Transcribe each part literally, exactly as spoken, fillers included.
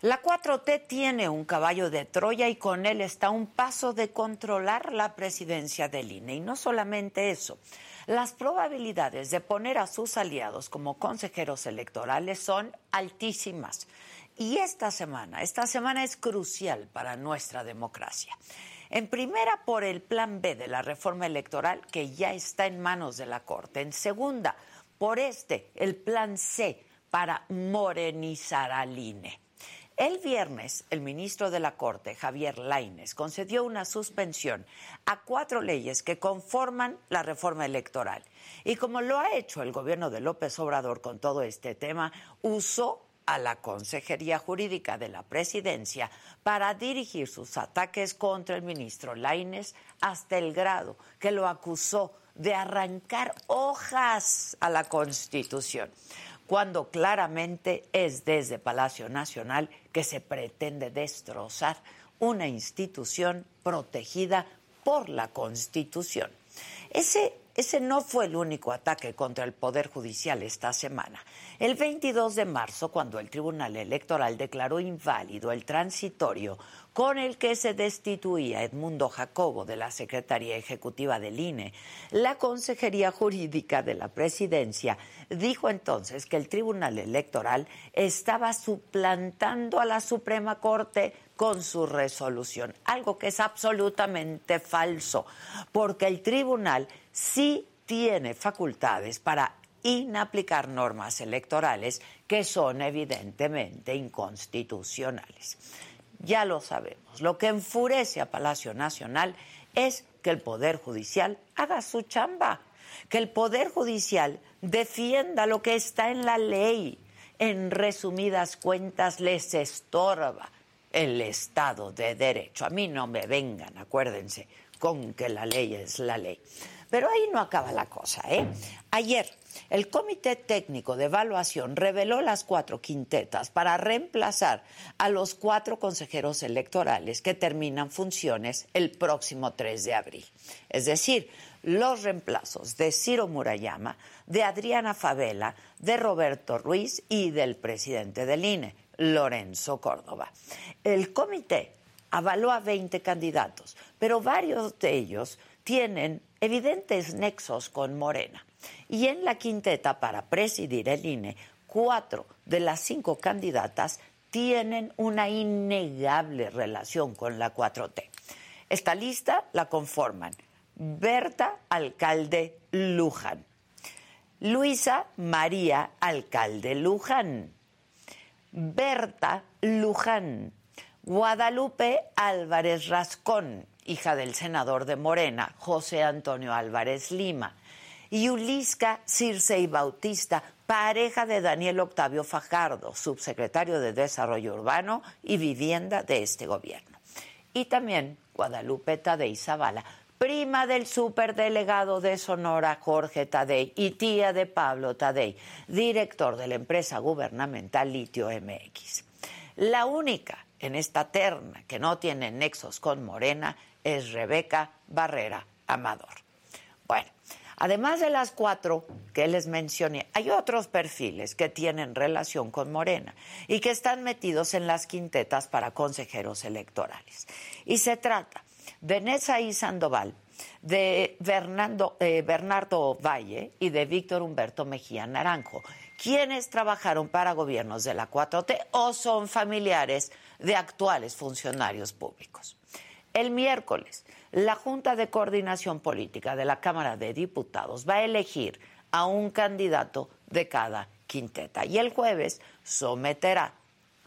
La cuatro T tiene un caballo de Troya y con él está a un paso de controlar la presidencia del I N E. Y no solamente eso, las probabilidades de poner a sus aliados como consejeros electorales son altísimas. Y esta semana, esta semana es crucial para nuestra democracia. En primera, por el plan B de la reforma electoral que ya está en manos de la Corte. En segunda, por este, el plan C para morenizar al I N E. El viernes, el ministro de la Corte, Javier Lainez, concedió una suspensión a cuatro leyes que conforman la reforma electoral. Y como lo ha hecho el gobierno de López Obrador con todo este tema, usó a la Consejería Jurídica de la Presidencia para dirigir sus ataques contra el ministro Lainez hasta el grado que lo acusó de arrancar hojas a la Constitución, cuando claramente es desde Palacio Nacional que se pretende destrozar una institución protegida por la Constitución. Ese, ese no fue el único ataque contra el Poder Judicial esta semana. El veintidós de marzo, cuando el Tribunal Electoral declaró inválido el transitorio con el que se destituía a Edmundo Jacobo de la Secretaría Ejecutiva del I N E, la Consejería Jurídica de la Presidencia dijo entonces que el Tribunal Electoral estaba suplantando a la Suprema Corte con su resolución, algo que es absolutamente falso, porque el tribunal sí tiene facultades para inaplicar normas electorales que son evidentemente inconstitucionales. Ya lo sabemos, lo que enfurece a Palacio Nacional es que el Poder Judicial haga su chamba, que el Poder Judicial defienda lo que está en la ley. En resumidas cuentas, les estorba el Estado de Derecho. A mí no me vengan, acuérdense, con que la ley es la ley. Pero ahí no acaba la cosa, ¿eh? Ayer, el Comité Técnico de Evaluación reveló las cuatro quintetas para reemplazar a los cuatro consejeros electorales que terminan funciones el próximo tres de abril. Es decir, los reemplazos de Ciro Murayama, de Adriana Favela, de Roberto Ruiz y del presidente del I N E, Lorenzo Córdoba. El comité avaló a veinte candidatos, pero varios de ellos tienen evidentes nexos con Morena. Y en la quinteta para presidir el I N E, cuatro de las cinco candidatas tienen una innegable relación con la cuatro T. Esta lista la conforman Berta Alcalde Luján, Luisa María Alcalde Luján, Berta Luján, Guadalupe Álvarez Rascón, hija del senador de Morena, José Antonio Álvarez Lima, y Ulisca Circei Bautista, pareja de Daniel Octavio Fajardo, subsecretario de Desarrollo Urbano y Vivienda de este gobierno. Y también Guadalupe Tadei Zavala, prima del superdelegado de Sonora, Jorge Tadei, y tía de Pablo Tadei, director de la empresa gubernamental Litio M X. La única en esta terna que no tiene nexos con Morena es Rebeca Barrera Amador. Bueno, además de las cuatro que les mencioné, hay otros perfiles que tienen relación con Morena y que están metidos en las quintetas para consejeros electorales. Y se trata de Netzaí Sandoval, de Bernardo, eh, Bernardo Valle y de Víctor Humberto Mejía Naranjo, quienes trabajaron para gobiernos de la cuatro T o son familiares de actuales funcionarios públicos. El miércoles, la Junta de Coordinación Política de la Cámara de Diputados va a elegir a un candidato de cada quinteta y el jueves someterá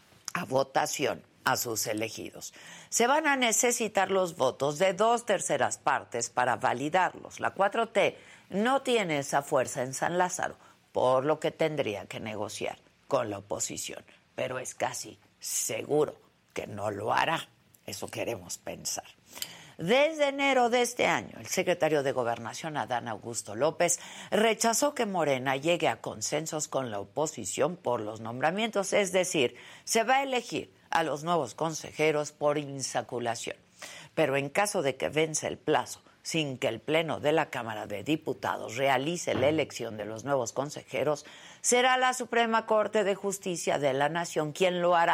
a votación a sus elegidos. Se van a necesitar los votos de dos terceras partes para validarlos. La cuatro T no tiene esa fuerza en San Lázaro, por lo que tendría que negociar con la oposición. Pero es casi seguro que no lo hará. Eso queremos pensar. Desde enero de este año, el secretario de Gobernación, Adán Augusto López, rechazó que Morena llegue a consensos con la oposición por los nombramientos, es decir, se va a elegir a los nuevos consejeros por insaculación. Pero en caso de que vence el plazo, sin que el Pleno de la Cámara de Diputados realice la elección de los nuevos consejeros, será la Suprema Corte de Justicia de la Nación quien lo hará,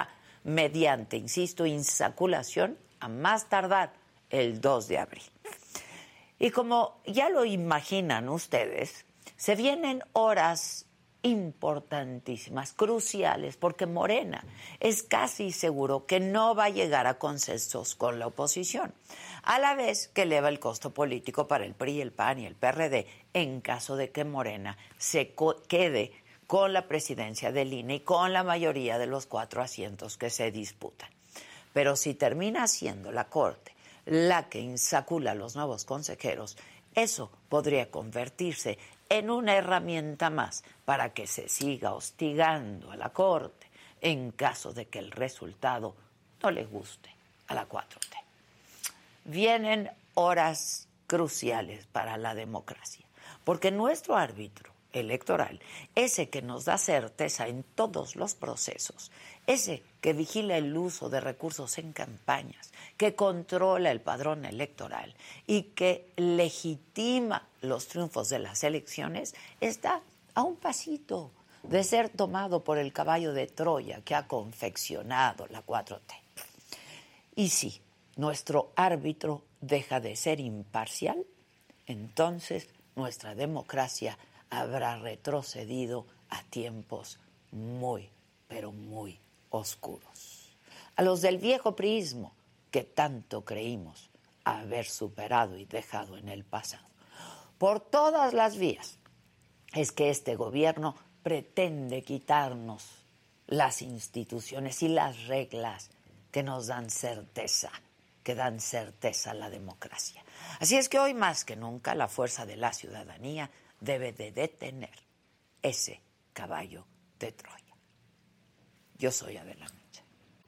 mediante, insisto, insaculación a más tardar el dos de abril. Y como ya lo imaginan ustedes, se vienen horas importantísimas, cruciales, porque Morena es casi seguro que no va a llegar a consensos con la oposición, a la vez que eleva el costo político para el P R I, el P A N y el P R D en caso de que Morena se quede con la presidencia del I N E y con la mayoría de los cuatro asientos que se disputan. Pero si termina siendo la Corte la que insacula a los nuevos consejeros, eso podría convertirse en una herramienta más para que se siga hostigando a la Corte en caso de que el resultado no le guste a la cuatro T. Vienen horas cruciales para la democracia, porque nuestro árbitro electoral, ese que nos da certeza en todos los procesos, ese que vigila el uso de recursos en campañas, que controla el padrón electoral y que legitima los triunfos de las elecciones, está a un pasito de ser tomado por el caballo de Troya que ha confeccionado la cuatro T. Y si nuestro árbitro deja de ser imparcial, entonces nuestra democracia habrá retrocedido a tiempos muy, pero muy oscuros. A los del viejo priismo que tanto creímos haber superado y dejado en el pasado. Por todas las vías es que este gobierno pretende quitarnos las instituciones y las reglas que nos dan certeza, que dan certeza a la democracia. Así es que hoy más que nunca la fuerza de la ciudadanía debe de detener ese caballo de Troya. Yo soy Adela Micha.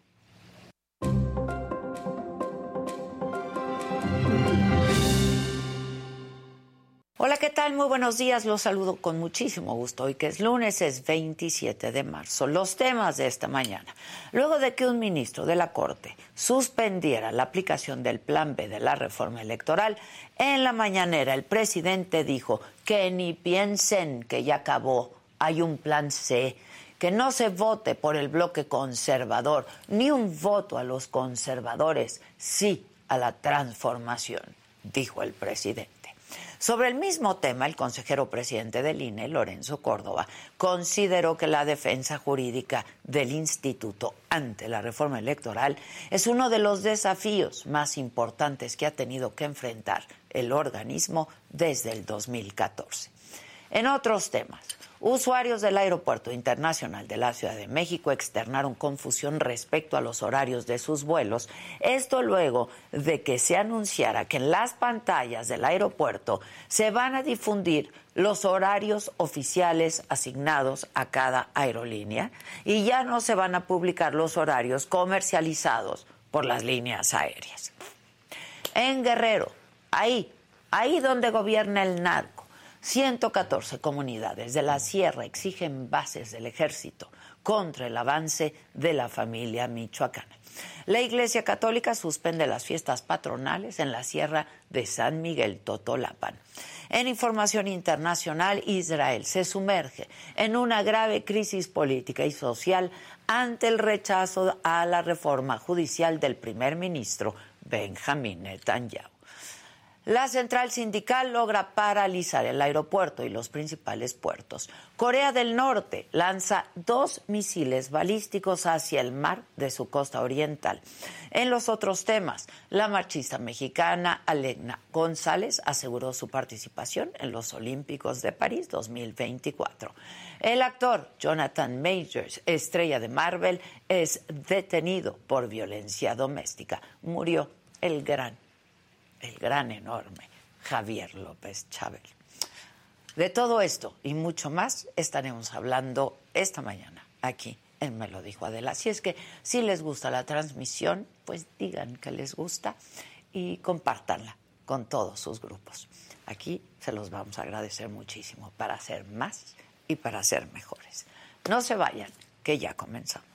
Hola, ¿qué tal? Muy buenos días. Los saludo con muchísimo gusto. Hoy que es lunes, es veintisiete de marzo. Los temas de esta mañana. Luego de que un ministro de la Corte suspendiera la aplicación del Plan B de la reforma electoral, en la mañanera el presidente dijo que ni piensen que ya acabó, hay un plan C, que no se vote por el bloque conservador, ni un voto a los conservadores, sí a la transformación, dijo el presidente. Sobre el mismo tema, el consejero presidente del I N E, Lorenzo Córdoba, consideró que la defensa jurídica del instituto ante la reforma electoral es uno de los desafíos más importantes que ha tenido que enfrentar el organismo desde el dos mil catorce. En otros temas, usuarios del Aeropuerto Internacional de la Ciudad de México externaron confusión respecto a los horarios de sus vuelos, esto luego de que se anunciara que en las pantallas del aeropuerto se van a difundir los horarios oficiales asignados a cada aerolínea y ya no se van a publicar los horarios comercializados por las líneas aéreas. En Guerrero, ahí, ahí donde gobierna el narco, ciento catorce comunidades de la sierra exigen bases del ejército contra el avance de la familia michoacana. La Iglesia Católica suspende las fiestas patronales en la sierra de San Miguel Totolapan. En información internacional, Israel se sumerge en una grave crisis política y social ante el rechazo a la reforma judicial del primer ministro Benjamín Netanyahu. La central sindical logra paralizar el aeropuerto y los principales puertos. Corea del Norte lanza dos misiles balísticos hacia el mar de su costa oriental. En los otros temas, la marchista mexicana Alegna González aseguró su participación en los Olímpicos de París dos mil veinticuatro. El actor Jonathan Majors, estrella de Marvel, es detenido por violencia doméstica. Murió el gran el gran, enorme Javier López Chabel. De todo esto y mucho más estaremos hablando esta mañana aquí en Me lo dijo Adela. Así es que si les gusta la transmisión, pues digan que les gusta y compártanla con todos sus grupos. Aquí se los vamos a agradecer muchísimo para ser más y para ser mejores. No se vayan, que ya comenzamos.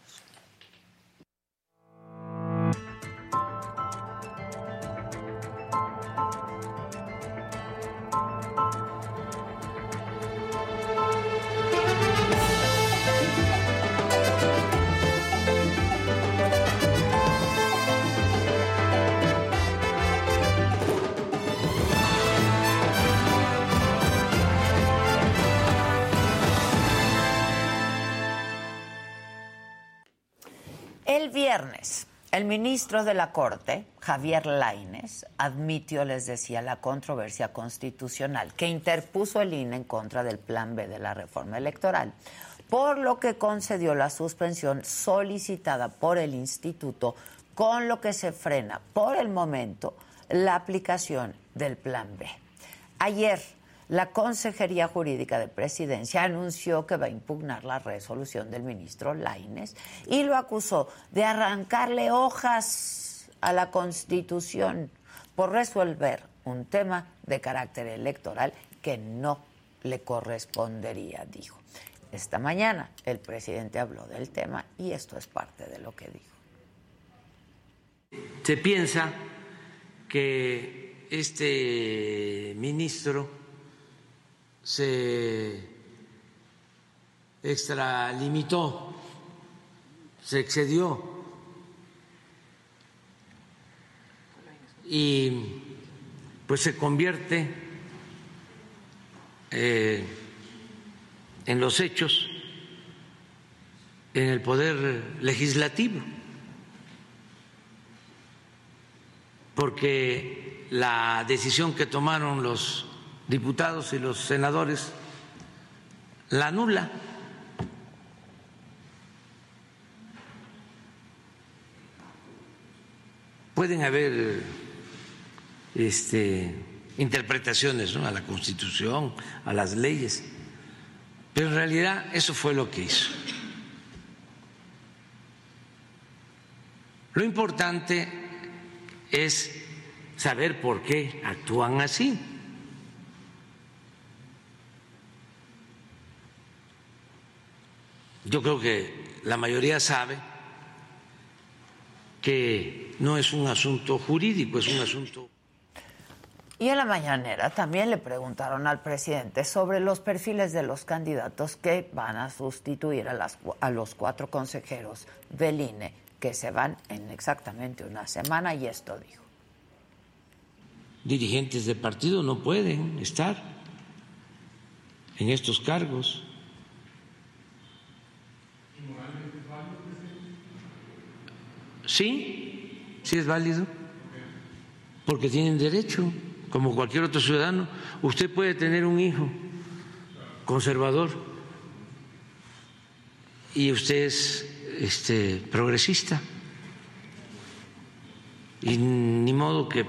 El viernes, el ministro de la Corte, Javier Lainez, admitió, les decía, la controversia constitucional que interpuso el I N E en contra del Plan B de la reforma electoral, por lo que concedió la suspensión solicitada por el instituto, con lo que se frena por el momento la aplicación del Plan B. Ayer, la Consejería Jurídica de Presidencia anunció que va a impugnar la resolución del ministro Lainez y lo acusó de arrancarle hojas a la Constitución por resolver un tema de carácter electoral que no le correspondería, dijo. Esta mañana el presidente habló del tema y esto es parte de lo que dijo. Se piensa que este ministro se extralimitó, se excedió y pues se convierte eh, en los hechos en el poder legislativo, porque la decisión que tomaron los diputados y los senadores la anula. Pueden haber este, interpretaciones, ¿no?, a la Constitución, a las leyes, pero en realidad eso fue lo que hizo. Lo importante es saber por qué actúan así. Yo creo que la mayoría sabe que no es un asunto jurídico, es un asunto... Y en la mañanera también le preguntaron al presidente sobre los perfiles de los candidatos que van a sustituir a, las, a los cuatro consejeros del I N E, que se van en exactamente una semana, y esto dijo. Dirigentes de partido no pueden estar en estos cargos. Sí, sí es válido, porque tienen derecho, como cualquier otro ciudadano. Usted puede tener un hijo conservador y usted es este, progresista, y ni modo que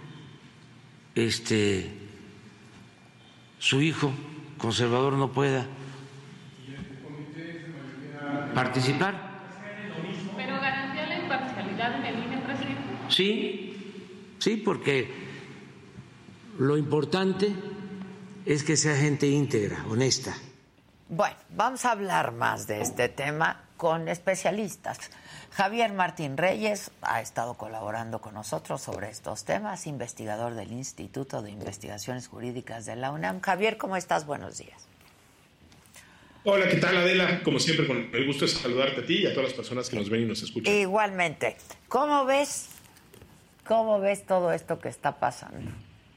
este, su hijo conservador no pueda participar. ¿En el I N E, presidente? Sí, sí, porque lo importante es que sea gente íntegra, honesta. Bueno, vamos a hablar más de este tema con especialistas. Javier Martín Reyes ha estado colaborando con nosotros sobre estos temas, investigador del Instituto de Investigaciones Jurídicas de la UNAM. Javier, ¿cómo estás? Buenos días. Hola, ¿qué tal, Adela? Como siempre, con el gusto de saludarte a ti y a todas las personas que nos ven y nos escuchan. Igualmente. ¿Cómo ves, cómo ves todo esto que está pasando?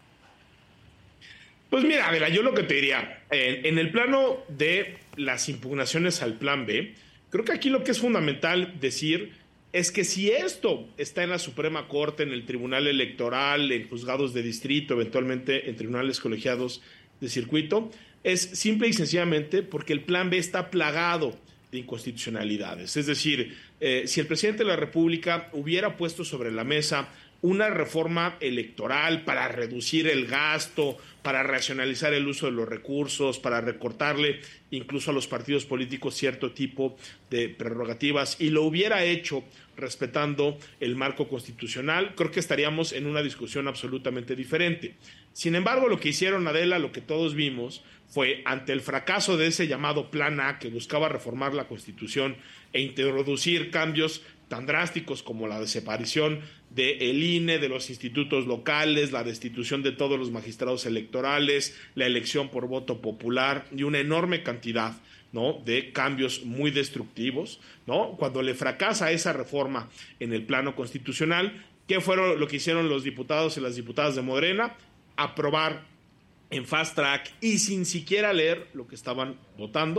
Pues mira, Adela, yo lo que te diría, en, en el plano de las impugnaciones al Plan B, creo que aquí lo que es fundamental decir es que si esto está en la Suprema Corte, en el Tribunal Electoral, en juzgados de distrito, eventualmente en tribunales colegiados de circuito, es simple y sencillamente porque el Plan B está plagado de inconstitucionalidades. Es decir, eh, si el presidente de la República hubiera puesto sobre la mesa una reforma electoral para reducir el gasto, para racionalizar el uso de los recursos, para recortarle incluso a los partidos políticos cierto tipo de prerrogativas, y lo hubiera hecho respetando el marco constitucional, creo que estaríamos en una discusión absolutamente diferente. Sin embargo, lo que hicieron, Adela, lo que todos vimos, fue ante el fracaso de ese llamado Plan A, que buscaba reformar la Constitución e introducir cambios tan drásticos como la desaparición del I N E, de los institutos locales, la destitución de todos los magistrados electorales, la elección por voto popular y una enorme cantidad, ¿no?, de cambios muy destructivos, ¿no? Cuando le fracasa esa reforma en el plano constitucional, ¿qué fueron lo que hicieron los diputados y las diputadas de Morena? Aprobar en fast track y sin siquiera leer lo que estaban votando,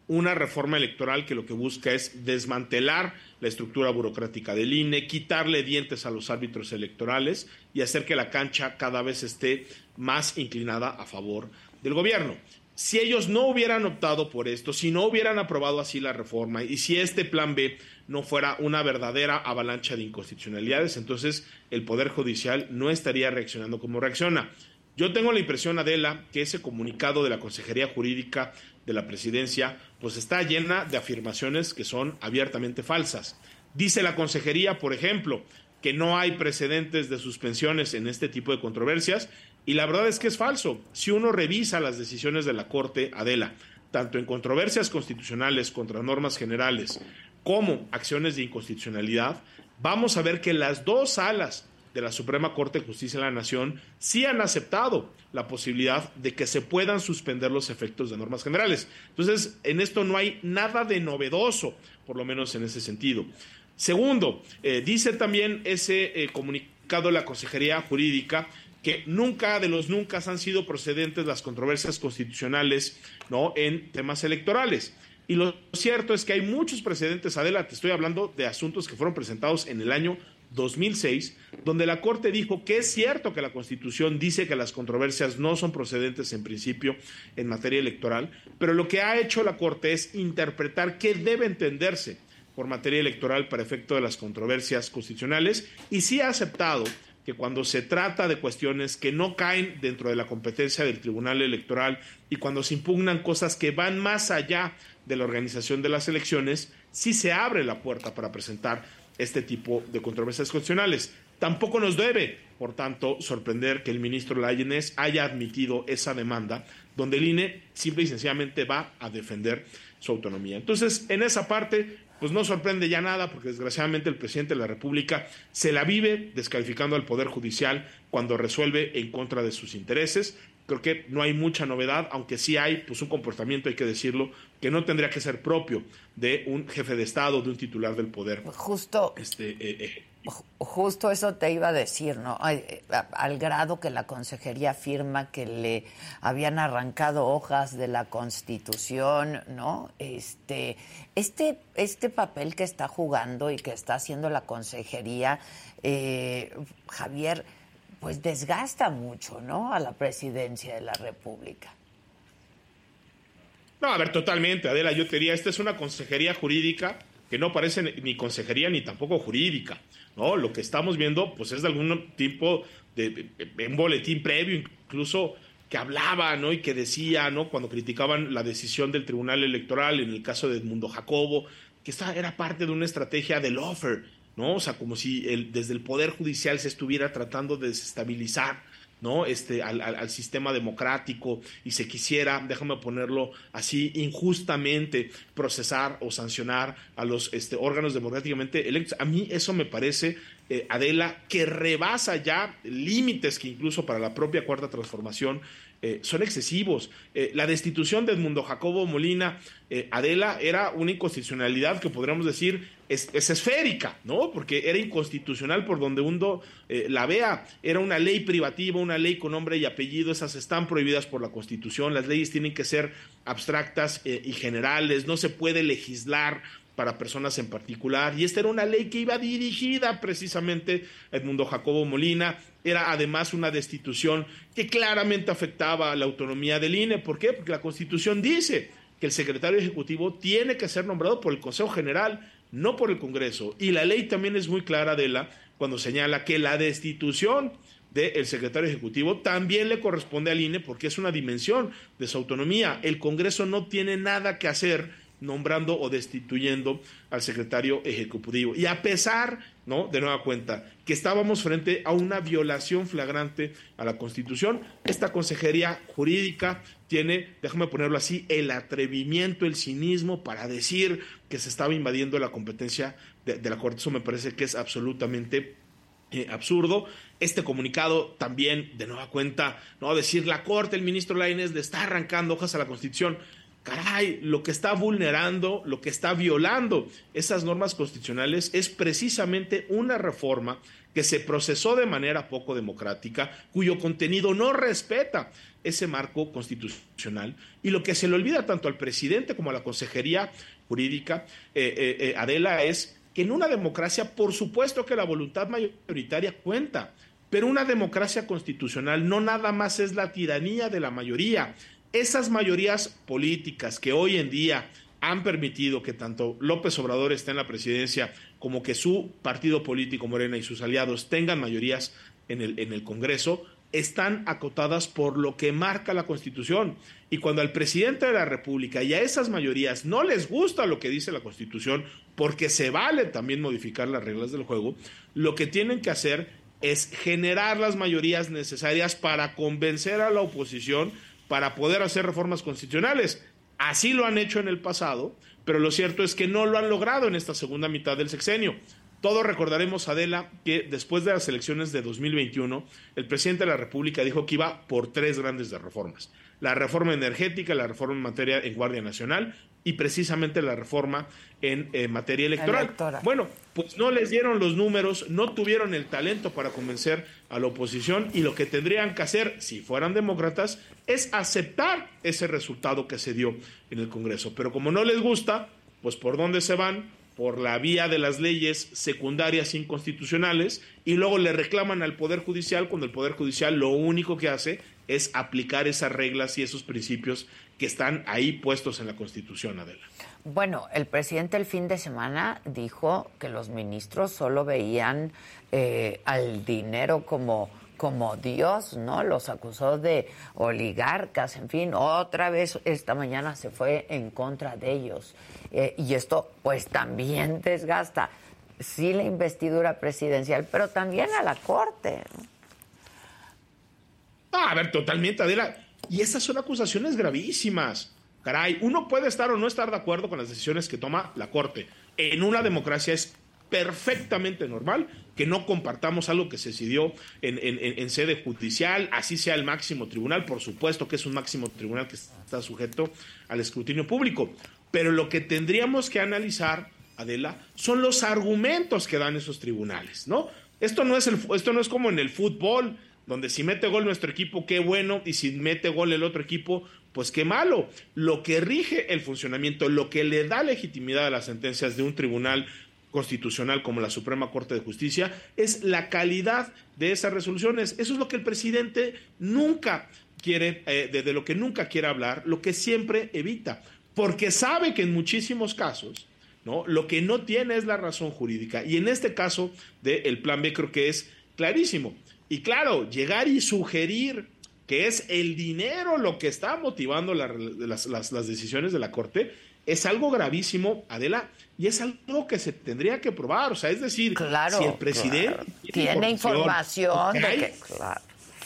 una reforma electoral que lo que busca es desmantelar la estructura burocrática del I N E, quitarle dientes a los árbitros electorales y hacer que la cancha cada vez esté más inclinada a favor del gobierno. Si ellos no hubieran optado por esto, si no hubieran aprobado así la reforma y si este plan B no fuera una verdadera avalancha de inconstitucionalidades, entonces el Poder Judicial no estaría reaccionando como reacciona. Yo tengo la impresión, Adela, que ese comunicado de la Consejería Jurídica de la Presidencia pues está llena de afirmaciones que son abiertamente falsas. Dice la Consejería, por ejemplo, que no hay precedentes de suspensiones en este tipo de controversias, y la verdad es que es falso. Si uno revisa las decisiones de la Corte, Adela, tanto en controversias constitucionales contra normas generales como acciones de inconstitucionalidad, vamos a ver que las dos salas de la Suprema Corte de Justicia de la Nación sí han aceptado la posibilidad de que se puedan suspender los efectos de normas generales. Entonces, en esto no hay nada de novedoso, por lo menos en ese sentido. Segundo, eh, dice también ese eh, comunicado de la Consejería Jurídica que nunca de los nunca han sido procedentes las controversias constitucionales, ¿no?, en temas electorales. Y lo cierto es que hay muchos precedentes, Adela, te estoy hablando de asuntos que fueron presentados en el año dos mil seis, donde la Corte dijo que es cierto que la Constitución dice que las controversias no son procedentes en principio en materia electoral, pero lo que ha hecho la Corte es interpretar qué debe entenderse por materia electoral para efecto de las controversias constitucionales, y sí ha aceptado que cuando se trata de cuestiones que no caen dentro de la competencia del Tribunal Electoral y cuando se impugnan cosas que van más allá de la organización de las elecciones, sí se abre la puerta para presentar este tipo de controversias constitucionales. Tampoco nos debe, por tanto, sorprender que el ministro Lainez haya admitido esa demanda, donde el I N E simple y sencillamente va a defender su autonomía. Entonces, en esa parte, pues no sorprende ya nada, porque desgraciadamente el presidente de la República se la vive descalificando al Poder Judicial cuando resuelve en contra de sus intereses. Creo que no hay mucha novedad, aunque sí hay pues un comportamiento, hay que decirlo, que no tendría que ser propio de un jefe de Estado, de un titular del poder. Justo, este, eh, eh. justo eso te iba a decir, ¿no? Al grado que la Consejería afirma que le habían arrancado hojas de la Constitución, ¿no? Este, este, este papel que está jugando y que está haciendo la Consejería, eh, Javier, pues desgasta mucho, ¿no?, a la Presidencia de la República. No, a ver, totalmente, Adela, yo te diría, esta es una consejería jurídica que no parece ni consejería ni tampoco jurídica, ¿no? Lo que estamos viendo, pues es de algún tipo de, de, de un boletín previo, incluso que hablaba, ¿no?, y que decía, ¿no?, cuando criticaban la decisión del Tribunal Electoral en el caso de Edmundo Jacobo, que esta era parte de una estrategia del lawfare, ¿no? O sea, como si el, desde el Poder Judicial se estuviera tratando de desestabilizar, ¿no?, este, al, al, al sistema democrático y se quisiera, déjame ponerlo así, injustamente procesar o sancionar a los este, órganos democráticamente electos. A mí eso me parece, eh, Adela, que rebasa ya límites que incluso para la propia Cuarta Transformación Eh, son excesivos. Eh, la destitución de Edmundo Jacobo Molina, eh, Adela, era una inconstitucionalidad que podríamos decir es, es esférica, ¿no? Porque era inconstitucional por donde uno eh, la vea. Era una ley privativa, una ley con nombre y apellido. Esas están prohibidas por la Constitución. Las leyes tienen que ser abstractas eh, y generales. No se puede legislar para personas en particular, y esta era una ley que iba dirigida precisamente a Edmundo Jacobo Molina. Era además una destitución que claramente afectaba a la autonomía del I N E. ¿Por qué? Porque la Constitución dice que el secretario ejecutivo tiene que ser nombrado por el Consejo General, no por el Congreso, y la ley también es muy clara, Adela, cuando señala que la destitución del secretario ejecutivo también le corresponde al I N E porque es una dimensión de su autonomía. El Congreso no tiene nada que hacer nombrando o destituyendo al secretario ejecutivo. Y a pesar, ¿no?, de nueva cuenta, que estábamos frente a una violación flagrante a la Constitución, esta Consejería Jurídica tiene, déjame ponerlo así, el atrevimiento, el cinismo para decir que se estaba invadiendo la competencia de, de la Corte. Eso me parece que es absolutamente Eh, absurdo. Este comunicado también, de nueva cuenta, no decir la Corte, el ministro Lainez le está arrancando hojas a la Constitución. caray, lo que está vulnerando, lo que está violando esas normas constitucionales es precisamente una reforma que se procesó de manera poco democrática, cuyo contenido no respeta ese marco constitucional, y lo que se le olvida tanto al presidente como a la Consejería Jurídica, eh, eh, eh, Adela, es que en una democracia, por supuesto que la voluntad mayoritaria cuenta, pero una democracia constitucional no nada más es la tiranía de la mayoría. Esas mayorías políticas que hoy en día han permitido que tanto López Obrador esté en la presidencia como que su partido político Morena y sus aliados tengan mayorías en el, en el Congreso, están acotadas por lo que marca la Constitución. Y cuando al presidente de la República y a esas mayorías no les gusta lo que dice la Constitución, porque se vale también modificar las reglas del juego, lo que tienen que hacer es generar las mayorías necesarias para convencer a la oposición para poder hacer reformas constitucionales. Así lo han hecho en el pasado, pero lo cierto es que no lo han logrado en esta segunda mitad del sexenio. Todos recordaremos, Adela, que después de las elecciones de dos mil veintiuno, el presidente de la República dijo que iba por tres grandes reformas. La reforma energética, la reforma en materia en Guardia Nacional y precisamente la reforma en eh, materia electoral. Electoral. Bueno, pues no les dieron los números, no tuvieron el talento para convencer a la oposición, y lo que tendrían que hacer, si fueran demócratas, es aceptar ese resultado que se dio en el Congreso. Pero como no les gusta, pues ¿por dónde se van? Por la vía de las leyes secundarias inconstitucionales, y luego le reclaman al Poder Judicial, cuando el Poder Judicial lo único que hace es aplicar esas reglas y esos principios que están ahí puestos en la Constitución, Adela. Bueno, el presidente el fin de semana dijo que los ministros solo veían eh, al dinero como, como Dios, ¿no? Los acusó de oligarcas, en fin, otra vez esta mañana se fue en contra de ellos. Eh, y esto pues también desgasta, sí, la investidura presidencial, pero también a la Corte, ¿no? Ah, a ver, totalmente, Adela. Y esas son acusaciones gravísimas. Caray, uno puede estar o no estar de acuerdo con las decisiones que toma la Corte. En una democracia es perfectamente normal que no compartamos algo que se decidió en, en, en sede judicial, así sea el máximo tribunal. Por supuesto que es un máximo tribunal que está sujeto al escrutinio público. Pero lo que tendríamos que analizar, Adela, son los argumentos que dan esos tribunales, ¿no? Esto no es el, esto no es como en el fútbol, donde si mete gol nuestro equipo, qué bueno, y si mete gol el otro equipo, pues qué malo. Lo que rige el funcionamiento, lo que le da legitimidad a las sentencias de un tribunal constitucional como la Suprema Corte de Justicia es la calidad de esas resoluciones. Eso es lo que el presidente nunca quiere, eh, de, de lo que nunca quiere hablar, lo que siempre evita, porque sabe que en muchísimos casos, ¿no?, lo que no tiene es la razón jurídica, y en este caso del Plan B creo que es clarísimo. Y claro, llegar y sugerir que es el dinero lo que está motivando la, las, las, las decisiones de la Corte es algo gravísimo, Adela, y es algo que se tendría que probar. O sea, es decir, claro, si el presidente claro. tiene, tiene información, información de que, claro,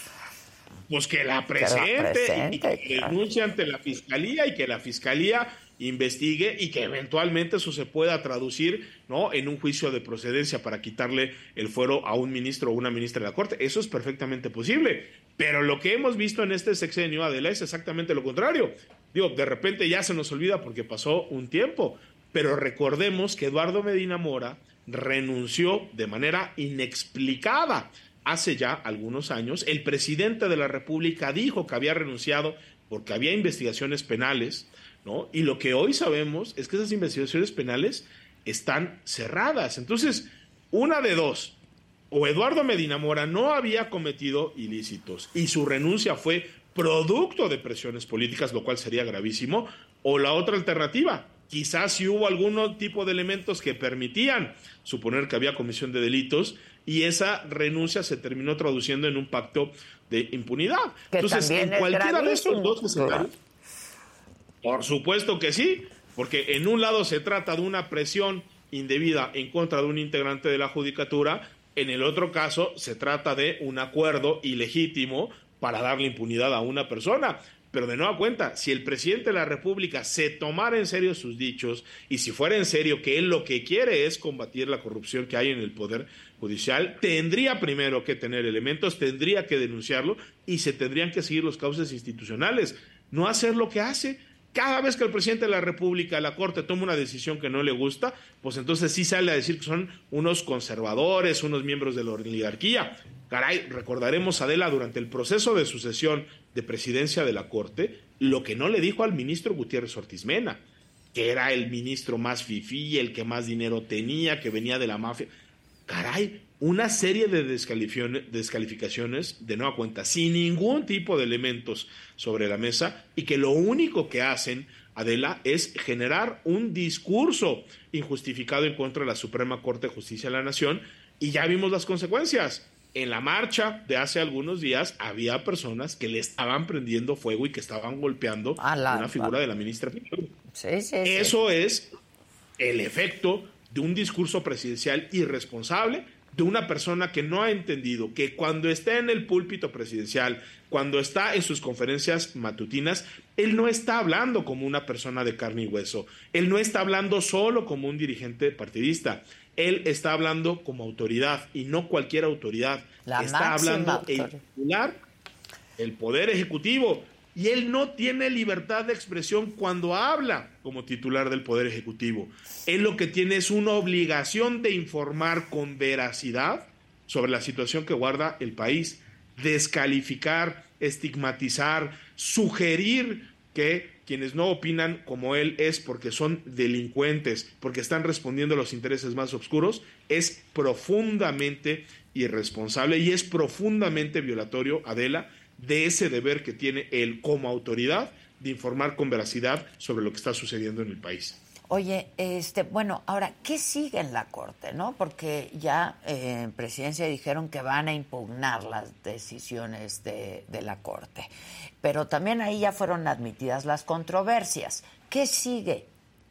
pues que la presente, que la presente y que claro. denuncie ante la Fiscalía, y que la Fiscalía investigue, y que eventualmente eso se pueda traducir, ¿no?, en un juicio de procedencia para quitarle el fuero a un ministro o una ministra de la Corte. Eso es perfectamente posible, pero lo que hemos visto en este sexenio, Adela, es exactamente lo contrario. Digo, de repente ya se nos olvida porque pasó un tiempo, pero recordemos que Eduardo Medina Mora renunció de manera inexplicada hace ya algunos años. El presidente de la República dijo que había renunciado porque había investigaciones penales, ¿no? Y lo que hoy sabemos es que esas investigaciones penales están cerradas. Entonces, una de dos: o Eduardo Medina Mora no había cometido ilícitos y su renuncia fue producto de presiones políticas, lo cual sería gravísimo, o la otra alternativa, quizás si hubo algún tipo de elementos que permitían suponer que había comisión de delitos, y esa renuncia se terminó traduciendo en un pacto de impunidad. Que Entonces, en cualquiera de estos dos escenarios, por supuesto que sí, porque en un lado se trata de una presión indebida en contra de un integrante de la Judicatura, en el otro caso se trata de un acuerdo ilegítimo para darle impunidad a una persona. Pero de nueva cuenta, si el presidente de la República se tomara en serio sus dichos, y si fuera en serio que él lo que quiere es combatir la corrupción que hay en el Poder Judicial, tendría primero que tener elementos, tendría que denunciarlo, y se tendrían que seguir los cauces institucionales. No hacer lo que hace, Cada vez que el presidente de la República, la Corte, toma una decisión que no le gusta, pues entonces sí sale a decir que son unos conservadores, unos miembros de la oligarquía. Caray, recordaremos, Adela, durante el proceso de sucesión de presidencia de la Corte, lo que no le dijo al ministro Gutiérrez Ortiz Mena, que era el ministro más fifí, el que más dinero tenía, que venía de la mafia. Caray, una serie de descalificaciones de nueva cuenta, sin ningún tipo de elementos sobre la mesa, y que lo único que hacen, Adela, es generar un discurso injustificado en contra de la Suprema Corte de Justicia de la Nación, y ya vimos las consecuencias. En la marcha de hace algunos días había personas que le estaban prendiendo fuego y que estaban golpeando a la, una figura a... de la ministra. Sí, sí, Eso sí. es el efecto de un discurso presidencial irresponsable, de una persona que no ha entendido que cuando está en el púlpito presidencial, cuando está en sus conferencias matutinas, él no está hablando como una persona de carne y hueso, él no está hablando solo como un dirigente partidista, él está hablando como autoridad, y no cualquier autoridad, La está hablando en autoridad. particular el Poder Ejecutivo, y él no tiene libertad de expresión cuando habla como titular del Poder Ejecutivo. Él lo que tiene es una obligación de informar con veracidad sobre la situación que guarda el país, descalificar, estigmatizar, sugerir que quienes no opinan como él es porque son delincuentes, porque están respondiendo a los intereses más oscuros, es profundamente irresponsable y es profundamente violatorio, Adela, de ese deber que tiene él como autoridad de informar con veracidad sobre lo que está sucediendo en el país. Oye, este, bueno, ahora, ¿qué sigue en la Corte, no? Porque ya eh, en Presidencia dijeron que van a impugnar las decisiones de, de la Corte, pero también ahí ya fueron admitidas las controversias. ¿Qué sigue?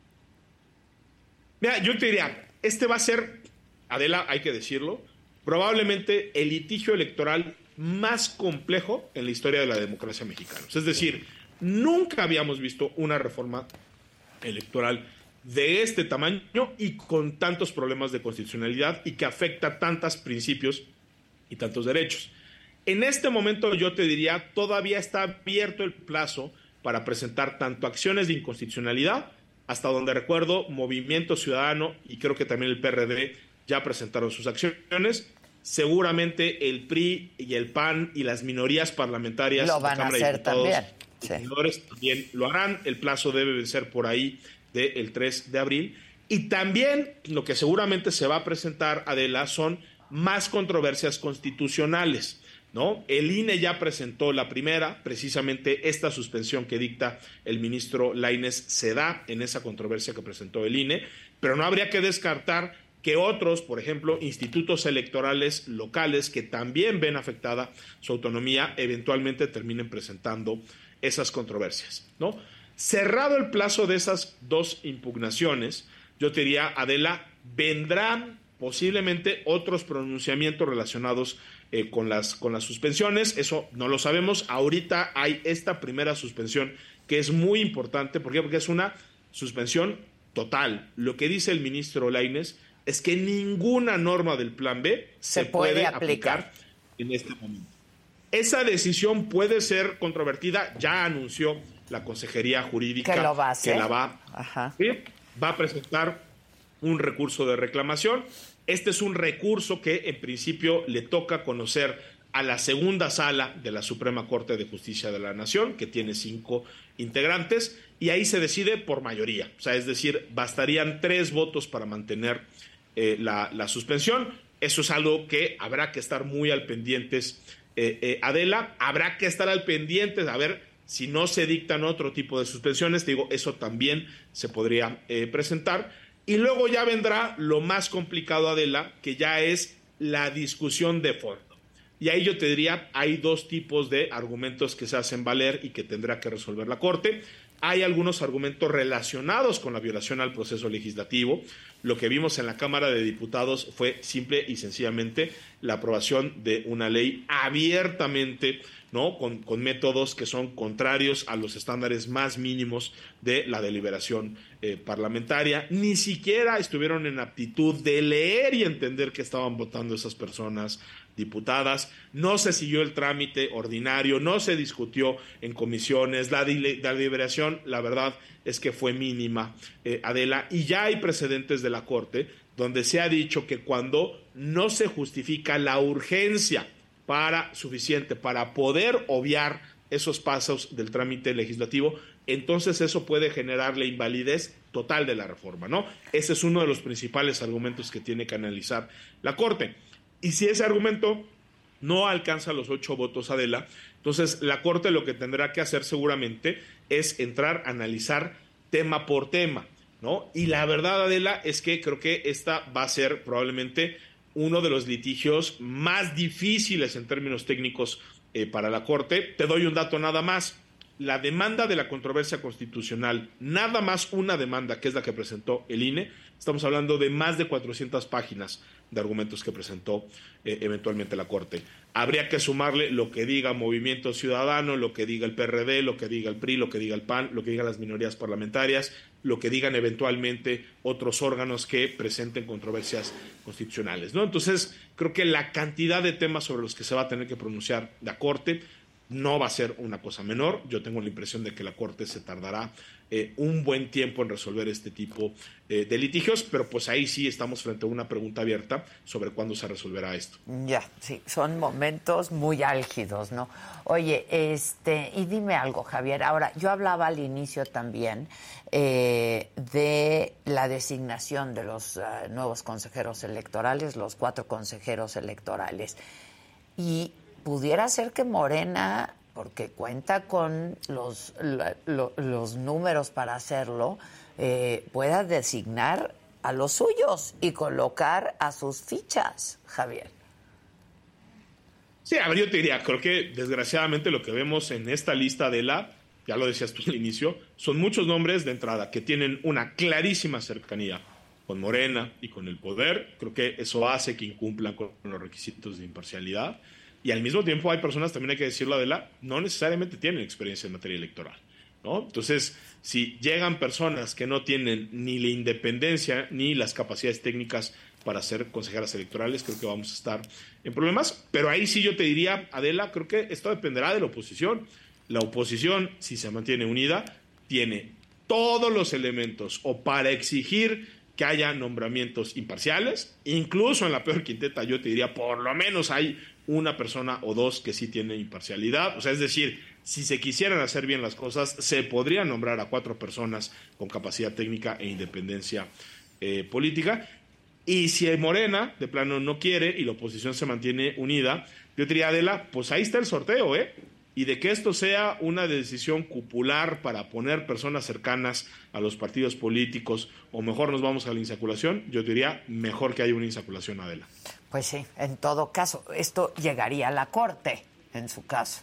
Mira, yo te diría, este va a ser, Adela, hay que decirlo, probablemente el litigio electoral más complejo en la historia de la democracia mexicana. Es decir, nunca habíamos visto una reforma electoral de este tamaño y con tantos problemas de constitucionalidad y que afecta tantos principios y tantos derechos. En este momento yo te diría, todavía está abierto el plazo para presentar tanto acciones de inconstitucionalidad, hasta donde recuerdo, Movimiento Ciudadano y creo que también el P R D ya presentaron sus acciones. Seguramente el P R I y el P A N y las minorías parlamentarias lo van a hacer también. Sí. También lo harán. El plazo debe vencer por ahí del tres de abril. Y también lo que seguramente se va a presentar, Adela, son más controversias constitucionales, ¿no? El I N E ya presentó la primera, precisamente esta suspensión que dicta el ministro Lainez se da en esa controversia que presentó el I N E, pero no habría que descartar que otros, por ejemplo, institutos electorales locales que también ven afectada su autonomía, eventualmente terminen presentando esas controversias, ¿no? Cerrado el plazo de esas dos impugnaciones, yo te diría, Adela, vendrán posiblemente otros pronunciamientos relacionados eh, con las, con las suspensiones, eso no lo sabemos. Ahorita hay esta primera suspensión que es muy importante, ¿por qué? Porque es una suspensión total. Lo que dice el ministro Lainez es que ninguna norma del Plan B se, se puede, puede aplicar. aplicar en este momento. Esa decisión puede ser controvertida, ya anunció la Consejería Jurídica que, lo va a hacer. que la va, Ajá. ¿sí? va a presentar un recurso de reclamación. Este es un recurso que en principio le toca conocer a la segunda sala de la Suprema Corte de Justicia de la Nación, que tiene cinco integrantes, y ahí se decide por mayoría. O sea, es decir, bastarían tres votos para mantener eh, la, la suspensión. Eso es algo que habrá que estar muy al pendientes, eh, eh, Adela, habrá que estar al pendientes, a ver si no se dictan otro tipo de suspensiones. Te digo, eso también se podría eh, presentar. Y luego ya vendrá lo más complicado, Adela, que ya es la discusión de fondo. Y ahí yo te diría, hay dos tipos de argumentos que se hacen valer y que tendrá que resolver la Corte. Hay algunos argumentos relacionados con la violación al proceso legislativo. Lo que vimos en la Cámara de Diputados fue simple y sencillamente la aprobación de una ley abiertamente ¿no? Con, con métodos que son contrarios a los estándares más mínimos de la deliberación eh, parlamentaria. Ni siquiera estuvieron en aptitud de leer y entender que estaban votando esas personas diputadas. No se siguió el trámite ordinario, no se discutió en comisiones. La, la deliberación, la verdad, es que fue mínima, eh, Adela, y ya hay precedentes de la Corte donde se ha dicho que cuando no se justifica la urgencia para suficiente para poder obviar esos pasos del trámite legislativo, entonces eso puede generar la invalidez total de la reforma, ¿no? Ese es uno de los principales argumentos que tiene que analizar la Corte. Y si ese argumento no alcanza los ocho votos, Adela, entonces la Corte lo que tendrá que hacer seguramente es entrar a analizar tema por tema, ¿no? Y la verdad, Adela, es que creo que esta va a ser probablemente uno de los litigios más difíciles en términos técnicos eh, para la Corte. Te doy un dato nada más. La demanda de la controversia constitucional, nada más una demanda, que es la que presentó el I N E, estamos hablando de más de cuatrocientas páginas de argumentos que presentó eh, eventualmente la Corte. Habría que sumarle lo que diga Movimiento Ciudadano, lo que diga el P R D, lo que diga el P R I, lo que diga el P A N, lo que digan las minorías parlamentarias, lo que digan eventualmente otros órganos que presenten controversias constitucionales, ¿no? Entonces, creo que la cantidad de temas sobre los que se va a tener que pronunciar la Corte no va a ser una cosa menor. Yo tengo la impresión de que la Corte se tardará eh, un buen tiempo en resolver este tipo eh, de litigios, pero pues ahí sí estamos frente a una pregunta abierta sobre cuándo se resolverá esto. Ya, sí, son momentos muy álgidos, ¿no? Oye, este, y dime algo, Javier. Ahora, yo hablaba al inicio también eh, de la designación de los uh, nuevos consejeros electorales, los cuatro consejeros electorales. Y pudiera ser que Morena, porque cuenta con los, lo, los números para hacerlo, eh, pueda designar a los suyos y colocar a sus fichas, Javier. Sí, a ver, yo te diría, creo que desgraciadamente lo que vemos en esta lista de la, ya lo decías tú al inicio, son muchos nombres de entrada que tienen una clarísima cercanía con Morena y con el poder. Creo que eso hace que incumplan con los requisitos de imparcialidad. Y al mismo tiempo hay personas, también hay que decirlo, Adela, no necesariamente tienen experiencia en materia electoral, ¿no? Entonces, si llegan personas que no tienen ni la independencia ni las capacidades técnicas para ser consejeras electorales, creo que vamos a estar en problemas. Pero ahí sí yo te diría, Adela, creo que esto dependerá de la oposición. La oposición, si se mantiene unida, tiene todos los elementos o para exigir que haya nombramientos imparciales. Incluso en la peor quinteta yo te diría, por lo menos hay una persona o dos que sí tiene imparcialidad. O sea, es decir, si se quisieran hacer bien las cosas, se podrían nombrar a cuatro personas con capacidad técnica e independencia eh, política. Y si Morena, de plano, no quiere y la oposición se mantiene unida, yo diría, Adela, pues ahí está el sorteo, ¿eh? Y de que esto sea una decisión cupular para poner personas cercanas a los partidos políticos, o mejor nos vamos a la insaculación, yo diría, mejor que haya una insaculación, Adela. Pues sí, en todo caso, esto llegaría a la Corte, en su caso.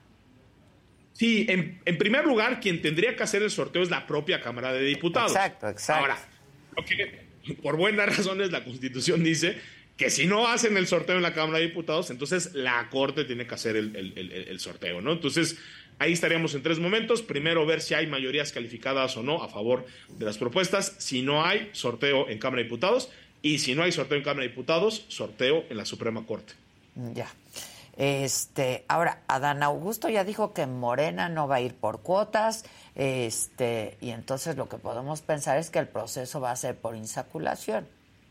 Sí, en, en primer lugar, quien tendría que hacer el sorteo es la propia Cámara de Diputados. Exacto, exacto. Ahora, lo que por buenas razones la Constitución dice que si no hacen el sorteo en la Cámara de Diputados, entonces la Corte tiene que hacer el, el, el, el sorteo, ¿no? Entonces, ahí estaríamos en tres momentos. Primero, ver si hay mayorías calificadas o no a favor de las propuestas. Si no hay, sorteo en Cámara de Diputados. Y si no hay sorteo en Cámara de Diputados, sorteo en la Suprema Corte. Ya. Este, ahora, Adán Augusto ya dijo que Morena no va a ir por cuotas, este, y entonces lo que podemos pensar es que el proceso va a ser por insaculación.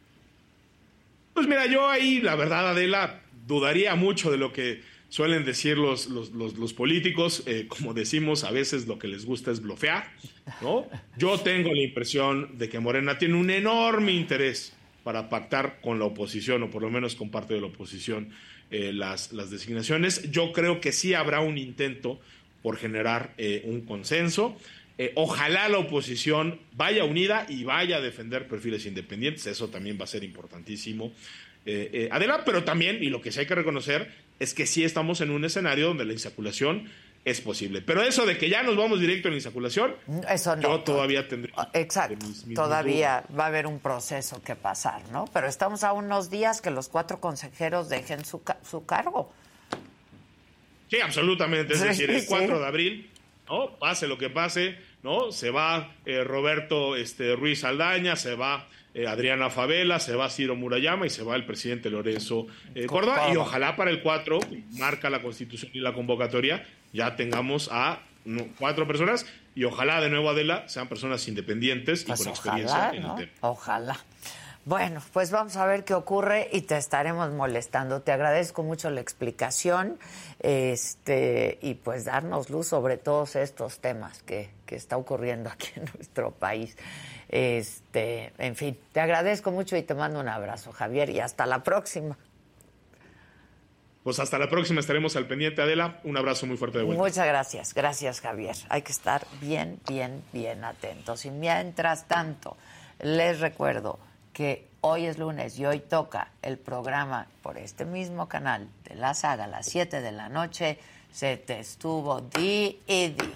Pues mira, yo ahí, la verdad, Adela, dudaría mucho de lo que suelen decir los, los, los, los políticos. Eh, como decimos, a veces lo que les gusta es blofear, ¿no? Yo tengo la impresión de que Morena tiene un enorme interés para pactar con la oposición, o por lo menos con parte de la oposición, eh, las, las designaciones. Yo creo que sí habrá un intento por generar eh, un consenso. Eh, ojalá la oposición vaya unida y vaya a defender perfiles independientes. Eso también va a ser importantísimo, eh, eh, Adela, pero también, y lo que sí hay que reconocer, es que sí estamos en un escenario donde la insaculación es posible. Pero eso de que ya nos vamos directo a la insaculación, eso no, yo todavía tendré... Exacto, mis, mis todavía dudas. Va a haber un proceso que pasar, ¿no? Pero estamos a unos días que los cuatro consejeros dejen su, su cargo. Sí, absolutamente. Es decir, el Sí, cuatro sí. de abril, ¿no? Pase lo que pase, ¿no? Se va eh, Roberto este, Ruiz Aldaña, se va eh, Adriana Favela, se va Ciro Murayama y se va el presidente Lorenzo eh, Córdoba. Y ojalá para el cuatro, marca la Constitución y la convocatoria, ya tengamos a no, cuatro personas y ojalá de nuevo, Adela, sean personas independientes y Pues con ojalá, experiencia en ¿no? el tema. Ojalá. Bueno, pues vamos a ver qué ocurre y te estaremos molestando. Te agradezco mucho la explicación este, y pues darnos luz sobre todos estos temas que, que está ocurriendo aquí en nuestro país. Este, en fin, te agradezco mucho y te mando un abrazo, Javier, y hasta la próxima. Pues hasta la próxima, estaremos al pendiente, Adela. Un abrazo muy fuerte de vuelta. Muchas gracias, gracias, Javier. Hay que estar bien, bien, bien atentos. Y mientras tanto, les recuerdo que hoy es lunes y hoy toca el programa por este mismo canal de La Saga a las siete de la noche. Se te estuvo di y di.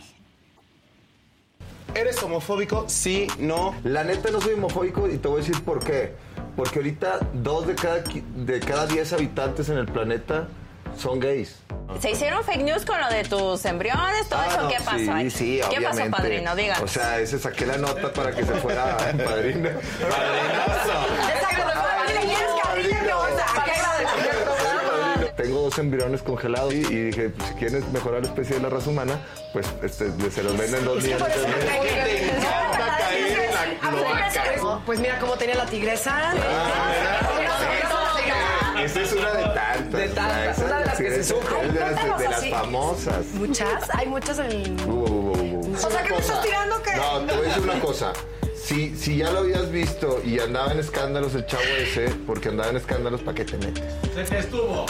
¿Eres homofóbico? Sí, no. La neta no soy homofóbico y te voy a decir por qué. Porque ahorita dos de cada, qui- de cada diez habitantes en el planeta son gays. Se hicieron fake news con lo de tus embriones, todo Ah, eso. no, ¿Qué pasó? sí, ahí? sí, ¿Qué obviamente. pasó, padrino? Díganos. O sea, ese saqué la nota para que se fuera padrino. Tengo dos embriones congelados y, y dije, pues, si quieres mejorar la especie de la raza humana, pues este, se los venden dos días. Te encanta caer en la cloaca. Pues mira cómo tenía la tigresa. Esa es una de tantas. De tantas, Esa una de las que se esa supo. es de las, de, de las Así. famosas. Muchas, hay muchas en el... Uh, uh, uh, uh. O sea, ¿qué me estás tirando? ¿Qué? No, te voy a decir una cosa. Si, si ya lo habías visto y andaba en escándalos el chavo ese, porque andaba en escándalos, ¿para qué te metes? Se te estuvo.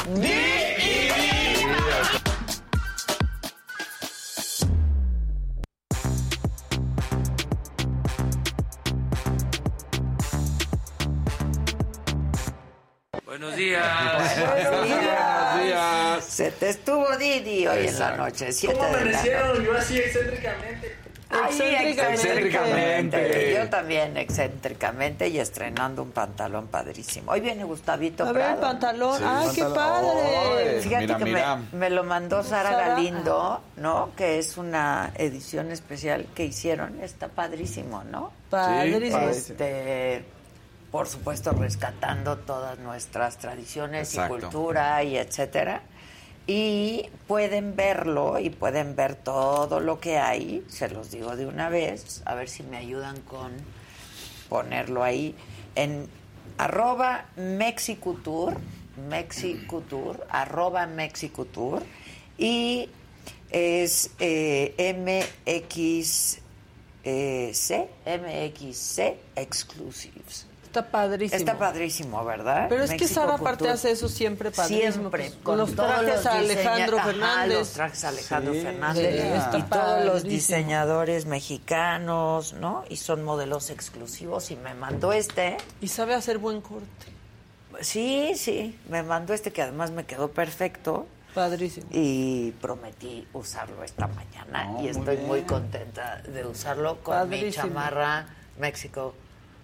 Buenos días. Buenos días. Buenos días. Se te estuvo Didi hoy en la noche, siete ¿Cómo de la amanecieron? Yo así excéntricamente. Ay, Excéntricamente. Excéntricamente. Yo también excéntricamente y estrenando un pantalón padrísimo. Hoy viene Gustavito A ver el Prado. pantalón. Sí, ¡Ay, qué pantalón. padre! Ay. Fíjate Mira, que mira. Me, me lo mandó Sara, Sara. Galindo, ¿no? Que es una edición especial que hicieron. Está padrísimo, ¿no? Padrísimo. Este, por supuesto, rescatando todas nuestras tradiciones Exacto. y cultura y etcétera. Y pueden verlo y pueden ver todo lo que hay, se los digo de una vez, a ver si me ayudan con ponerlo ahí, en arroba Mexiculture, Mexiculture, arroba Mexiculture, y es eh, M X C, M X C Exclusives. Está padrísimo. Está padrísimo, ¿verdad? Pero es que México Sara aparte Culture. hace eso siempre padrísimo. Siempre, pues, con los todos trajes los a Alejandro diseña- Fernández. Ajá, los trajes a Alejandro Sí, Fernández. sí, y está todos los padrísimo. diseñadores mexicanos, ¿no? Y son modelos exclusivos. Y me mandó este. Y sabe hacer buen corte. Sí, sí, me mandó este que además me quedó perfecto. Padrísimo. Y prometí usarlo esta mañana. No, y muy estoy bien. muy contenta de usarlo con mi Padrísimo. chamarra México.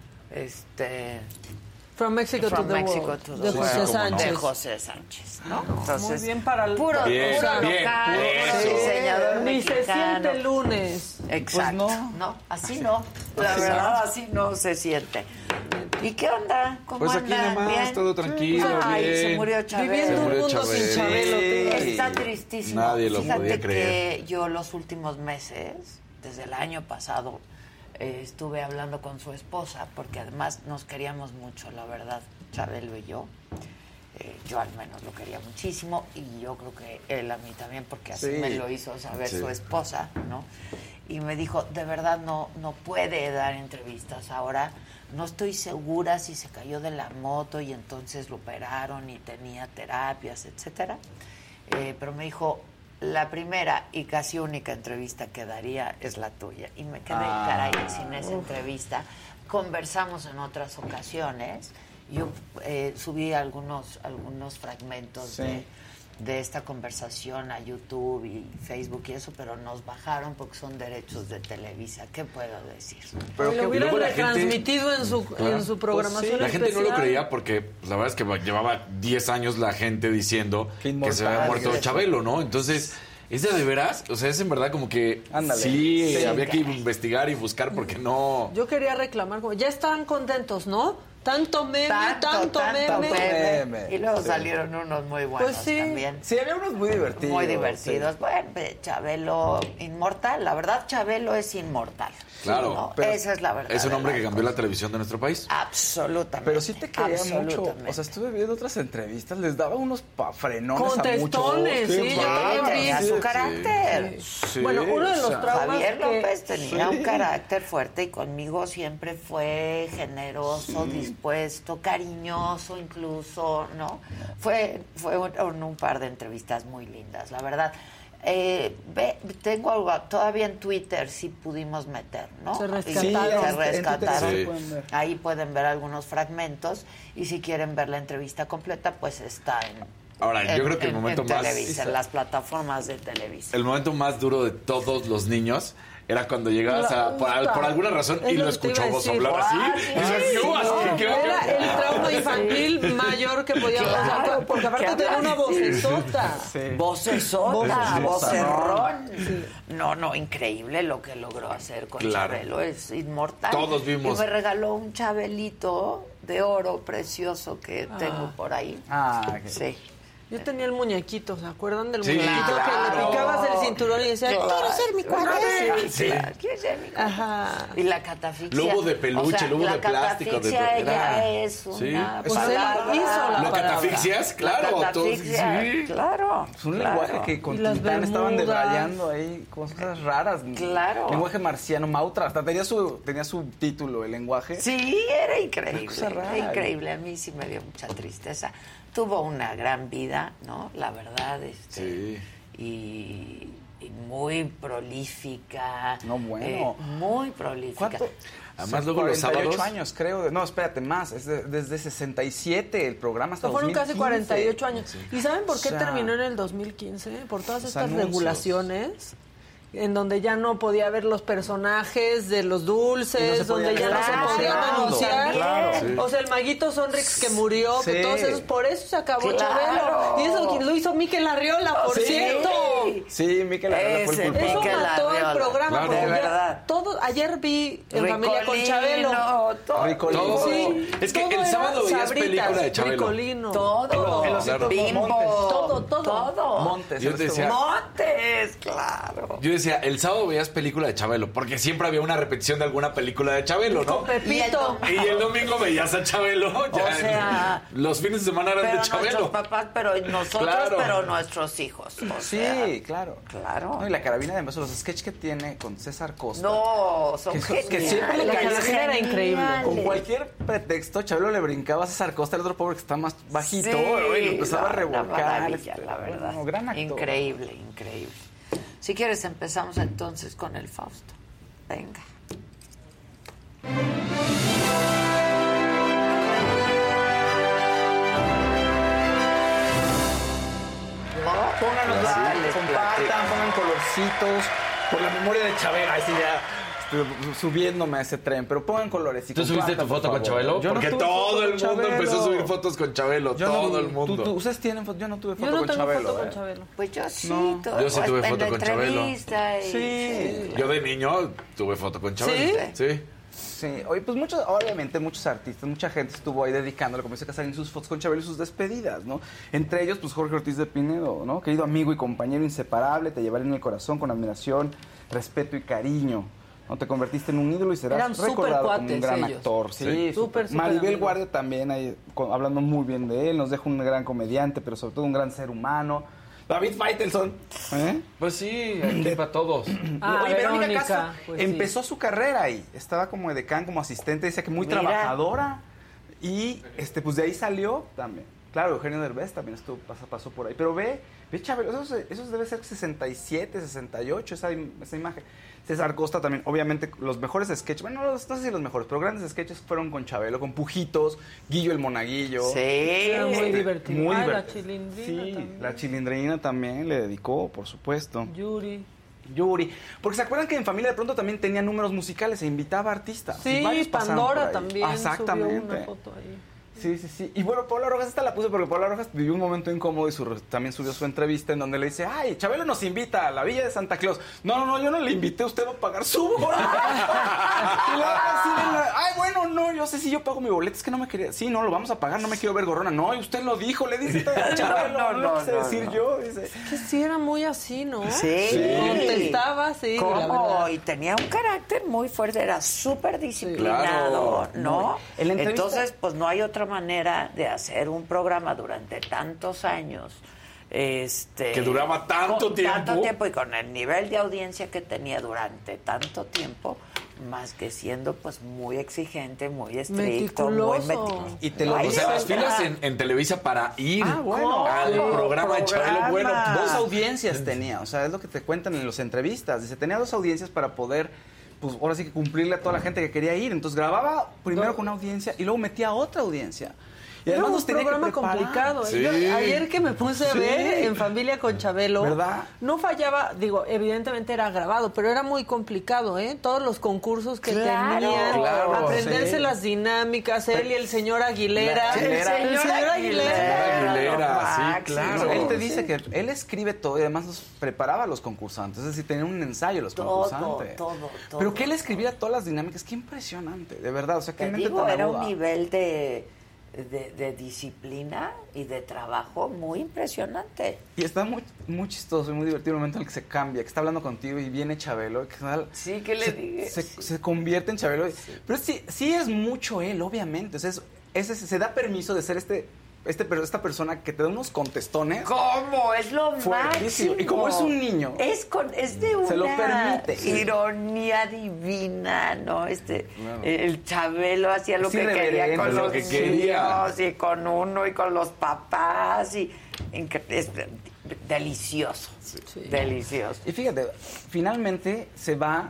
Este. From Mexico From to the Mexico World. to the de World. José Sí, cómo no. Sánchez. De José Sánchez, ¿no? Entonces, Muy bien para el... puro, Bien, puro bien, local, eso. puro diseñador Ni se mexicano. siente lunes. Exacto. Pues no. no. así no. La verdad, así no se siente. ¿Y qué onda? ¿Cómo Pues aquí andan? nomás, ¿Bien? todo tranquilo, Ay, bien. se murió Chabelo. Viviendo Se un murió mundo sin Chabelo. Chabelo. Sí. Está tristísimo. Nadie lo Fíjate podía creer. que yo los últimos meses, desde el año pasado, eh, estuve hablando con su esposa, porque además nos queríamos mucho, la verdad, Chabelo y yo. Eh, yo al menos lo quería muchísimo y yo creo que él a mí también, porque así Sí. me lo hizo saber Sí. su esposa, ¿no? Y me dijo, de verdad no, no puede dar entrevistas ahora. No estoy segura si se cayó de la moto y entonces lo operaron y tenía terapias, etcétera. Eh, pero me dijo, la primera y casi única entrevista que daría es la tuya. Y me quedé, Ah. caray, sin esa entrevista. Conversamos en otras ocasiones. Yo eh, subí algunos, algunos fragmentos Sí. de, de esta conversación a YouTube y Facebook y eso, pero nos bajaron porque son derechos de Televisa. ¿Qué puedo decir? Pero lo hubieran luego la gente- retransmitido en su, en su programación La gente no lo especial. creía porque pues, la verdad es que llevaba diez años la gente diciendo Qué que se había inmortal, muerto que- Chabelo, ¿no? Entonces, ¿es de, de veras? O sea, es en verdad como que Ándale. sí, Sí. había que investigar y buscar porque no... Yo quería reclamar, como, ya están contentos, ¿no? Tanto meme, tanto, meme. meme. Y luego Sí. salieron unos muy buenos Pues sí. también. Sí, había unos muy divertidos. Muy divertidos. sí. Bueno, pues, Chabelo, inmortal. La verdad, Chabelo es inmortal. Claro, ¿no? pero Esa es la verdad. Es un hombre que de la cambió la cosa. televisión de nuestro país. Absolutamente. Pero sí te quería mucho. Absolutamente. O sea, estuve viendo otras entrevistas, les daba unos pa- frenones a Contestones, muchos. sí, Qué yo padre. también Tenía vi. su Sí, carácter. sí, Bueno, uno de los o sea, traumas Javier que- López tenía Sí. un carácter fuerte y conmigo siempre fue generoso, dispuesto, cariñoso incluso, ¿no? Fue fue un, un- un par de entrevistas muy lindas, la verdad. Eh, ve, tengo algo, todavía en Twitter sí pudimos meter, ¿no? Se Y rescataron. Sí, se en Twitter rescataron. sí pueden ver. Ahí pueden ver algunos fragmentos y si quieren ver la entrevista completa, pues está en Ahora, yo en- creo que el en- momento en más- Televisa, en las plataformas de Televisa. El momento más duro de todos los niños era cuando llegabas a, por, al- por alguna razón Es y lo lo que te iba a escuchábamos decir. hablar así. Ah, Y sí, dices, ¿qué sí, hubo? Así, no, ¿qué hubo? Era el trauma infantil mayor que podía pasar, Claro, porque aparte porque tenía una habla así. vocesota. Sí. Vocesota, Vocesota. vocerrón. No, no, increíble lo que logró hacer con Claro. Chabelo, es inmortal. Todos vimos. Y me regaló un Chabelito de oro precioso que tengo por ahí. Ah, que- Sí. Yo tenía el muñequito, ¿se acuerdan del Sí, muñequito que claro. le picabas el cinturón y decía, Claro. quiero ser mi cuate? Sí, claro, quiero ser mi cuate. Ajá. Y la catafixia. Lobo de peluche, o sea, lobo la de plástico, de- catafixia ya era- es una Sí. Pues él palabra. hizo la ¿Lo palabra. catafixias? Claro. La todo- catafixia, sí. claro. Es un claro. lenguaje que con Y las Tintán estaban Bermudas. debrayando ahí cosas raras. Claro. Lenguaje marciano, Mautra, hasta tenía su, tenía su título, el lenguaje. Sí, era increíble. cosa rara. Era increíble. A mí sí me dio mucha tristeza. Tuvo una gran vida, ¿no? La verdad, este. Sí. Y, y muy prolífica. No, bueno. eh, muy prolífica. ¿Cuánto? Además, luego los cuarenta y ocho sábados- años, creo. No, espérate, más. Es de- desde sesenta y siete el programa hasta Fueron casi dos mil quince. cuarenta y ocho años. ¿Y saben por qué O sea, terminó en el dos mil quince? Por todas los estas anuncios. regulaciones en donde ya no podía ver los personajes de los Y no dulces, se podía donde ya no se claro, podían anunciar. claro. Sí. O sea, el maguito Sonrix que murió, que Sí. todos esos, por eso se acabó Claro. Chabelo. Y eso lo hizo Miquel Arriola, por Sí. cierto. Sí, Miquel Arriola fue el Ese culpable. Eso Miquel mató Arriola. el programa. Claro. porque De ya verdad. todo, ayer vi en Familia con Ricolino, Chabelo. todo. Ricolino. Todo. Sí, Es que todo el era sábado veías Sabritas, película de Chabelo. Ricolino. Todo. El osito Bimbo. Montes. Todo, todo. Todo. Montes. Yo el decía- Montes, claro. Yo decía, el sábado veías película de Chabelo, porque siempre había una repetición de alguna película de Chabelo, ¿no? Pepito. Y el Y el domingo veías a Chabelo. Ya, O sea, los fines de semana eran Pero de nuestros Chabelo. papás, pero nosotros, Claro. pero nuestros hijos. O Sí, sea, claro. claro. No, y la carabina de besos, los sketches que tiene con César Costa. No, son Que- que geniales. siempre le caía carabina era increíble. Con cualquier pretexto, Chabelo le brincaba a César Costa, el otro pobre que está más bajito, Sí, y lo empezaba no, a revolcar. una maravilla, este, la verdad. no, gran actor. Increíble, increíble. Si quieres, empezamos entonces con el Fausto. Venga. Pónganos Dale, like, compartan, pongan colorcitos. Por la memoria de Chabelo, así ya este, subiéndome a ese tren, pero pongan colores. Y ¿Tú subiste tu compartan, foto por con favor. Chabelo? Yo no Porque tuve todo foto el con mundo empezó a Chabelo. subir fotos con Chabelo. Yo no- todo el tú- mundo. tú- ¿Ustedes tienen foto? Yo no tuve foto Yo no con tengo Chabelo. foto con ¿eh? Chabelo. Pues yo sí. No. todo- Yo sí tuve en foto la con Chabelo. entrevista y- Sí. Yo de niño tuve foto con Chabelo. Sí. Sí, oye, pues muchos, obviamente muchos artistas, mucha gente estuvo ahí dedicándole, como dice Casarín, sus fotos con Chabelo y sus despedidas, ¿no? Entre ellos, pues Jorge Ortiz de Pinedo, ¿no? Querido amigo y compañero inseparable, te llevaré en el corazón con admiración, respeto y cariño. ¿No? Te convertiste en un ídolo y serás Eran súper recordado como un cuates gran ellos. actor. Sí, Sí. súper. Súper, súper Maribel amigos. Guardia también, ahí, con- hablando muy bien de él, nos deja un gran comediante, pero sobre todo un gran ser humano. David Faitelson, ¿eh? Pues sí, aquí para todos. Ah, Oye, Verónica Verónica, Castro pues sí. empezó su carrera ahí. Estaba como edecán, como asistente, decía que muy Mira. trabajadora. Y este, pues de ahí salió también. Claro, Eugenio Derbez también estuvo, pasó, pasó por ahí. Pero ve, ve Chabelo, eso, eso debe ser sesenta y siete, sesenta y ocho, esa, esa imagen. César Costa también, obviamente, los mejores sketches, bueno, no, no sé si los mejores, pero grandes sketches fueron con Chabelo, con Pujitos, Guillo el Monaguillo. Sí. Era muy divertido. Muy Ay, divertido. la Chilindrina Sí, también. la Chilindrina también le dedicó, por supuesto. Yuri. Yuri. Porque se acuerdan que en Familia de pronto también tenía números musicales, se invitaba a artistas. Sí, y varios pasaron por Pandora ahí. también Exactamente. subió una foto ahí. Sí, sí, sí. Y bueno, Paula Rojas, esta la puse porque Paula Rojas vivió un momento incómodo y su, también subió su entrevista en donde le dice, ay, Chabelo nos invita a la Villa de Santa Claus. No, no, no, yo no le invité, usted va a pagar su boleto. Y la otra así de la, ay, bueno, no, yo sé si yo pago mi boleto, es que no me quería, sí, no, lo vamos a pagar, no me quiero ver gorrona. No, y usted lo dijo, le dice a Chabelo, no, no, no, no quise no, decir no. yo. Dice. Es que sí era muy así, ¿no? Sí. Sí. Contestaba, sí, ¿Cómo? la verdad. Y tenía un carácter muy fuerte, era súper disciplinado, Claro. ¿no? En la entrevista- Entonces, pues no hay otra manera de hacer un programa durante tantos años. Este, Que duraba tanto con tiempo. Tanto tiempo y con el nivel de audiencia que tenía durante tanto tiempo, más que siendo pues muy exigente, muy estricto, muy Meticuloso. meticuloso. Y te lo Ahí O sea, las está. filas en, en Televisa para ir Ah, bueno. al ¿Cómo? programa de Chabelo. Bueno, Programa. Dos audiencias tenía, o sea, es lo que te cuentan en las entrevistas. Dice, tenía dos audiencias para poder, pues ahora sí que cumplirle a toda la gente que quería ir. Entonces grababa primero con una audiencia y luego metía a otra audiencia. Y Era además un los tenía que programa preparar. complicado. ¿eh? Sí. Yo, ayer que me puse a Sí. ver en Familia con Chabelo, ¿Verdad? no fallaba, digo, evidentemente era grabado, pero era muy complicado, ¿eh? Todos los concursos que Claro, tenían, claro, aprenderse sí. las dinámicas, él y el señor Aguilera. La- el Aguilera. señor Aguilera. Aguilera, Aguilera, sí, Máximo. claro. Él te dice que él escribe todo y además los preparaba a los concursantes. Es decir, tenía un ensayo los Todo, concursantes. todo, todo. Pero que él escribía todas las dinámicas, qué impresionante, de verdad. O sea, qué Te mente digo, tan era un aguda. nivel de, de, de disciplina y de trabajo muy impresionante. Y está muy, muy chistoso y muy divertido el momento en el que se cambia, que está hablando contigo y viene Chabelo. Y que Sí, ¿qué le se, dije? Se, Sí. se convierte en Chabelo. Pero sí, sí es mucho él, obviamente. O sea, es, es- es- se da permiso de ser este, este, per- esta persona que te da unos contestones. ¿Cómo? Es lo Fuertísimo. máximo. Y como es un niño, Es, con, es de una se lo permite. ironía divina, ¿no? Este, el Chabelo hacía lo Es que quería irreverente, con lo los que quería. niños y con uno y con los papás. Y, incre- es de- delicioso. Delicioso. y fíjate, finalmente se va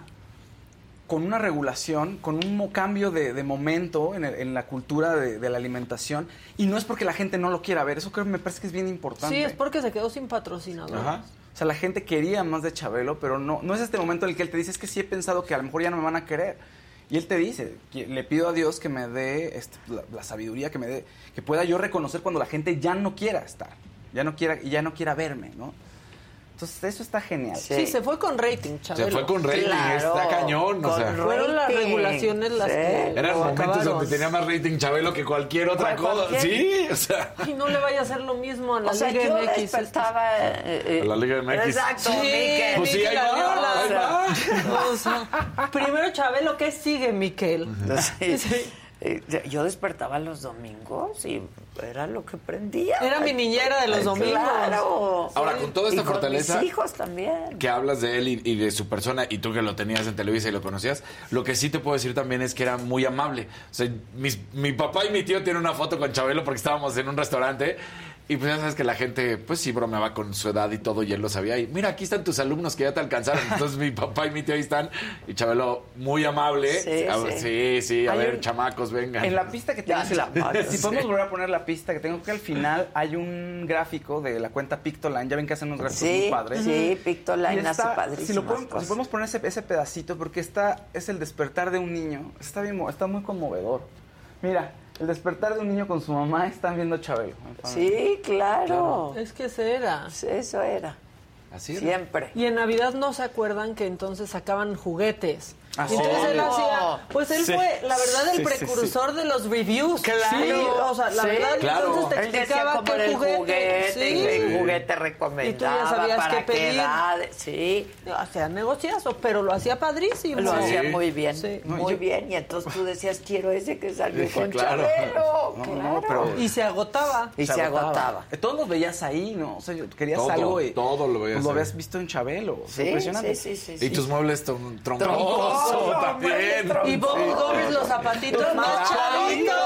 con una regulación, con un mo- cambio de, de momento en, el- en la cultura de, de la alimentación. Y no es porque la gente no lo quiera ver, eso creo que me parece que es bien importante. Sí, es porque se quedó sin patrocinador. Ajá. O sea, la gente quería más de Chabelo, pero no, no es este momento en el que él te dice, es que sí he pensado que a lo mejor ya no me van a querer. Y él te dice, que le pido a Dios que me dé este, la, la sabiduría, que me dé, que pueda yo reconocer cuando la gente ya no quiera estar, ya no quiera, y ya no quiera verme, ¿no? Entonces, eso está genial. Sí, se fue con rating, Chabelo. Se fue con rating, Claro, está cañón. O con sea, Fueron las rating, regulaciones las sí. que eran lo momentos acabaron. donde tenía más rating Chabelo que cualquier otra Cual- cosa. cualquier- Sí, o sea. Y no le vaya a hacer lo mismo a la O sea, Liga yo M X. despertaba... eh, eh, A la Liga M X. Exacto, Sí, Miquel. Pues sí, ahí va, Miquel ahí va. O sea, primero Chabelo, ¿qué sigue, Miquel? Sí. Eh, Yo despertaba los domingos y era lo que prendía. Era mi niñera de los Ay, domingos. Claro. Ahora, con toda esta Y con fortaleza mis hijos también. que hablas de él y, y de su persona, y tú que lo tenías en Televisa y lo conocías, lo que sí te puedo decir también es que era muy amable. O sea, mis- mi papá y mi tío tienen una foto con Chabelo porque estábamos en un restaurante. Y pues ya sabes que la gente, pues sí, bromeaba con su edad y todo, y él lo sabía. Y mira, aquí están tus alumnos que ya te alcanzaron. Entonces mi papá y mi tío ahí están. Y Chabelo, muy amable. Sí, a ver, sí. sí, sí, a Hay ver, un- chamacos, vengan. En la pista que Ya tengo, si, la- chamaco, si sí. podemos volver a poner la pista que tengo, que al final hay un gráfico de la cuenta Pictoline. Ya ven que hacen unos gráficos muy Sí, padres. sí, Y Pictoline hace está- padrísimas si, lo podemos, cosas. si podemos poner ese, ese pedacito, porque está, es el despertar de un niño. Está, bien, mo- está muy conmovedor. Mira, el despertar de un niño con su mamá, están viendo Chabelo. Sí, claro. Es que ese era. Eso era. Así era. Siempre. Y en Navidad no se acuerdan que entonces sacaban juguetes. Ah, Y entonces sí. él hacía, pues él Sí. fue, la verdad, el Sí, sí, precursor de los reviews. Claro. Sí, o sea, la Sí, verdad, claro. entonces te Él decía explicaba cómo qué era el juguete. juguete, sí. y el juguete Y tú ya recomendaba sabías para qué qué pedir. edad. Sí, Hacía negociazo, pero lo hacía padrísimo. lo Sí. hacía muy bien, Sí. No, muy yo- bien. Y entonces tú decías, quiero ese que salió Dije, con claro. Chabelo. No, claro. no, pero- Y se agotaba. Y se, agotaba. Eh, Todos los veías ahí, ¿no? O sea, yo- querías Todo, algo y todo lo veías pues lo ahí. habías visto en Chabelo. Sí, Impresionante. sí, sí, sí, Y sí. tus muebles tron- troncosos Troncosos, también. hombre, Y Bobby Gómez los zapatitos más chavitos.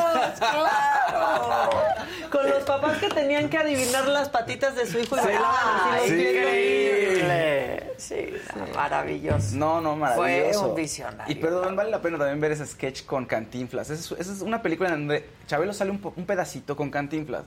¡Claro! Con los papás que tenían que adivinar las patitas de su hijo y Sí. bailaban así los Ay, pies. increíble. Sí, maravilloso. No, no, maravilloso. Fue un visionario. Y perdón, vale la pena también ver ese sketch con Cantinflas. Esa es, esa es una película en donde Chabelo sale un, po- un pedacito con Cantinflas.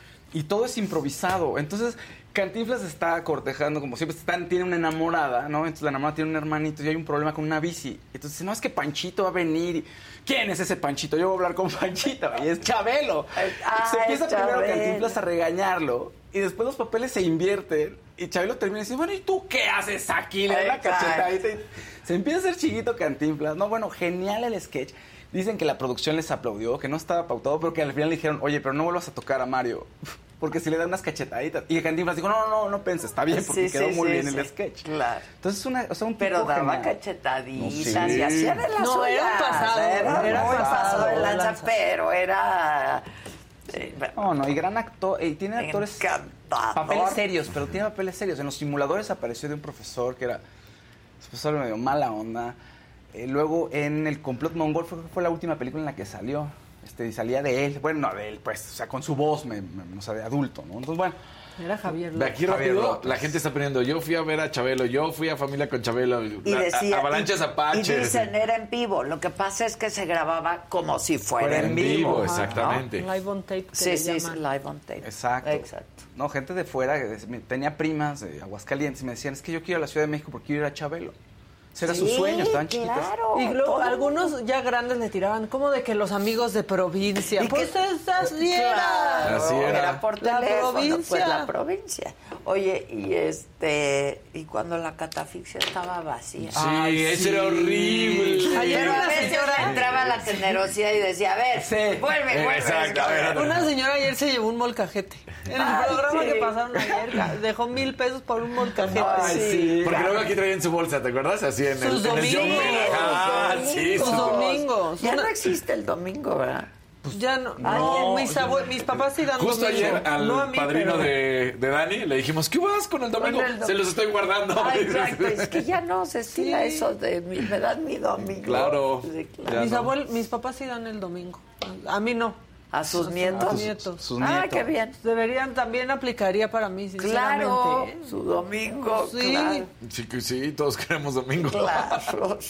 Y todo es improvisado. Entonces, Cantinflas está cortejando, como siempre, están, tiene una enamorada, ¿no? Entonces la enamorada tiene un hermanito y hay un problema con una bici. Entonces dice, no, es que Panchito va a venir. Y, ¿quién es ese Panchito? Yo voy a hablar con Panchito. Y es Chabelo. Ah, se empieza es primero Chabelo. Cantinflas a regañarlo. Y después los papeles se invierten. Y Chabelo termina diciendo, bueno, ¿y tú qué haces aquí? Le da una Exacto. cachetadita. y Se empieza a hacer chiquito Cantinflas. No, bueno, genial el sketch. Dicen que la producción les aplaudió, que no estaba pautado, pero que al final le dijeron, oye, pero no vuelvas a tocar a Mario, porque si le dan unas cachetaditas. Y Cantinflas dijo, no, no, no, no penses, está bien, porque Sí, quedó sí, muy sí, bien sí. el sketch. Claro. Entonces, una, o sea, un tipo Pero daba genial. cachetaditas No, sí. y hacía de las No, suyas. era un pasado, Era, era muy pasado, pasado de lanza, lanza. pero era... eh, No, no, y gran actor, y tiene actores... encantador. Papeles serios, pero tiene papeles serios. En los simuladores apareció de un profesor que era... profesor medio mala onda. Eh, luego, en El complot mongol fue, fue la última película en la que salió. Este, y salía de él. Bueno, no de él, pues, o sea, con su voz, me, me- o sea, de adulto, ¿no? Entonces, bueno... Era Javier De López. aquí Javier rápido, López. la gente está poniendo, yo fui a ver a Chabelo, yo fui a Familia con Chabelo, Y la- decía, a- Avalanchas y, Apaches. y dicen, era en vivo. Lo que pasa es que se grababa como si fuera, Fuera en en vivo. vivo, Ajá. exactamente. Live on tape. Que Sí, le sí, sí, llaman. live on tape. Exacto. Exacto. No, gente de fuera, que des- me- tenía primas de Aguascalientes y me decían, es que yo quiero ir a la Ciudad de México porque quiero ir a Chabelo. Ese era su Sí, sueño, estaban chiquitas. claro. Y luego todo el algunos mundo. ya grandes le tiraban, como de que los amigos de provincia. ¿Y Pues qué? es así era. Claro, Así era. por La teléfono, provincia. pues la provincia. Oye, y este, y cuando la catafixia estaba vacía. Sí, Ay, ese sí. era horrible. Ayer Pero a una veces señora- entraba la generosidad y decía, a ver, Sí. vuelve, vuelve. Exacto, a ver. Una señora ayer se llevó un molcajete. En el Ay, programa sí. que pasaron ayer, ca- dejó mil pesos por un molcajete. Ay, sí. Porque luego aquí traían su bolsa, ¿te acuerdas? Así en el, Sus en el domingos. jumper. Ah, sí, Sus sus domingos. Ya Una- no existe el domingo, ¿verdad? Ya no. no. mis, abue- mis papás sí dan Justo domingo. ayer al No a mí, padrino pero- de, de Dani le dijimos, ¿qué vas con el domingo? Con el do- Se los estoy guardando. Ay, exacto, es que ya no se estila Sí. eso de mi- me dan mi domingo. Claro. Sí, claro. Ya Mis, no. abuelos, mis papás sí dan el domingo. A mí no. A sus A nietos. sus nietos. Sus Ah, nietos. qué bien. Deberían, también aplicaría para mí, sinceramente. Claro, ¿eh? su domingo, Sí. claro. Sí, que sí, todos queremos domingo. Claro.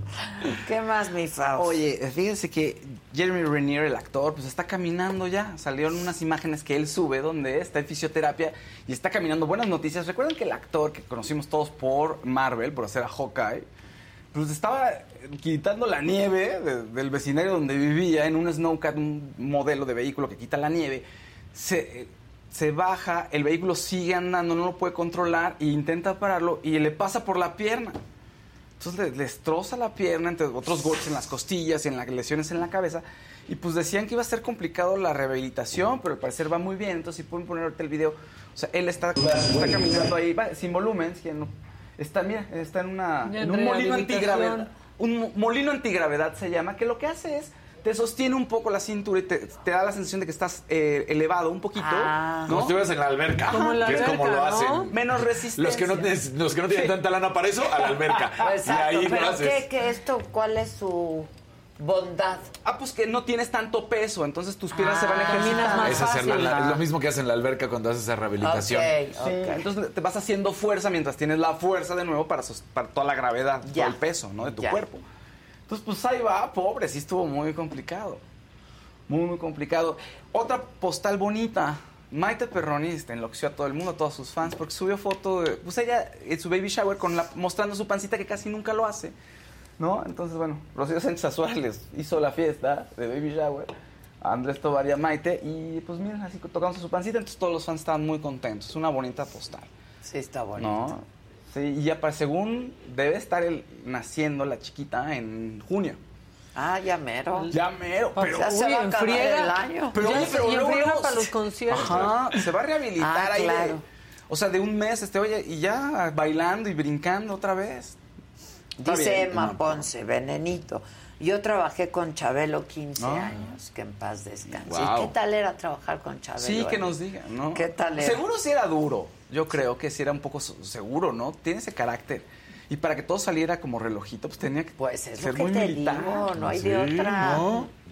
¿Qué más, mi Faust? Oye, fíjense que Jeremy Renner, el actor, pues está caminando ya. Salieron unas imágenes que él sube donde está en fisioterapia y está caminando. Buenas noticias. ¿Recuerdan que el actor que conocimos todos por Marvel, por hacer a Hawkeye, pues estaba quitando la nieve de- del vecindario donde vivía en un Snowcat, un modelo de vehículo que quita la nieve? Se, se baja, el vehículo sigue andando, no lo puede controlar e intenta pararlo y le pasa por la pierna. Entonces le, le destroza la pierna, entre otros golpes en las costillas y en las lesiones en la cabeza. Y pues decían que iba a ser complicado la rehabilitación, pero al parecer va muy bien. Entonces, si pueden poner ahorita el video. O sea, él está, está caminando ahí, va, sin volumen. Si no, está, mira, está en, una, Ya, en un molino rehabilitación. antigravedad. Un mo- molino antigravedad se llama, que lo que hace es te sostiene un poco la cintura y te, te da la sensación de que estás eh, elevado un poquito. Ah. Como si estuvieras en la alberca, Como en la que es como lo alberca, ¿no? hacen. Menos resistencia. Los que no, tienen- los que no tienen Sí. tanta lana para eso, a la alberca. Exacto, y ahí lo pero haces. ¿qué, qué esto? ¿Cuál es su bondad? Ah, pues que no tienes tanto peso, entonces tus piernas se van Ah, ejercitando. caminas más Es, hacer la- fácil. la- es lo mismo que hacen en la alberca cuando haces esa rehabilitación. Ok, Sí, ok. entonces te vas haciendo fuerza mientras tienes la fuerza de nuevo para, sos- para toda la gravedad, Ya. todo el peso, ¿no? De tu Ya. cuerpo. Entonces, pues ahí va, pobre, sí estuvo muy complicado. Muy, muy complicado. Otra postal bonita. Maite Perroni este, enloqueció a todo el mundo, a todos sus fans, porque subió foto de, pues ella en su baby shower con la, mostrando su pancita que casi nunca lo hace, ¿no? Entonces, bueno, Rocío Sánchez Azuara les hizo la fiesta de baby shower a Andrés Tobar y a Maite y pues miren, así tocando su pancita, entonces todos los fans estaban muy contentos. Es una bonita postal, Sí, está bonito. ¿no? Sí, y ya para, según debe estar el, naciendo la chiquita en junio. Ah, ya mero. Ya mero, pero... ya se uy, va a acabar enfriega. el año. Pero, Ya oye, se- pero y luego, enfriega luego para los se- conciertos. Ajá, se va a rehabilitar Ah, ahí. de- claro. o sea, de un mes, este, oye, y ya bailando y brincando otra vez. Está Dice bien, Emma Emma. Ponce, Venenito. Yo trabajé con Chabelo quince Ah. años, que en paz descanse. Wow. ¿Y qué tal era trabajar con Chabelo? Sí, que eh? nos digan, ¿no? ¿Qué tal era? Seguro sí era duro. Yo creo que sí era un poco so- seguro, ¿no? Tiene ese carácter. Y para que todo saliera como relojito, pues tenía que Pues es ser lo que muy te militar. digo, no hay Sí, de otra. ¿no?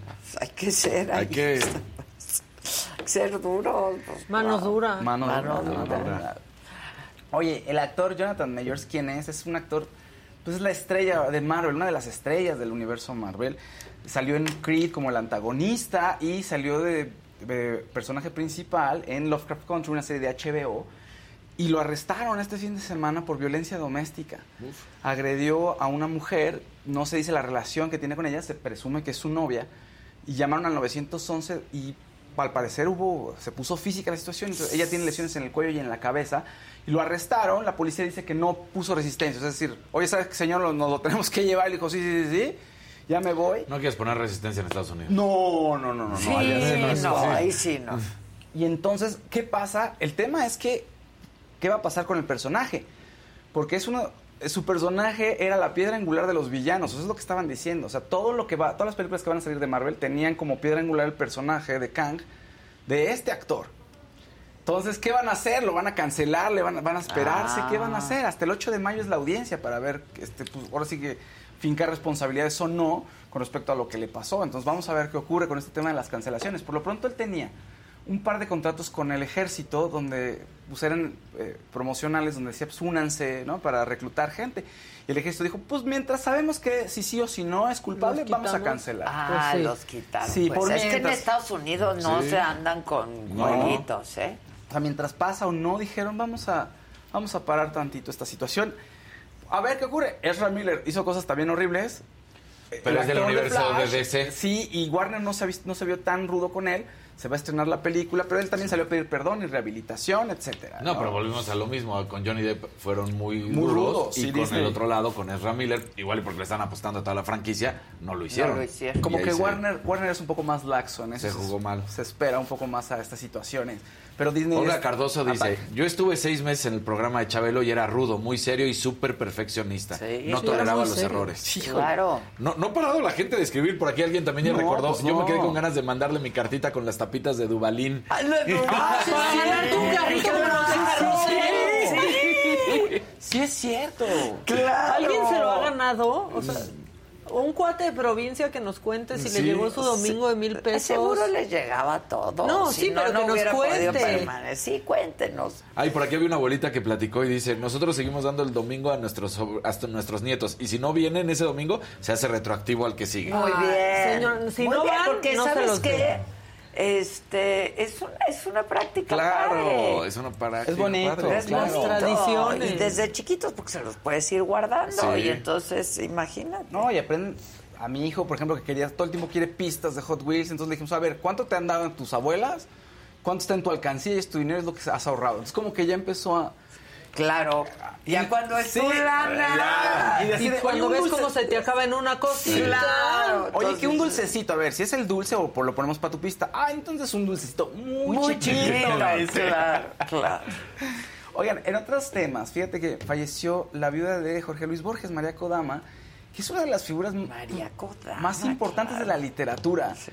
Hay que ser, Hay ahí que... está. Ser duro. Pues, Mano wow. dura. Mano, Mano dura, dura. mano dura. Oye, el actor Jonathan Majors, ¿quién es? Es un actor, pues es la estrella de Marvel, una de las estrellas del universo Marvel. Salió en Creed como el antagonista y salió de, de personaje principal en Lovecraft Country, una serie de H B O. Y lo arrestaron este fin de semana por violencia doméstica. Uf. Agredió a una mujer, no se dice la relación que tiene con ella, se presume que es su novia. Y llamaron al nueve once y al parecer hubo, se puso física la situación. Entonces, ella tiene lesiones en el cuello y en la cabeza. Y lo arrestaron, la policía dice que no puso resistencia. Es decir, oye, ¿sabes qué, señor? Nos lo tenemos que llevar. Y dijo, sí, sí, sí, sí, ya me voy. No quieres poner resistencia en Estados Unidos. No, no, no, no. Sí, no, no, sí. no, ahí sí, no. Y entonces, ¿qué pasa? El tema es que, ¿qué va a pasar con el personaje? Porque es uno, su personaje era la piedra angular de los villanos, eso es lo que estaban diciendo. O sea, todo lo que va, todas las películas que van a salir de Marvel tenían como piedra angular el personaje de Kang, de este actor. Entonces, ¿qué van a hacer? ¿Lo van a cancelar? ¿Le van, a, van a esperarse? Ah. ¿Qué van a hacer? Hasta el ocho de mayo es la audiencia para ver, este, pues, ahora sí que fincar responsabilidades o no con respecto a lo que le pasó. Entonces, vamos a ver qué ocurre con este tema de las cancelaciones. Por lo pronto, él tenía un par de contratos con el ejército donde pues, eran eh, promocionales, donde decía, pues únanse, ¿no? Para reclutar gente. Y el ejército dijo, pues mientras sabemos que si sí o si no es culpable, vamos a cancelar. Ah, pues, sí. los quitaron. Sí, pues por es mientras... que en Estados Unidos no sí. se andan con no. jueguitos, ¿eh? O sea, mientras pasa o no, dijeron, vamos a, vamos a parar tantito esta situación. A ver qué ocurre. Ezra Miller hizo cosas también horribles. Pero es del universo de, Flash, de D C. Sí, y Warner no se, visto, no se vio tan rudo con él. Se va a estrenar la película, pero él también salió a pedir perdón y rehabilitación, etcétera. No, ¿no? pero volvimos a lo mismo. Con Johnny Depp fueron muy, muy duros. rudos. Y Sí, con Disney. el otro lado, con Ezra Miller, igual y porque le están apostando a toda la franquicia, no lo hicieron. No lo hicieron. Como Y que ahí se- Warner, Warner es un poco más laxo en eso. Se jugó mal. Se espera un poco más a estas situaciones. Pero Disney... Olga es- Cardoso dice, Ataque. yo estuve seis meses en el programa de Chabelo y era rudo, muy serio y súper perfeccionista. Sí, no sí, toleraba era muy los serio. errores. Híjole. Claro. No, no ha parado la gente de escribir, por aquí alguien también ya No, recordó. pues Yo no. me quedé con ganas de mandarle mi cartita con las tapitas de Dubalín. Ah, no, no, Ah, sí, no, sí, no, tu no, carrito no, bronce, sí, Sí, sí es cierto. claro. ¿Alguien se lo ha ganado? O sea, un cuate de provincia que nos cuente si Sí. le llegó su domingo de mil pesos. Seguro les llegaba todo. No, si sí, no, pero no que nos hubiera podido cuente. permanecer. Sí, cuéntenos. Ay, por aquí había una abuelita que platicó y dice, nosotros seguimos dando el domingo a nuestros sobr- hasta nuestros nietos y si no vienen ese domingo, se hace retroactivo al que sigue. Muy Ay, bien. señor, si Muy no bien, van, porque no se ¿sabes los qué? den. Este, es una, es una práctica Claro, padre. eso no para. Es bonito, padre. Es claro. bonito. Tradiciones. Y desde chiquitos, porque se los puedes ir guardando. Sí. Y entonces, imagínate. No, y aprenden... A mi hijo, por ejemplo, que quería todo el tiempo quiere pistas de Hot Wheels, entonces le dijimos, a ver, ¿cuánto te han dado en tus abuelas? ¿Cuánto está en tu alcancía? Y es tu dinero, es lo que has ahorrado. Entonces como que ya empezó a... Claro. Ya cuando es Sí, tu lana. ya. Y Y decide, cuando oye, ves un dulce- cómo se te acaba en una cosita. Claro. Oye, Entonces- que un dulcecito, a ver, si es el dulce o por lo ponemos para tu pista. Ah, entonces un dulcecito muy, Muy chiquito. chiquito. dice. Claro, claro. Oigan, en otros temas, fíjate que falleció la viuda de Jorge Luis Borges, María Kodama, que es una de las figuras m- María Kodama, más importantes claro. de la literatura. Sí.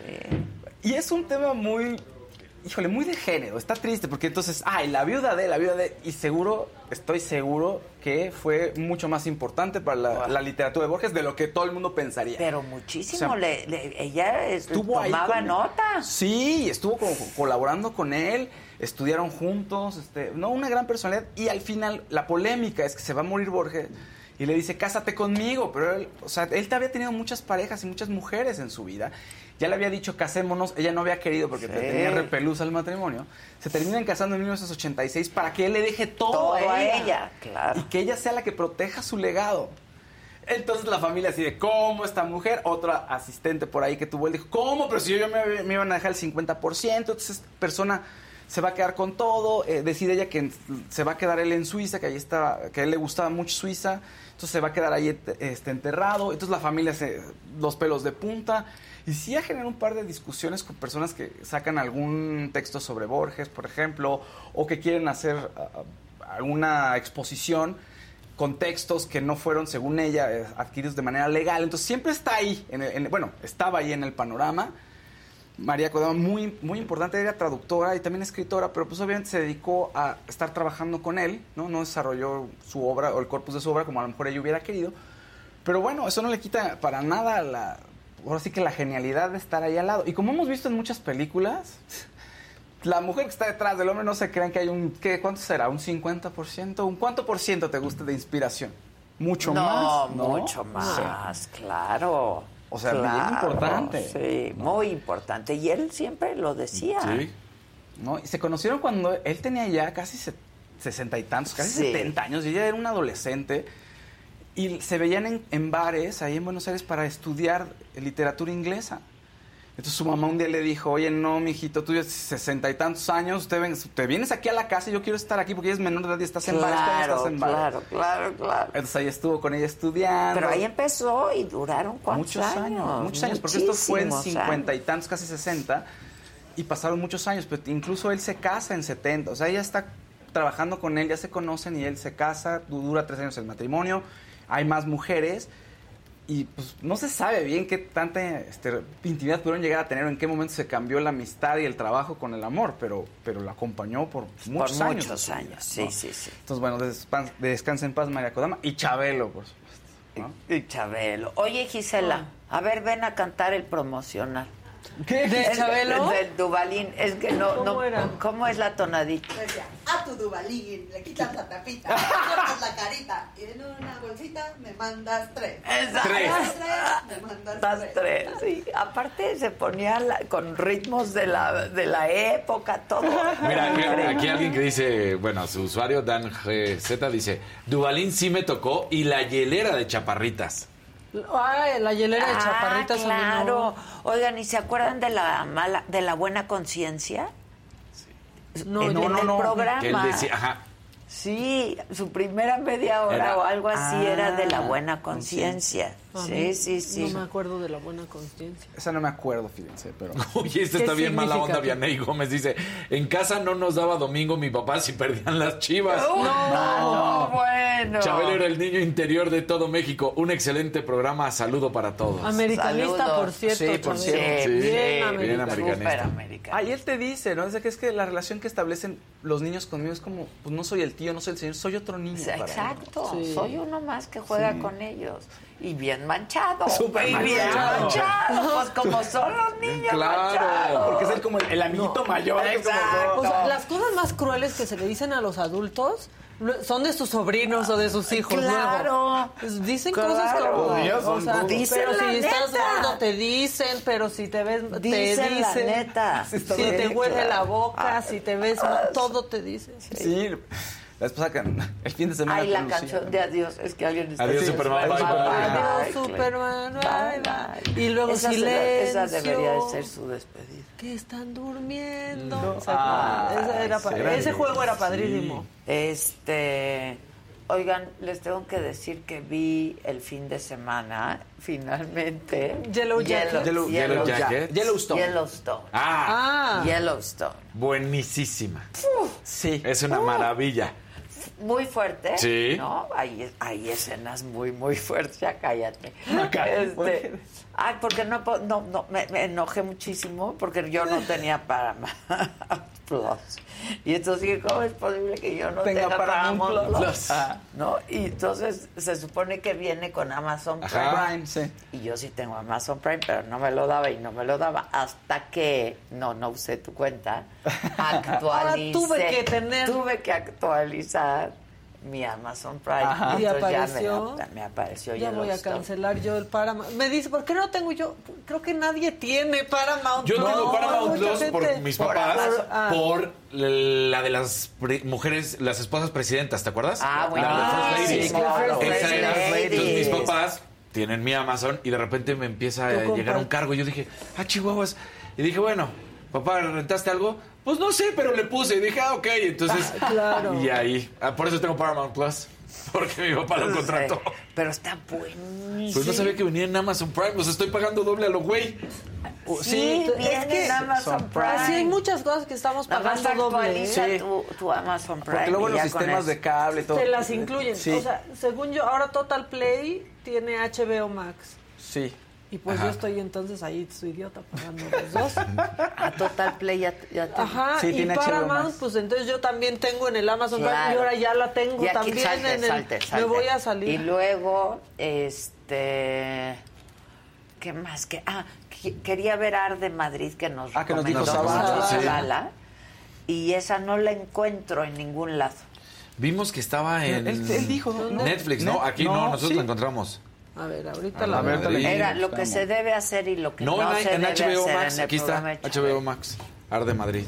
Y es un tema muy, híjole, muy de género. Está triste porque entonces, ay, la viuda de, la viuda de, y seguro, estoy seguro que fue mucho más importante para la, Wow. la literatura de Borges de lo que todo el mundo pensaría. Pero muchísimo. O sea, le, le- ella es- estuvo ahí tomaba con- nota. Sí, estuvo como colaborando con él, estudiaron juntos, este, no, una gran personalidad. Y al final, la polémica es que se va a morir Borges y le dice, cásate conmigo. Pero él, o sea, él había tenido muchas parejas y muchas mujeres en su vida. Ya le había dicho, casémonos. Ella no había querido porque Sí. tenía repelús al matrimonio. Se terminan casando en mil novecientos ochenta y seis para que él le deje todo, Todo a a ella. ella, claro. Y que ella sea la que proteja su legado. Entonces la familia así de, ¿cómo esta mujer? Otra asistente por ahí que tuvo, él dijo, ¿cómo? Pero si yo, yo me, me iban a dejar el cincuenta por ciento. Entonces esta persona se va a quedar con todo. Eh, decide ella que en- se va a quedar él en Suiza, que ahí está, que a él le gustaba mucho Suiza. Entonces se va a quedar ahí et- este, enterrado. Entonces la familia se, los pelos de punta. Y sí ha generado un par de discusiones con personas que sacan algún texto sobre Borges, por ejemplo, o que quieren hacer uh, alguna exposición con textos que no fueron, según ella, eh, adquiridos de manera legal. Entonces siempre está ahí, en el- en- bueno, estaba ahí en el panorama. María Kodama, muy, muy importante, era traductora y también escritora, pero pues obviamente se dedicó a estar trabajando con él, ¿no? No desarrolló su obra o el corpus de su obra como a lo mejor ella hubiera querido. Pero bueno, eso no le quita para nada la, ahora sí que la genialidad de estar ahí al lado. Y como hemos visto en muchas películas, la mujer que está detrás del hombre no se crean que hay un, ¿qué, ¿cuánto será? ¿Un cincuenta por ciento? ¿Un cuánto por ciento te gusta de inspiración? ¿Mucho no, más? No, mucho más, sí. Claro. O sea, claro, bien importante. Sí, ¿no? Muy importante. Y él siempre lo decía. Sí. ¿No? Y se conocieron cuando él tenía ya casi sesenta y tantos, casi sí. setenta años, y ella era una adolescente. Y se veían en, en bares ahí en Buenos Aires para estudiar literatura inglesa. Entonces su mamá un día le dijo, oye, no, mijito, tú ya sesenta y tantos años, te, ven, te vienes aquí a la casa y yo quiero estar aquí porque ella es menor de edad y estás en claro, bares. ¿Cómo estás en bares? Claro, claro, claro. Entonces ahí estuvo con ella estudiando. Pero ahí empezó y duraron cuántos muchos años. años. Muchos años, porque esto fue en cincuenta y tantos, casi sesenta, y pasaron muchos años, pero incluso él se casa en setenta. O sea, ella está trabajando con él, ya se conocen y él se casa, dura tres años el matrimonio, hay más mujeres. Y pues no se sabe bien qué tanta este, intimidad pudieron llegar a tener o en qué momento se cambió la amistad y el trabajo con el amor, pero, pero la acompañó por muchos por años. muchos años, ¿no? sí, sí, sí. Entonces, bueno, despan- descansa en paz María Kodama y Chabelo, por supuesto, ¿no? Y, y Chabelo. Oye, Gisela, a ver, ven a cantar el promocional. ¿Qué? ¿De Chabelo? Del Duvalín. Es que no, ¿Cómo no, era? ¿Cómo es la tonadita? Decía, a tu Duvalín, le quitas la tapita, le cortas la carita y en una bolsita me mandas tres. Exacto. Tres. tres, me mandas Las tres. tres, sí. Aparte se ponía la, con ritmos de la, de la época, todo. Mira, mira, aquí alguien que dice, bueno, su usuario Dan G Z dice, Duvalín sí me tocó y la hielera de Chaparritas. Ay, la hielera de Ah, Chaparritas. claro. Oigan, ¿y se acuerdan de la mala, de la buena conciencia? No, en, yo en no, el no. programa. Que él decía, ajá. Sí, su primera media hora Era- o algo así Ah, era de la buena conciencia. A Sí, mí sí, sí. No me acuerdo de la buena conciencia. Esa no me acuerdo, fíjense, pero... Oye, esta ¿Qué está bien mala onda, significa? Vianey Gómez dice, en casa no nos daba domingo mi papá si perdían las Chivas. No, no, bueno. Chabelo era el niño interior de todo México. Un excelente programa. Saludo para todos. Americanista, Saludos. por cierto. Sí, por Chabelo. cierto. Sí, bien, bien americanista. americanista. Súper americano. Ay, él te dice, ¿no? Es que es que la relación que establecen los niños conmigo es como, pues no soy el tío, no soy el señor, soy otro niño. para ellos. Exacto, Sí. soy uno más que juega Sí. con ellos. Y bien manchado. Súper y bien manchado. manchado. Pues como son los niños Claro, manchados. porque es el, como el, el amiguito mayor. que es como, Exacto. O sea, las cosas más crueles que se le dicen a los adultos son de sus sobrinos o de sus hijos. Claro. Luego. Pues dicen Claro. cosas como... Obvio, o son sea, duros. Dicen pero la si estás neta. gordo te dicen, pero si te ves... te Dicen la dicen. neta. Si Sí, te huele claro. la boca, Ah, si te ves... ah, todo te dicen. Sí, la esposa que el fin de semana. Ay, la con Lucía. canción de adiós. Es que alguien está Adiós, diciendo, Superman, bye, bye. Adiós, Ay, Superman, bye, bye, bye. bye. Y luego esa se- silencio. Esa debería de ser su despedida. Que están durmiendo. No. O sea, Ah, esa era pa- será ese bien. juego era padrísimo. Este, oigan, les tengo que decir que vi el fin de semana, finalmente. Yellow Jacket. Yellow, Yellow Yellow Jacket. Yellowstone. Yellowstone. Ah, Ah, Yellowstone. buenísima. Sí. Es una maravilla. Muy fuerte. Sí. ¿No? Hay, hay escenas muy, muy fuertes. Ya cállate. Cállate, ¿por Este, qué? ay, porque no, po- no, no me, me enojé muchísimo porque yo no tenía Paramount Plus. Y entonces dije, ¿cómo es posible que yo no Tenga tenga Paramount Paramount Plus? Plus. Ah. ¿No? Y entonces se supone que viene con Amazon Prime. Ajá. Prime, sí. Y yo sí tengo Amazon Prime, pero no me lo daba y no me lo daba hasta que, no, no usé tu cuenta, actualicé. Ahora tuve que tener- Tuve que actualizar mi Amazon Prime. Ajá. Y Entonces ya apareció. me, me apareció ya voy a Yellowstone. cancelar yo el Paramount. Me dice, ¿por qué no tengo yo? Creo que nadie tiene Paramount. Yo Plus. tengo Paramount Mucha Plus por gente. mis Por papás, Amazon. Ah. por la de las pre- mujeres, las esposas presidentas, ¿te acuerdas? Ah, bueno. La de First Ah, Ladies. sí, claro. Esa First era- Ladies. entonces mis papás tienen mi Amazon y de repente me empieza a Tú llegar compras. un cargo. Y yo dije, ah, chihuahuas. Y dije, bueno, papá, ¿rentaste algo? Pues no sé, pero le puse. Y dije, ah, ok. Entonces, Ah, claro. y ahí, ah, por eso tengo Paramount Plus. Porque mi papá lo contrató. Sí, pero está buenísimo. Pues no sabía que venía en Amazon Prime. Pues estoy pagando doble a lo güey. Sí, es viene que en Amazon son Prime. Así hay muchas cosas que estamos Nada más pagando doble. ¿eh? actualiza Sí. tu, tu Amazon Prime. Porque luego y los ya con sistemas eso. de cable y todo. Te las incluyen. Sí. O sea, según yo, ahora Total Play tiene H B O Max. Sí. Y pues Ajá. yo estoy entonces ahí, su idiota, pagando los dos. A Total Play ya, ya te... Ajá, Sí, y tiene H B O Paramount, Max. pues entonces yo también tengo en el Amazon Prime Claro. y ahora ya la tengo Y aquí también salte, en el... salte, Me salte. voy a Y salir. luego, este... ¿qué más? Que, ah, que- quería ver Arde Madrid, que nos Ah, que nos recomendó dijo Zavala, mucho sí. Zavala, y esa no la encuentro en ningún lado. Vimos que estaba en Él- él dijo, ¿no? Netflix, ¿no? Net- Aquí no, no, nosotros sí. la encontramos. A ver, ahorita A la ver, veo. ahí. Era lo que se debe hacer y lo que no, No, en, se en debe H B O hacer Max, en el aquí está, programa de H B O Max, Arde Madrid.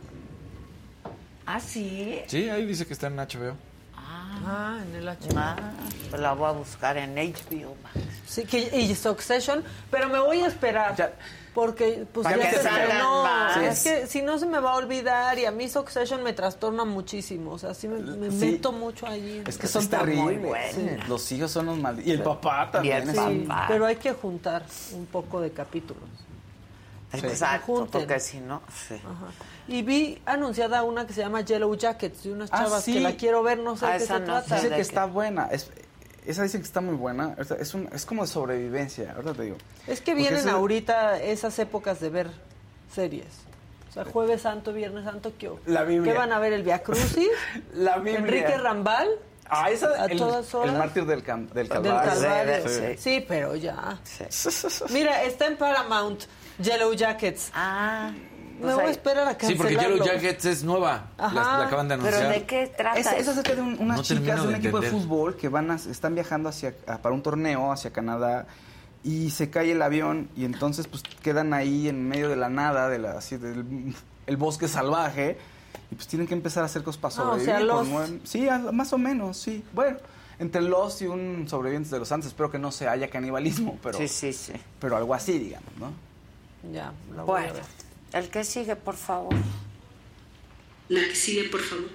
Ah, sí. Sí, ahí dice que está en H B O. Ah, en el H B O. Ah, pues la voy a buscar en H B O Max. Sí, que, y Succession, pero me voy a esperar. Porque pues Para ya que se salgan estrenó. más. Es que si no se me va a olvidar y a mí Succession me trastorna muchísimo. O sea, sí me, me Sí. meto mucho allí. Es que son Está muy terribles. buena. Sí, los hijos son los malditos. Y el papá también. Sí, es- pero hay que juntar un poco de capítulos. Exacto, Junten. porque si no... Sí. Ajá. Y vi anunciada una que se llama Yellow Jackets de unas Ah, chavas sí. que la quiero ver, no sé Ah, de qué esa se no trata. Dice ¿De que qué? está buena. Es, esa dicen que está muy buena. Es, es, un, es como de sobrevivencia. Ahorita te digo. Es que Porque vienen ese- ahorita esas épocas de ver series. O sea, Jueves Santo, Viernes Santo, ¿qué, La Biblia. ¿qué van a ver? ¿El Via Crucis? La Biblia. Enrique Rambal. Ah, esa, a el, todas horas. el mártir del, cam- del Del Calvario. Calvario. Sí, Sí, sí. pero ya. Mira, está en Paramount, Yellow Jackets. Ah, Me pues voy a ahí- esperar a Sí, cancelarlo. porque Yellow Jackets es nueva. La, Ajá. la acaban de anunciar. ¿Pero de qué trata? Es, es eso? acerca de un- unas No termino chicas de un de equipo de entender. fútbol que van a, están viajando hacia a- para un torneo hacia Canadá y se cae el avión y entonces pues quedan ahí en medio de la nada, de la, así, del el bosque salvaje y pues tienen que empezar a hacer cosas para Ah, o sobrevivir. sea, con Lost. nue- Sí, a- más o menos, sí. Bueno, entre Lost y un sobreviviente de los Andes, espero que no se haya canibalismo, pero, Sí, sí, sí. pero algo así, digamos, ¿no? Ya, la voy a Bueno, ver. el que sigue, por favor. La que sigue, por favor.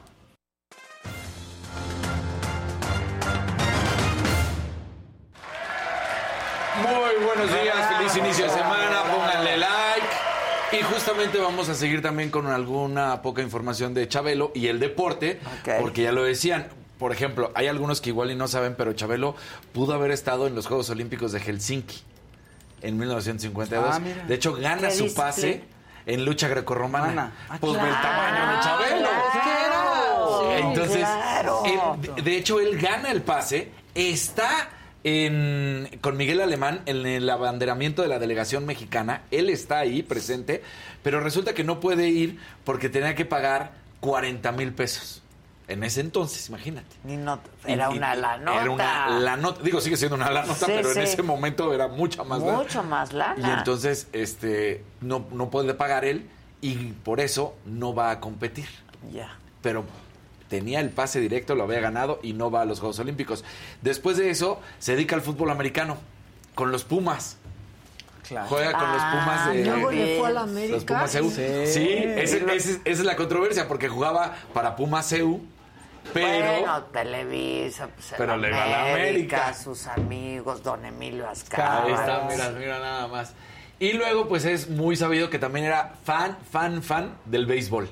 Muy buenos días, feliz inicio de semana, pónganle like. Y justamente vamos a seguir también con alguna poca información de Chabelo y el deporte, Ok. porque ya lo decían. Por ejemplo, hay algunos que igual y no saben, pero Chabelo pudo haber estado en los Juegos Olímpicos de Helsinki en mil novecientos cincuenta y dos. Ah, mira. De hecho, gana ¿Qué su disciplina? pase en lucha grecorromana. Ana. Ah, Pues del tamaño de Chabelo. Es que era- sí, Entonces, claro. él- de, de hecho, él gana el pase, está en, con Miguel Alemán en el abanderamiento de la delegación mexicana, él está ahí presente, pero resulta que no puede ir porque tenía que pagar cuarenta mil pesos. En ese entonces, imagínate. Ni no, era Y- una y- la nota. Era una la nota. Digo, sigue siendo una la nota, Sí, pero sí. en ese momento era mucha más lana. Mucho más lana. Y entonces este no, no puede pagar él y por eso no va a competir. Ya. Pero tenía el pase directo, lo había ganado y no va a los Juegos Olímpicos. Después de eso, se dedica al fútbol americano con los Pumas. Claro. Juega con los Pumas de... Luego le fue a la Los América. Pumas C U. Sí. Sí, ese- ese- esa es la controversia, porque jugaba para Pumas C U, pero... Bueno, Televisa, pues, Pero el le va a la América. sus amigos, don Emilio Azcárraga. Ahí está, mira, mira nada más. Y luego, pues es muy sabido que también era fan, fan, fan del béisbol.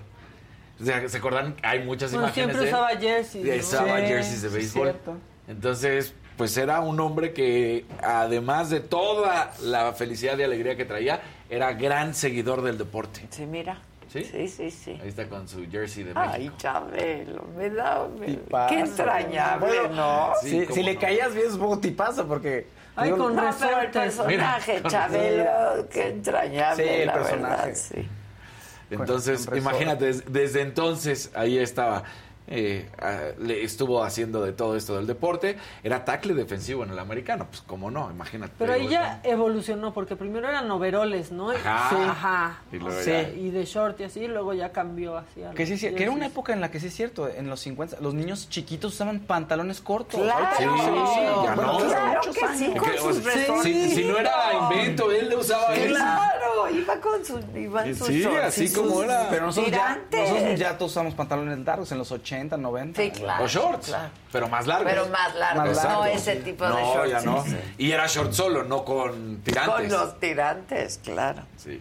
O sea, ¿se acuerdan? Hay muchas Bueno, imágenes siempre de... usaba jerseys, ¿no? Usaba Sí, jerseys de sí, béisbol. cierto. Entonces, pues era un hombre que, además de toda la felicidad y alegría que traía, era gran seguidor del deporte. Sí, mira. ¿Sí? Sí, sí, sí. Ahí está con su jersey de Ay, México. Chabelo, me da... me- Tipazo. Qué entrañable, Bueno, ¿no? Sí, si, cómo si le no. caías bien es un poco tipazo porque... Ay, digo, con No, pero el resortes. personaje, Mira, con- Chabelo, qué entrañable, Sí, el la personaje. verdad, sí. Entonces, con resort. imagínate, des- desde entonces ahí estaba. eh, ah, le estuvo haciendo de todo esto del deporte. Era tackle defensivo en el americano, pues cómo no, imagínate. Pero ahí Digo, ya evolucionó, porque primero eran overoles, ¿no? Ajá. Sí. Ajá. Y luego Sí. ya- Y de short y así, y luego ya cambió hacia... Que sí, sí, que era una época en la que sí es cierto, en los cincuenta, los niños chiquitos usaban pantalones cortos. Claro, Ahorita Sí, sí, ya bueno, no. hace claro muchos que sí, años. con Que, sus o sea, resortes. si, si no era invento, él le usaba eso. Claro, iba con sus, iba en sus Sí, shorts así y como sus era. Pero nosotros ya, tirantes. nosotros ya todos usamos pantalones largos en los ochenta, noventa. Sí, claro. O shorts, claro. pero más largos. Pero más largos, Más no largos, ese sí. tipo de No, shorts. ya no. sí, sí. Y era short solo, no con tirantes. Con los tirantes, claro. Sí.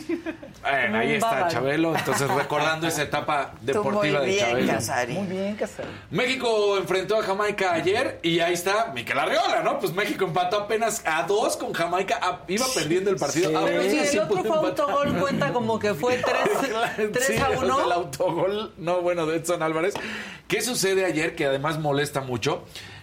Bueno, ahí Un está bárbaro. Chabelo. Entonces, recordando esa etapa deportiva Tú muy de bien, Chabelo. Casarín. Muy bien, Casal. México enfrentó a Jamaica ayer y ahí está Mikel Arriola, ¿no? Pues México empató apenas a dos con Jamaica. Ah, iba perdiendo el partido. Sí. Apenas Pero si sí el otro pudo fue empatar. autogol, cuenta como que fue tres Sí, a o sea, el uno. autogol, no, bueno, de Edson Álvarez. ¿Qué sucede ayer? Que además molesta mucho.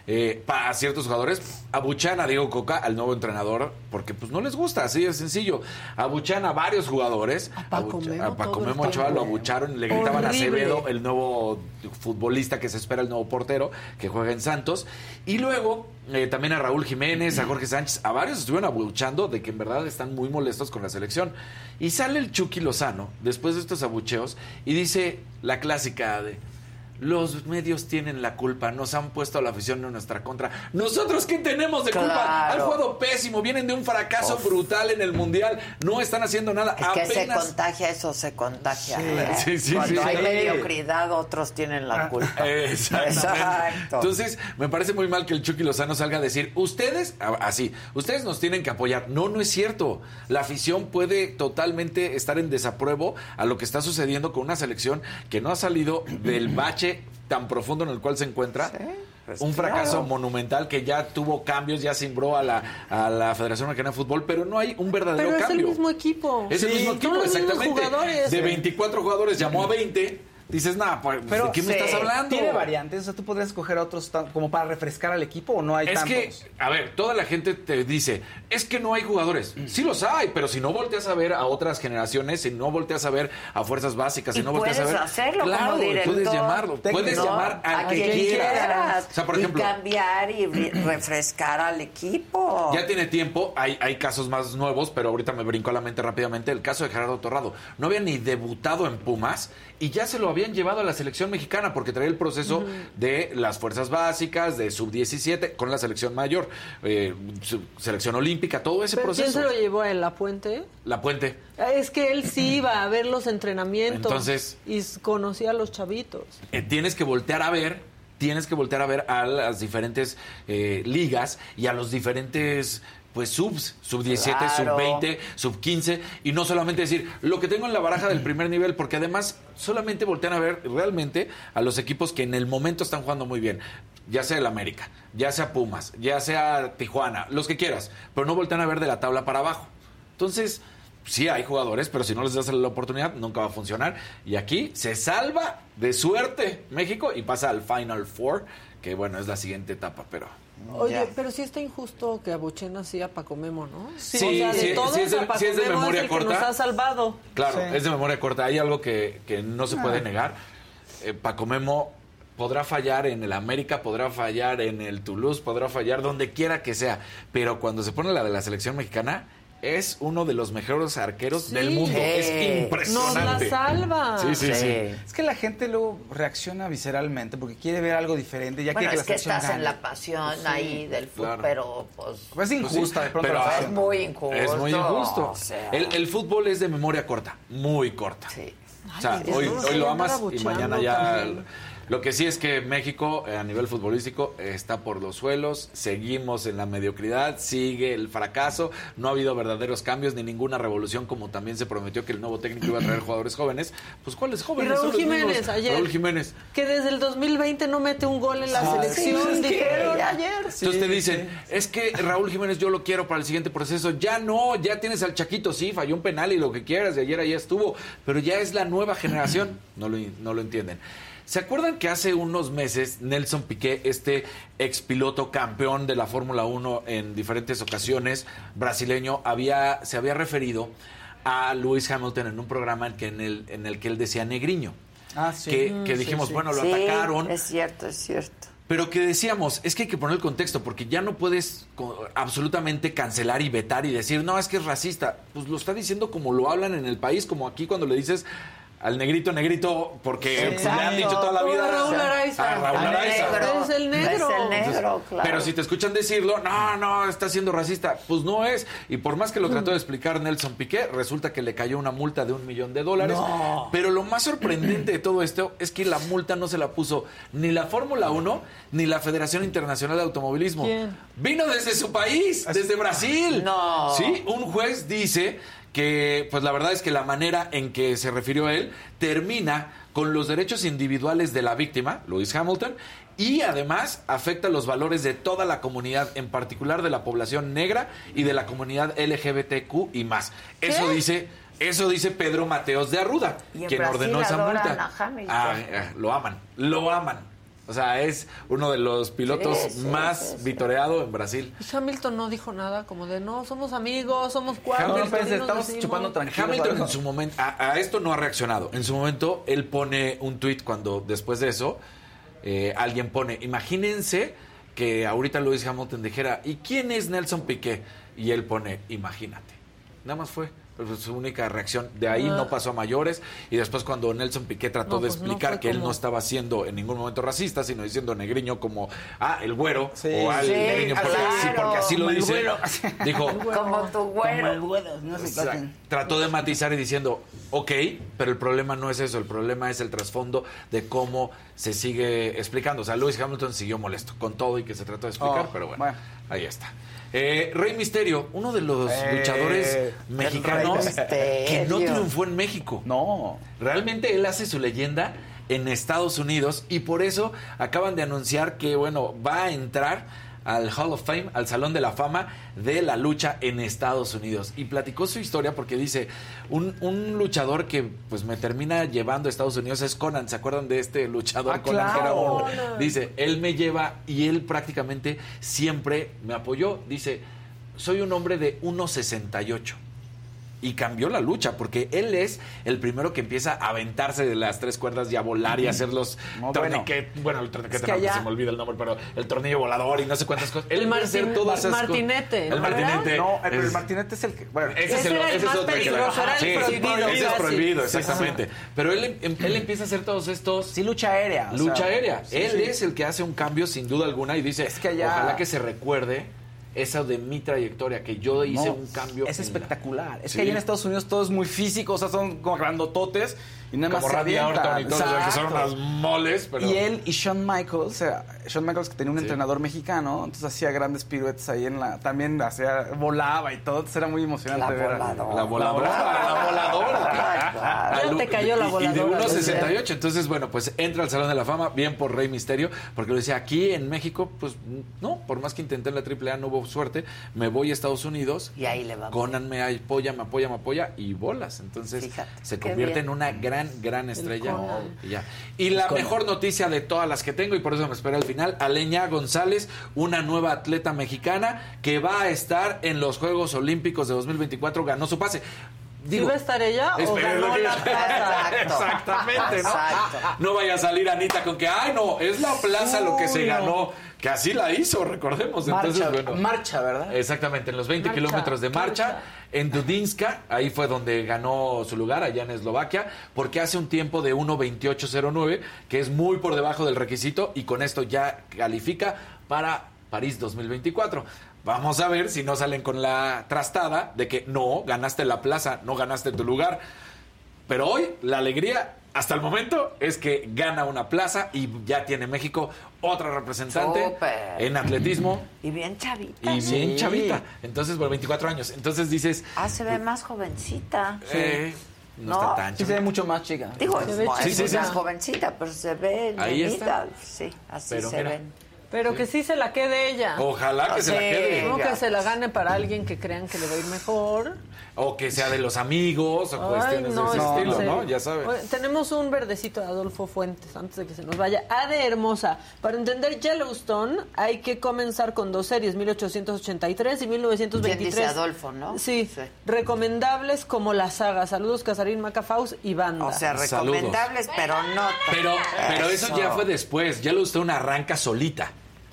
eh, para ciertos jugadores. Abuchan a Diego Coca, al nuevo entrenador, porque pues no les gusta, así de sencillo. Abuchan a varios jugadores. A Paco Memo, a Paco todo el Memo Ochoa tiempo. lo abucharon, le gritaban a Horrible. Acevedo, el nuevo futbolista que se espera, el nuevo portero que juega en Santos. Y luego eh, también a Raúl Jiménez, a Jorge Sánchez, a varios estuvieron abuchando de que en verdad están muy molestos con la selección. Y sale el Chucky Lozano después de estos abucheos y dice la clásica de: los medios tienen la culpa, nos han puesto a la afición en nuestra contra. ¿Nosotros qué tenemos de culpa? Claro. Han jugado pésimo, vienen de un fracaso Uf. brutal en el Mundial, no están haciendo nada. Es que se Apenas... contagia, eso se contagia. Sí, ¿eh? sí, sí, Cuando sí. hay Sí. mediocridad, otros tienen la culpa. Exactamente. Exacto. Entonces, me parece muy mal que el Chucky Lozano salga a decir, ustedes, a- así, ustedes nos tienen que apoyar. No, no es cierto. La afición puede totalmente estar en desapruebo a lo que está sucediendo con una selección que no ha salido del bache tan profundo en el cual se encuentra. pues Un claro. fracaso monumental que ya tuvo cambios, ya cimbró a la, a la Federación Mexicana de Fútbol, pero no hay un verdadero Pero es cambio. el mismo equipo. Es el Sí, mismo son equipo, los mismos exactamente. jugadores. De veinticuatro jugadores llamó a veinte. Dices, nada, pues, Pero, ¿de qué me sí, estás hablando? ¿Tiene variantes? O sea, ¿tú podrías escoger a otros tan- como para refrescar al equipo o no hay Es tantos? que, a ver, toda la gente te dice, es que no hay jugadores. Sí los hay, pero si no volteas a ver a otras generaciones, si no volteas a ver a fuerzas básicas, si Y no volteas a puedes ver... hacerlo claro, como director. puedes llamarlo, puedes ¿no? llamar a, a quien quien quieras. quieras. O sea, por y ejemplo, cambiar y re- refrescar al equipo. ya tiene tiempo, hay, hay casos más nuevos, pero ahorita me brincó a la mente rápidamente el caso de Gerardo Torrado. No había ni debutado en Pumas y ya se lo habían llevado a la selección mexicana porque traía el proceso de las fuerzas básicas, de sub diecisiete, con la selección mayor, eh, su- selección olímpica, todo ese ¿Pero proceso. quién se lo llevó a él, La Puente? La Puente. Es que él sí iba a ver los entrenamientos. Entonces- Y s- conocía a los chavitos. Eh, tienes que voltear a ver, tienes que voltear a ver a las diferentes eh, ligas y a los diferentes pues subs, sub diecisiete, Claro. sub veinte, sub quince, y no solamente decir lo que tengo en la baraja del primer nivel, porque además solamente voltean a ver realmente a los equipos que en el momento están jugando muy bien, ya sea el América, ya sea Pumas, ya sea Tijuana, los que quieras, pero no voltean a ver de la tabla para abajo. Entonces, sí hay jugadores, pero si no les das la oportunidad, nunca va a funcionar. Y aquí se salva de suerte México y pasa al Final Four, que bueno, es la siguiente etapa, pero... Oye, Ya. pero sí está injusto que abuchen así a Paco Memo, ¿no? Sí, o sea, de sí, todos, sí es de- a Paco sí es de Memo memoria es el corta. que nos ha salvado. Claro, Sí. es de memoria corta. Hay algo que, que no se puede negar. Eh, Paco Memo podrá fallar en el América, podrá fallar en el Toulouse, podrá fallar donde quiera que sea. Pero cuando se pone la de la selección mexicana, es uno de los mejores arqueros Sí. del mundo. Sí. Es impresionante. Nos la salva. Sí, sí, sí. Sí. Es que la gente luego reacciona visceralmente porque quiere ver algo diferente. Ya Bueno, quiere es que que la selección estás en gane. la pasión Sí. ahí del fútbol, claro. pero pues... Pues es injusta de pronto pero la es afición. Es muy injusto. Es muy injusto. O sea, el, el fútbol es de memoria corta, muy corta. sí. O sea, Ay, hoy, Dios, hoy lo andar amas y abucheando mañana ya... también. Lo que sí es que México, eh, a nivel futbolístico, eh, está por los suelos, seguimos en la mediocridad, sigue el fracaso, no ha habido verdaderos cambios ni ninguna revolución, como también se prometió que el nuevo técnico iba a traer jugadores jóvenes. Pues, ¿cuáles Y jóvenes? Raúl Son los Jiménez, mismos. ayer. Raúl Jiménez. Que desde el dos mil veinte no mete un gol en la Ah, selección, sí, es que- dijeron ayer. Entonces te dicen, es que Raúl Jiménez yo lo quiero para el siguiente proceso. Ya no, ya tienes al Chaquito, sí, falló un penal y lo que quieras, de ayer allá estuvo, pero ya es la nueva generación. No lo, no lo entienden. ¿Se acuerdan que hace unos meses Nelson Piqué, este expiloto campeón de la Fórmula uno en diferentes ocasiones, brasileño, había, se había referido a Lewis Hamilton en un programa en, que en, el, en el que él decía negriño? Ah, sí. Que, Mm, que sí, dijimos, sí. bueno, lo Sí, atacaron. es cierto, es cierto. Pero que decíamos, es que hay que poner el contexto, porque ya no puedes co- absolutamente cancelar y vetar y decir, no, es que es racista. Pues lo está diciendo como lo hablan en el país, como aquí cuando le dices al negrito, negrito, porque pues, le han dicho toda la vida. A Raúl Araiza. A Raúl Al Araiza. negro. Es el negro. Es el negro, Entonces, claro. Pero si te escuchan decirlo, no, no, está siendo racista. Pues no es. Y por más que lo trató de explicar Nelson Piqué, resulta que le cayó una multa de un millón de dólares. No. Pero lo más sorprendente de todo esto es que la multa no se la puso ni la Fórmula uno ni la Federación Internacional de Automovilismo. ¿Quién? Vino desde su país, desde Brasil. No. Sí, un juez dice que, pues la verdad es que la manera en que se refirió a él termina con los derechos individuales de la víctima, Lewis Hamilton, y además afecta los valores de toda la comunidad, en particular de la población negra y de la comunidad L G B T Q y más. Eso ¿Qué? dice, eso dice Pedro Mateos de Arruda, Y en quien Brasil ordenó esa adoran multa. a Hamilton. Ah, eh, lo aman, lo aman. O sea, es uno de los pilotos Sí, sí, más sí, sí. vitoreado en Brasil. Y Hamilton no dijo nada, como de, no, somos amigos, somos cuatro. Hamilton, sí nos decimos. Hamilton en su momento, a, a esto no ha reaccionado. En su momento, él pone un tuit cuando después de eso, eh, alguien pone, imagínense que ahorita Lewis Hamilton dijera, ¿y quién es Nelson Piquet? Y él pone, imagínate. Nada más fue. Fue su única reacción. De ahí Ah. no pasó a mayores. Y después cuando Nelson Piquet trató No, de pues no explicar fue que él como- no estaba siendo en ningún momento racista, sino diciendo negriño como, ah, el güero, Sí. o al Sí, negriño, porque, claro. sí, porque así lo Como el dice. güero. Dijo, Como tu güero. Como el güero, no sé o sea, qué. trató de matizar y diciendo, ok, pero el problema no es eso, el problema es el trasfondo de cómo se sigue explicando. O sea, Lewis Hamilton siguió molesto con todo y que se trató de explicar, Oh, pero bueno, bueno. ahí está. Eh, Rey Misterio, uno de los Eh, luchadores el mexicanos Rey Misterio. que no triunfó en México. No. Realmente él hace su leyenda en Estados Unidos y por eso acaban de anunciar que, bueno, va a entrar al Hall of Fame, al Salón de la Fama de la lucha en Estados Unidos. Y platicó su historia porque dice, un, un luchador que pues me termina llevando a Estados Unidos es Conan. ¿Se acuerdan de este luchador Ah, Conan? Que era claro. un- dice, él me lleva y él prácticamente siempre me apoyó. Dice, soy un hombre de uno sesenta y ocho. Y cambió la lucha, porque él es el primero que empieza a aventarse de las tres cuerdas y a volar y a hacer los No, torniquetes. Bueno, el torniquete Es que no, allá- se me olvida el nombre, pero el tornillo volador y no sé cuántas cosas. Él El puede hacer martin- todas esas martinete, cosas. El ¿no martinete. No, el, pero el es- martinete es el que. Bueno, ese, es Ese el, era el ese es más otro que peligroso, la- era el sí, prohibido, ese es casi. prohibido, Sí, sí, exactamente. sí. Pero él, em- él empieza a hacer todos estos. Sí, lucha aérea. o Lucha sea, aérea. sí, Él sí. es el que hace un cambio sin duda alguna y dice, Es que allá- ojalá que se recuerde eso de mi trayectoria, que yo hice No, un cambio. Es en la- espectacular. Es Sí. que allá en Estados Unidos todo es muy físico, o sea, son como grandototes y nada más Como se Randy avientan. Orton y todo, o sea, que son Exacto. unas moles, pero... Y él y Shawn Michaels, o sea, Shawn Michaels que tenía un Sí. entrenador mexicano, entonces hacía grandes piruetas ahí en la, también hacía, volaba y todo, entonces era muy emocionante La ver. a- voladora. La voladora, la voladora. Ya te cayó la Y- voladora. Y de uno sesenta y desde- ocho. Entonces, bueno, pues entra al Salón de la Fama, bien por Rey Misterio, porque lo decía, aquí en México, pues no, por más que intenté en la triple A no hubo suerte, me voy a Estados Unidos, Y ahí le vamos. Conan me apoya, me apoya, me apoya y bolas. Entonces Fíjate, se qué convierte bien. en una gran, gran estrella. Conan. Y, ya. Y la Conan. mejor noticia de todas las que tengo, y por eso me esperé al final, Aleña González, una nueva atleta mexicana que va a estar en los Juegos Olímpicos de dos mil veinticuatro, ganó su pase. ¿Sí va a estar ella o Espera, ganó lo la que- plaza? Exactamente, ¿no? Exacto. No vaya a salir Anita con que, ay, no, es la plaza lo que se Uy, no. ganó, que así la hizo, recordemos. Entonces, Marcha, bueno. marcha, ¿verdad? Exactamente, en los veinte Marcha, kilómetros de marcha, marcha. en Dudinska, ahí fue donde ganó su lugar, allá en Eslovaquia, porque hace un tiempo de uno veintiocho cero nueve, que es muy por debajo del requisito, y con esto ya califica para París dos mil veinticuatro. Vamos a ver si no salen con la trastada de que no, ganaste la plaza, no ganaste tu lugar. Pero hoy la alegría hasta el momento es que gana una plaza y ya tiene México otra representante Súper. en atletismo Y bien chavita. y ¿no? bien chavita. Entonces, bueno, veinticuatro años. Entonces dices, Ah, se ve más jovencita. eh, no, No, está tan Sí se ve chavita. mucho más chica. Digo, Se ve es Sí, sí, sí. más jovencita, pero se ve Ahí está. nenita. Sí, así Pero se mira. ven. Pero que sí se la quede ella. Ojalá que se la Sí. quede. No ya. que se la gane para alguien que crean que le va a ir mejor. O que sea de los amigos, o Ay, cuestiones no, de ese no, estilo, en ¿no? serio. Ya sabes. Oye, tenemos un verdecito de Adolfo Fuentes antes de que se nos vaya. A de Hermosa. Para entender Yellowstone hay que comenzar con dos series, mil ochocientos ochenta y tres y mil novecientos veintitrés. Bien dice Adolfo, ¿no? Sí, Sí. recomendables como la saga. Saludos, Casarín Macafaus y banda. O sea, Saludos. recomendables, pero no. tan- Pero, pero eso ya fue después. Ya lo usted una arranca solita.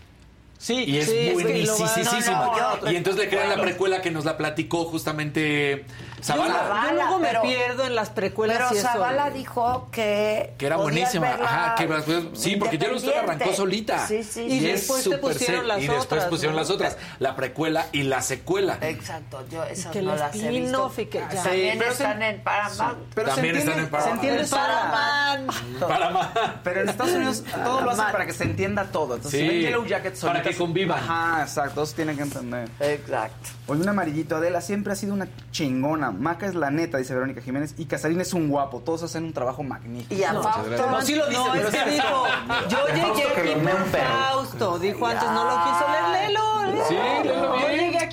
Sí, Y es Sí, es que buenísima. lo va- no, no, y entonces le crean la bueno. precuela que nos la platicó justamente Yo, Zavala. Zavala, yo luego pero- me pierdo en las precuelas Pero y eso. Zavala dijo que. Que era podías buenísima. verla Ajá, que pues, sí, porque ya lo usted arrancó independiente. solita. Sí, sí, Y sí. es después te súper pusieron seria. las Y después otras, pusieron ¿no? las otras. La precuela y la secuela. Exacto, yo esas que no el las he visto. spin-off y que ya. También Sí, pero están se- en Paramount. Pero También se están entiende, en Paramount. se entiende El sola. Paramount. Para más. Pero en Estados Unidos todo lo hacen para que se entienda todo. Entonces, Sí, si ven Yellow Jackets para solitas- que convivan. Ajá, exacto, eso tienen que entender. Exacto. Oye, un amarillito, Adela siempre ha sido una chingona. Maca es la neta, dice Verónica Jiménez. Y Casarín es un guapo. Todos hacen un trabajo magnífico. Y a No, Fausto. No, sí lo dice, No, pero es que sí. dijo, yo llegué Fausto que aquí lo por mea un perro. Fausto. Dijo antes, no lo quiso leer, léelo. léelo. Sí, léelo Yo bien. llegué aquí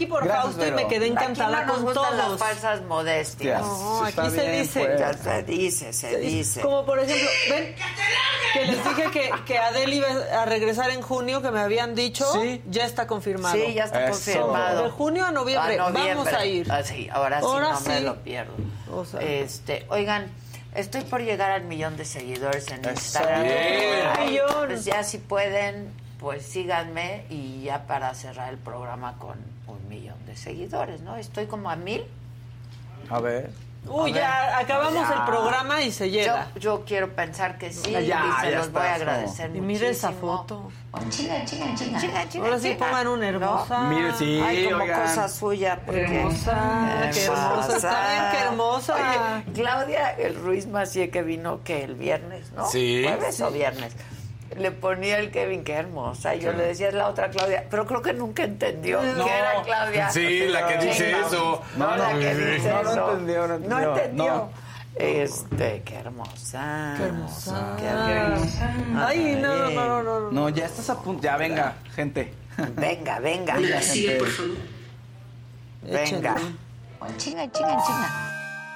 aquí por Gracias, Fausto y Vero. me quedé encantada Aquí no nos con gustan todos. las falsas modestias. No, Está aquí se bien, dice. pues. Ya se dice, se dice. Como por ejemplo, ven, que les dije que, que Adele iba a regresar en junio, que me habían dicho, Sí. ya está confirmado. Sí, ya está Eso. confirmado. De junio a noviembre, A noviembre. vamos a ir. Ah, sí, ahora sí Ahora no me sí. lo pierdo. O sea. Este, oigan, estoy por llegar al millón de seguidores en Eso. Instagram. Bien. Millón. Pues ya si pueden, pues síganme y ya para cerrar el programa con un millón de seguidores, ¿no? Estoy como a mil. A ver. Uy, A ya ver. acabamos Ya. el programa y se Yo, llega. yo quiero pensar que sí Ya, y se ya los voy a estás, agradecer Y muchísimo. mire esa foto. Oh, chinga, chinga, chinga, chinga, chinga, Ahora sí chinga. pongan una hermosa. ¿No? Mire, sí, Ay, como oigan. cosa suya. Porque... Hermosa, qué hermosa. Está bien, qué hermosa. Oye, Claudia, el Ruiz Macié que vino que el viernes, ¿no? Sí. Jueves Sí. o viernes. Le ponía el Kevin, qué hermosa. Y yo le decía, es la otra Claudia. Pero creo que nunca entendió No. que era Claudia. Sí, la que dice Sheinbaum. eso. No, la que Sí. dice No, no eso. entendió, no entendió. No entendió. No. Este, qué hermosa. Qué hermosa. Qué hermosa. Ay, no, no, no, no, no. No, ya estás a punto. Ya, venga, gente. Venga, venga. La que sigue, por favor. Venga. Échenle. Chinga, chinga, chinga.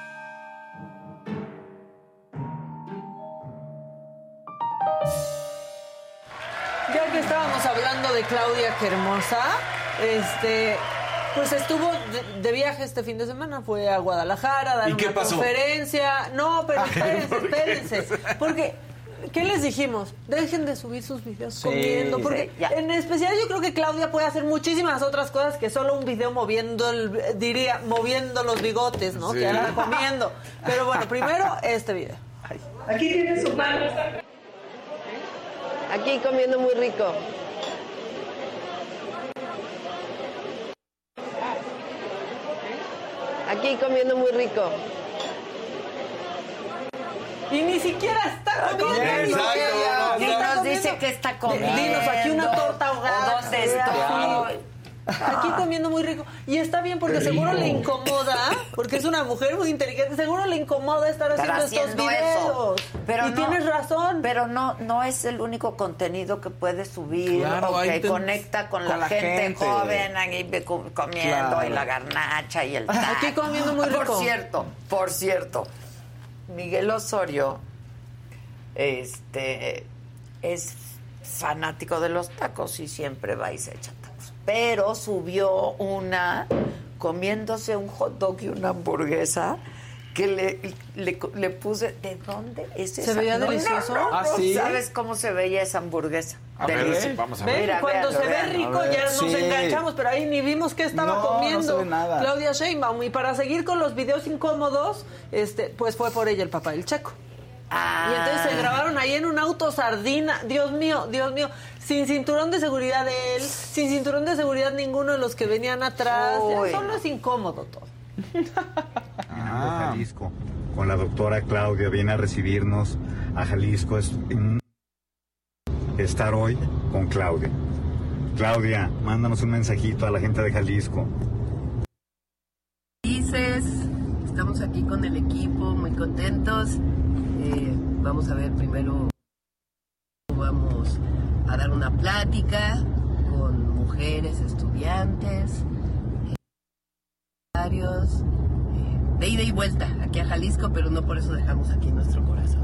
Ya que estábamos hablando de Claudia, qué hermosa, este, pues estuvo de, de viaje este fin de semana, fue a Guadalajara a dar ¿Y qué una pasó? conferencia. No, pero espérense, espérense, porque ¿qué les dijimos? Dejen de subir sus videos Sí, comiendo, porque sí, ya. en especial yo creo que Claudia puede hacer muchísimas otras cosas que solo un video moviendo, el, diría, moviendo los bigotes, ¿no? Sí. Que anda comiendo. Pero bueno, primero este video. Aquí tiene su mano. Aquí comiendo muy rico. Aquí comiendo muy rico. Y ni siquiera está comiendo. Exacto, Y no, nos no. dice que está comiendo. Dinos, aquí una torta ahogada. ¿O ¿Dónde estoy? Aquí comiendo muy rico. Y está bien porque seguro le incomoda, porque es una mujer muy inteligente, seguro le incomoda estar Estar haciendo, estos haciendo videos. eso. Pero y no- tienes razón. Pero no, no es el único contenido que puede subir Claro, o ahí que te- conecta con, con la, la gente, gente. joven ahí ve- co- comiendo Claro. y la garnacha y el taco. Aquí comiendo muy rico. Por cierto, por cierto, Miguel Osorio este es fanático de los tacos y siempre va y se echa tacos. Pero subió una comiéndose un hot dog y una hamburguesa que le, le, le puse, ¿de dónde es esa? ¿Se veía No, no, delicioso? No, no, ¿Ah, sí? ¿Sabes cómo se veía esa hamburguesa? A ver, Delicioso. vamos a Ven, ver. Mira, cuando véanlo, se ve véanlo. rico A ver, ya nos sí. enganchamos, pero ahí ni vimos qué estaba No, no comiendo se ve nada. Claudia Sheinbaum. Y para seguir con los videos incómodos, este, pues fue por ella el papá del Checo. Ah. Y entonces se grabaron ahí en un auto sardina. Dios mío, Dios mío. Sin cinturón de seguridad de él, sin cinturón de seguridad ninguno de los que venían atrás. Ya Uy, solo no. es incómodo todo. a Jalisco con la doctora Claudia, viene a recibirnos a Jalisco. Es un estar hoy con Claudia. Claudia, mándanos un mensajito a la gente de Jalisco. Felices, estamos aquí con el equipo, muy contentos. Eh, vamos a ver primero, vamos a dar una plática con mujeres, estudiantes, eh, varios, eh, de ida y vuelta aquí a Jalisco, pero no por eso dejamos aquí nuestro corazón.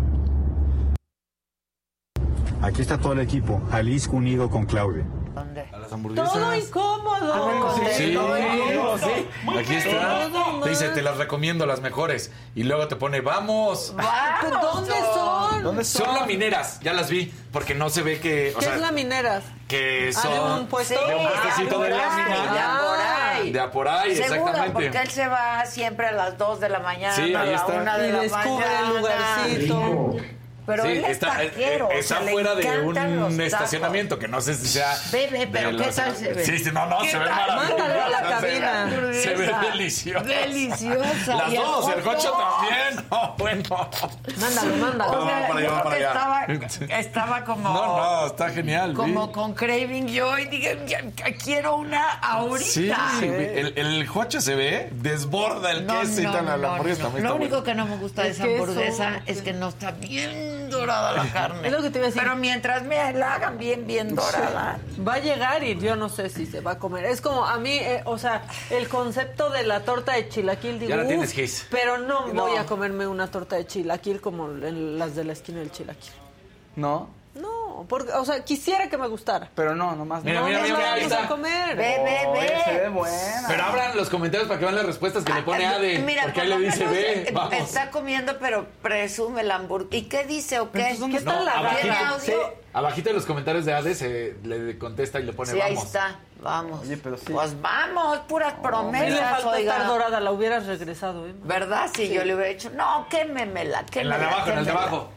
Aquí está todo el equipo, Jalisco unido con Claudia. ¿Dónde? A las hamburguesas. Todo incómodo. Sí, Todo incómodo. sí. Aquí está. Todo Te dice, mal. te las recomiendo, las mejores. Y luego te pone, vamos. ¡Vamos! ¿Dónde son? ¿Dónde son? Son lamineras, ya las vi, porque no se ve que, o ¿Qué sea, es lamineras? que Ah, son de un puesto. Sí, de un puestecito de de lámina. Aporay. De Aporay, Seguro, exactamente. porque él se va siempre a las dos de la mañana, Sí, a ahí la está. una de Y la descubre el mañana. lugarcito. Pero Sí, él es está, eh, taquero, eh, o está sea, le fuera de encantan los un tacos. estacionamiento que no sé si sea. Ve, ve, pero de ¿qué los- tal se ve? Sí, sí, no, no, ¿Qué se ve tal? maravilloso. Mándalo a la Se ve- cabina. Se ve delicioso. Deliciosa. Las Y el dos, el hot cocho dog. también. No, bueno. Mándalo, mándalo. No, O sea, para allá, yo va para que allá. Estaba, estaba como... No, no, está genial. Como vi. con craving yo y dije, ya, quiero una ahorita. Sí, el, el jocho se ve, desborda el No, queso y no, tal. La no, hamburguesa no. también Lo está único buena. que no me gusta de El esa queso. hamburguesa es que no está bien dorada la carne. Es lo que te iba a decir. Pero mientras me la hagan bien, bien dorada. Va a llegar y yo no sé si se va a comer. Es como a mí, eh, o sea, el concepto de la torta de chilaquil, digo, Ya la uf, tienes, Gis. pero no, No. voy a comerme una torta de chilaquil como en las de la esquina del chilaquil. ¿No? No, porque, o sea, quisiera que me gustara. Pero no, nomás Mira, no. mira, no mira, la mira, ahí vamos a está. comer. Ve, ve, Oye, ve. se ve buena. Pero abran los comentarios para que vean las respuestas que le pone Ah, Ade. mira, porque ahí por le lo dice, menos, ve, eh, vamos. Está comiendo, pero presume la hamburguesa. ¿Y qué dice o qué? Entonces, ¿dónde ¿Qué No, tal la abajito, ¿Tiene sí, audio? abajito de los comentarios de Ade se le contesta y le pone Sí, ahí vamos. está. Vamos. Oye, pero sí. Pues vamos, puras Sí le promesas, faltó oiga. estar dorada, la hubieras regresado, ¿eh? ¿Verdad? Si yo le hubiera dicho, no, quémemela, En quémemela. la de abajo, en el de quémemela. abajo.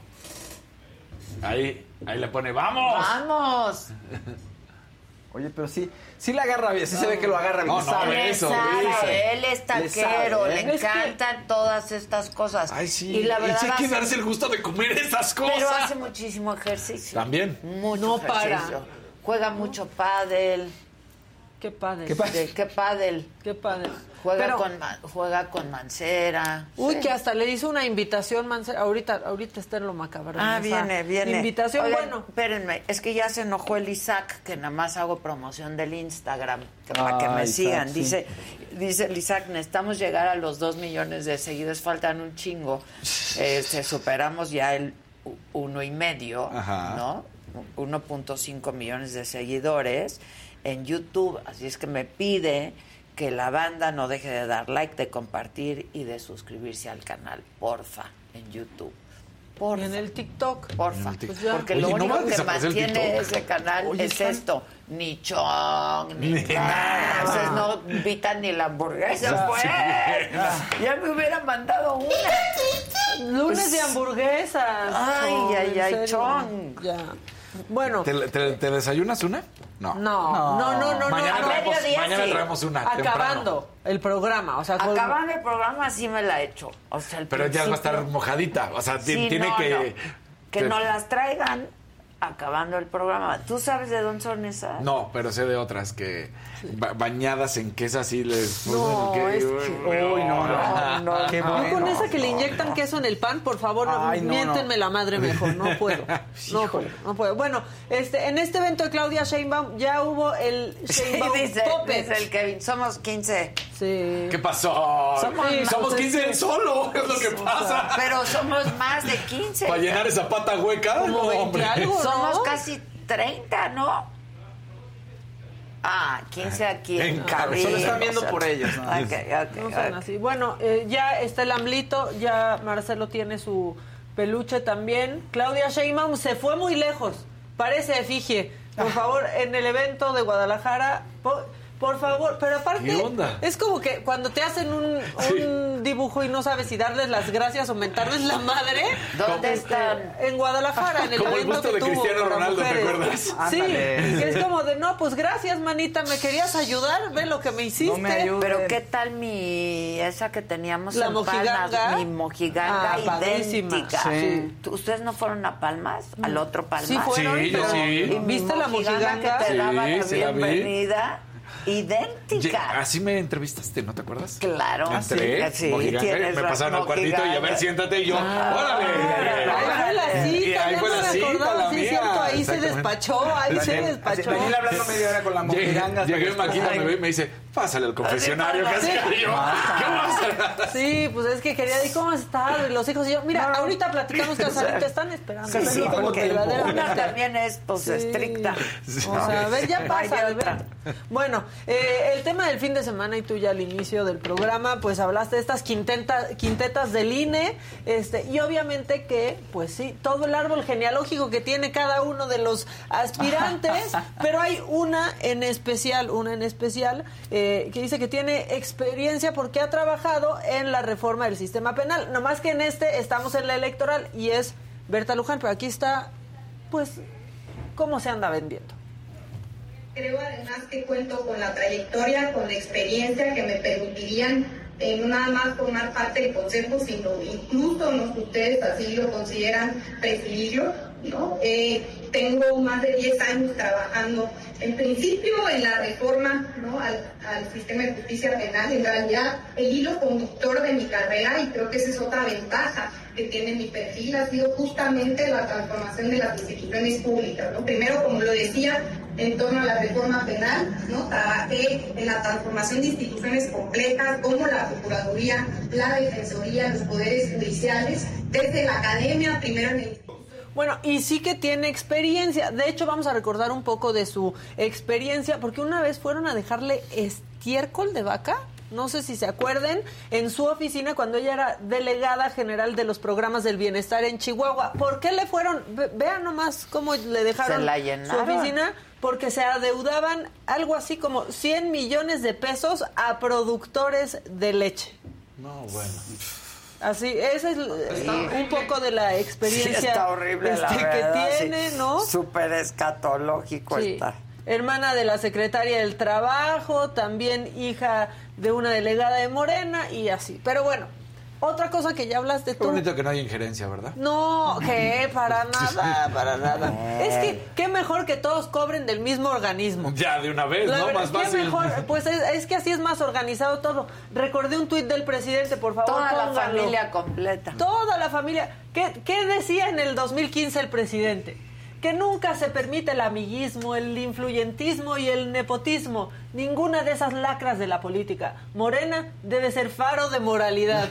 Ahí, ahí le pone vamos. Vamos. Oye, pero sí, sí la agarra bien, sí se ve que lo agarra bien. No, no, sabe. ve Le eso, sabe, dice. él es Le taquero, sabe, le ¿eh? encantan todas estas cosas. Ay, sí. Y la verdad sí hay que hace- darse el gusto de comer esas cosas. pero hace muchísimo ejercicio. También. Mucho No ejercicio. para. Juega mucho pádel. Qué padre. Qué padre. ¿De qué pádel? Qué padre. Juega Pero- con Ma- juega con Mancera. Uy, Sí. que hasta le hizo una invitación, Mancera. Ahorita, ahorita está en lo macabro. Ah, esa viene, viene. Invitación, Oigan, bueno. espérenme, es que ya se enojó el Isaac, que nada más hago promoción del Instagram, que para que Ah, me Isaac, sigan. sí. Dice, dice el Isaac, necesitamos llegar a los dos millones de seguidores, faltan un chingo. Este, superamos ya el u- uno y medio, Ajá. ¿no? uno punto cinco millones de seguidores en YouTube, así es que me pide que la banda no deje de dar like, de compartir y de suscribirse al canal, porfa, en YouTube. Porfa. Y en el TikTok. Porfa, En el TikTok. porque Oye, lo ¿no único va a que desaparecer el mantiene TikTok? ese canal Oye, es están- esto, ni chong, ni Ni nada. nada. Entonces no invitan ni la hamburguesa, Ya, pues. sí. Ya me hubieran mandado una. Lunes de hamburguesas. Ay, Chon, ay, en ay, serio. chong. Ya. Bueno. ¿Te, te, te desayunas una? No. No, no, no, no. Mañana, no, traemos, mediodía mañana sí. traemos una. Acabando temprano. el programa. O sea, con- Acabando el programa sí me la he hecho. O sea, el Pero ya va a estar principio- mojadita. O sea, ti- Sí, tiene no, que. no. Que te- nos las traigan acabando el programa. ¿Tú sabes de dónde son esas? No, pero sé de otras que ba- bañadas en queso así les No, ponen que- es que- Uy, no, no. no, Qué Yo bueno. con esa que le inyectan queso en el pan, por favor, no, Ay, no, miéntenme no. la madre mejor, no puedo. No puedo, no puedo. Bueno, este, en este evento de Claudia Sheinbaum ya hubo el Sí, Sheinbaum dice, Puppet. dice el Kevin, somos quince. Sí. ¿Qué pasó? Somos Sí, más. somos quince solo, es lo que pasa. Pero somos más de quince. Para llenar esa pata hueca, Como no, veinte hombre. algo, ¿no? Somos casi treinta, ¿no? Ah, quince aquí en En cabina. Solo están viendo por ellos, ¿no? Ok, ok, No son ok. así. Bueno, eh, ya está el AMLito, ya Marcelo tiene su peluche también. Claudia Sheinbaum se fue muy lejos. Parece efigie. Por favor, en el evento de Guadalajara, por, por favor. Pero aparte, ¿Qué onda? es como que cuando te hacen un, un dibujo y no sabes si darles las gracias o mentarles la madre. ¿Dónde este, están? En Guadalajara, en el Como el evento busto que de tuvo Cristiano para Ronaldo, ¿te mujeres. acuerdas? Sí, Ándale. que es como de, no, pues gracias, manita, me querías ayudar, ve lo que me hiciste. No me ayudes. Pero ¿qué tal mi esa que teníamos La en mojiganga. Palmas? Mi mojiganga Ah, padrísima. idéntica. Sí. ¿Tú- ¿Ustedes no fueron a Palmas? ¿Al otro Palmas? Sí fueron, Sí, yo pero- sí. ¿Y mi ¿Viste la mojiganga? que te Sí, daba la sí la vi. bienvenida? Ye- Idéntica. Así me entrevistaste, ¿no te acuerdas? Claro. Entré, sí, mojiganga, tienes me razón, pasaron al cuartito y a ver, mojiganga. siéntate y yo, Ah, órale. Ahí fue la Y cita, ahí ya fue no la me cita, acordaba, la sí, mía. cierto, ahí se Exactamente. despachó, ahí se Daniel, despachó. Daniel hablando media hora con la Llegué, mojiganga. llegué Maquina, me ve y me dice, pásale al confesionario. Casi que yo, ¿qué pasa? Sí, pues es que quería decir, ¿cómo has estado? Y los hijos y yo, mira, ahorita platicamos casadito, te están esperando. Sí, es sí, lo que porque verdaderamente- una también es pues Sí. estricta. O sea, a ver, ya Hay pasa. de otra. Bueno, eh, el tema del fin de semana y tú ya al inicio del programa, pues hablaste de estas quinteta- quintetas del I N E, este, y obviamente que, pues sí, todo el árbol genealógico que tiene cada uno de los aspirantes, pero hay una en especial, una en especial, eh, que dice que tiene experiencia porque ha trabajado en la reforma del sistema penal. No más que en este estamos en la electoral y es Berta Luján, pero aquí está, pues, cómo se anda vendiendo. Creo además que cuento con la trayectoria, con la experiencia que me permitirían eh, no nada más formar parte del consejo, sino incluso, no sé si ustedes así lo consideran, presidirlo, ¿no? Eh, tengo más de diez años trabajando En principio, en la reforma, ¿no?, al, al sistema de justicia penal, en realidad el hilo conductor de mi carrera, y creo que esa es otra ventaja que tiene mi perfil, ha sido justamente la transformación de las instituciones públicas, ¿no? Primero, como lo decía, en torno a la reforma penal, ¿no?, trabajé en la transformación de instituciones complejas como la Procuraduría, la Defensoría, los poderes judiciales, desde la academia, primero en el... Bueno, y sí que tiene experiencia. De hecho, vamos a recordar un poco de su experiencia, porque una vez fueron a dejarle estiércol de vaca, no sé si se acuerden, en su oficina cuando ella era delegada general de los programas del bienestar en Chihuahua. ¿Por qué le fueron? Ve, vean nomás cómo le dejaron se la su oficina. Porque se adeudaban algo así como cien millones de pesos a productores de leche. No, bueno... Así, ese es está un horrible. Poco de la experiencia sí, está horrible, este, la verdad, que tiene, sí. ¿no? Súper escatológico sí. está. Hermana de la secretaria del Trabajo, también hija de una delegada de Morena y así. Pero bueno, otra cosa que ya hablaste tú. Qué bonito que no hay injerencia, ¿verdad? No, que para nada, para nada. Es que qué mejor que todos cobren del mismo organismo. Ya, de una vez, la ¿no? Verdad, Más fácil. Mejor, pues es, es que así es más organizado todo. Recordé un tuit del presidente, por favor, Toda pónganlo. la familia completa. Toda la familia. ¿Qué, qué decía en el dos mil quince el presidente? Que nunca se permite el amiguismo, el influyentismo y el nepotismo. Ninguna de esas lacras de la política. Morena debe ser faro de moralidad.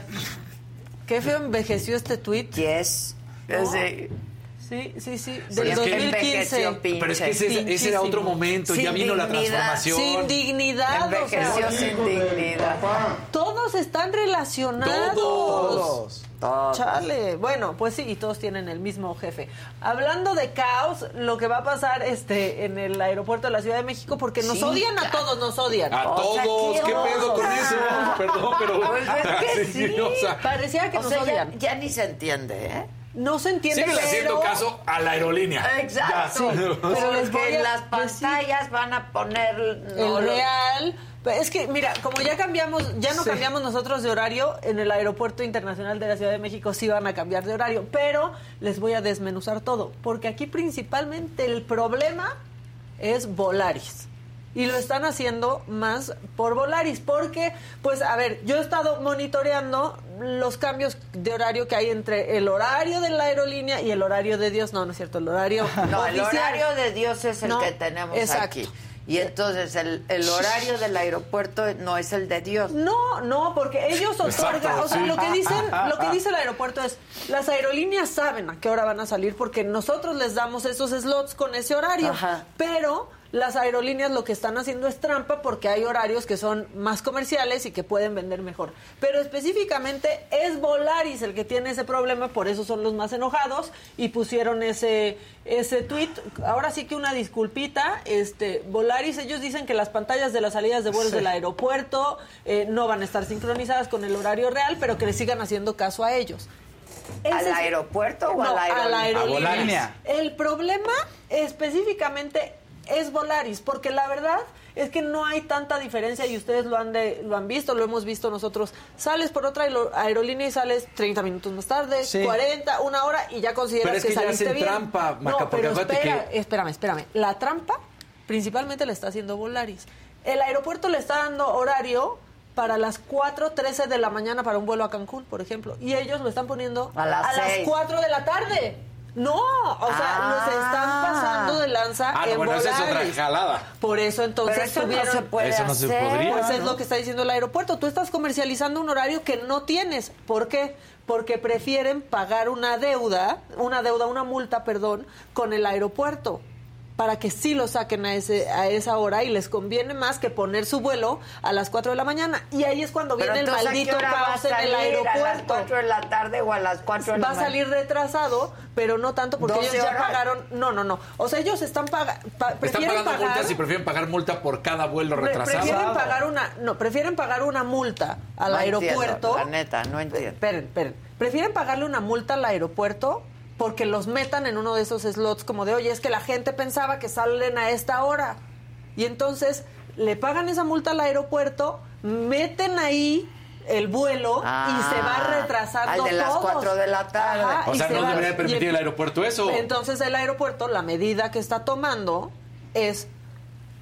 Qué feo envejeció este tuit. Yes. ¿No? Sí. Sí, sí, sí. Pero Del es que dos mil quince. Pero es que ese, ese era otro momento. Sin ya vino dignidad. La transformación. Sin dignidad. Envejeció o sea, sin dignidad. Todos están relacionados. Todos. Todos. Chale. Bueno, pues sí, y todos tienen el mismo jefe. Hablando de caos, lo que va a pasar este en el aeropuerto de la Ciudad de México, porque nos sí, odian a todos, nos odian. A o todos. Sea, ¿qué, ¿Qué pedo con eso? Perdón, pero... Pues es que sí. sí o sea, parecía que o nos sea, odian. Ya, ya ni se entiende, ¿eh? No se entiende, Síguele pero... haciendo caso a la aerolínea. Exacto. Ya, sí. Pero les voy a... en las pantallas van a poner... No, el real... Es que, mira, como ya cambiamos, ya no sí. cambiamos nosotros de horario, en el Aeropuerto Internacional de la Ciudad de México sí van a cambiar de horario, pero les voy a desmenuzar todo, porque aquí principalmente el problema es Volaris. Y lo están haciendo más por Volaris, porque, pues, a ver, yo he estado monitoreando los cambios de horario que hay entre el horario de la aerolínea y el horario de Dios. No, no es cierto, el horario No, oficial. el horario de Dios es el no, que tenemos exacto. aquí. Y entonces el, el horario del aeropuerto no es el de Dios. No, no, porque ellos otorgan, Exacto, o sea, sí. lo que dicen, lo que dice el aeropuerto es, las aerolíneas saben a qué hora van a salir porque nosotros les damos esos slots con ese horario, Ajá. pero las aerolíneas lo que están haciendo es trampa porque hay horarios que son más comerciales y que pueden vender mejor. Pero específicamente es Volaris el que tiene ese problema, por eso son los más enojados y pusieron ese ese tweet. Ahora sí que una disculpita, este Volaris, ellos dicen que las pantallas de las salidas de vuelos sí. del aeropuerto eh, no van a estar sincronizadas con el horario real, pero que le sigan haciendo caso a ellos. ¿Al es, aeropuerto o no, a la aerolínea? A la aerolínea. A Volaris. El problema específicamente es Volaris, porque la verdad es que no hay tanta diferencia y ustedes lo han de, lo han visto, lo hemos visto nosotros. Sales por otra aerolínea y sales treinta minutos más tarde, sí. cuarenta, una hora y ya consideras pero es que, que saliste ya hacen bien. Trampa, Maca, no, pero espera, que... espérame, espérame. La trampa principalmente la está haciendo Volaris. El aeropuerto le está dando horario para las cuatro trece de la mañana para un vuelo a Cancún, por ejemplo, y ellos lo están poniendo a las, a las cuatro de la tarde. No, o sea, ah. nos están pasando de lanza ah, en no, bueno, Volaris. Esa es otra jalada. Por eso entonces Pero eso tuvieron... no se puede eso no hacer. se podría. Pues es ¿no? lo que está diciendo el aeropuerto. Tú estás comercializando un horario que no tienes. ¿Por qué? Porque prefieren pagar una deuda, una deuda, una multa, perdón, con el aeropuerto, para que sí lo saquen a ese a esa hora y les conviene más que poner su vuelo a las cuatro de la mañana. Y ahí es cuando viene el maldito caos en el aeropuerto. ¿A las cuatro de la tarde o a las cuatro de la mañana? Va a salir retrasado, pero no tanto porque ellos ya horas. pagaron. No, no, no. O sea, ellos están pagando. Pa, están pagando pagar, multas y prefieren pagar multa por cada vuelo retrasado. Prefieren pagar una, no, prefieren pagar una multa al no aeropuerto. Entiendo, la neta, no entiendo. Esperen, esperen. Prefieren pagarle una multa al aeropuerto porque los metan en uno de esos slots como de, oye, es que la gente pensaba que salen a esta hora. Y entonces le pagan esa multa al aeropuerto, meten ahí el vuelo ah, y se va retrasando al de las todos. cuatro de la tarde. Ajá, o sea, no debería permitir el, el aeropuerto eso. Entonces el aeropuerto, la medida que está tomando es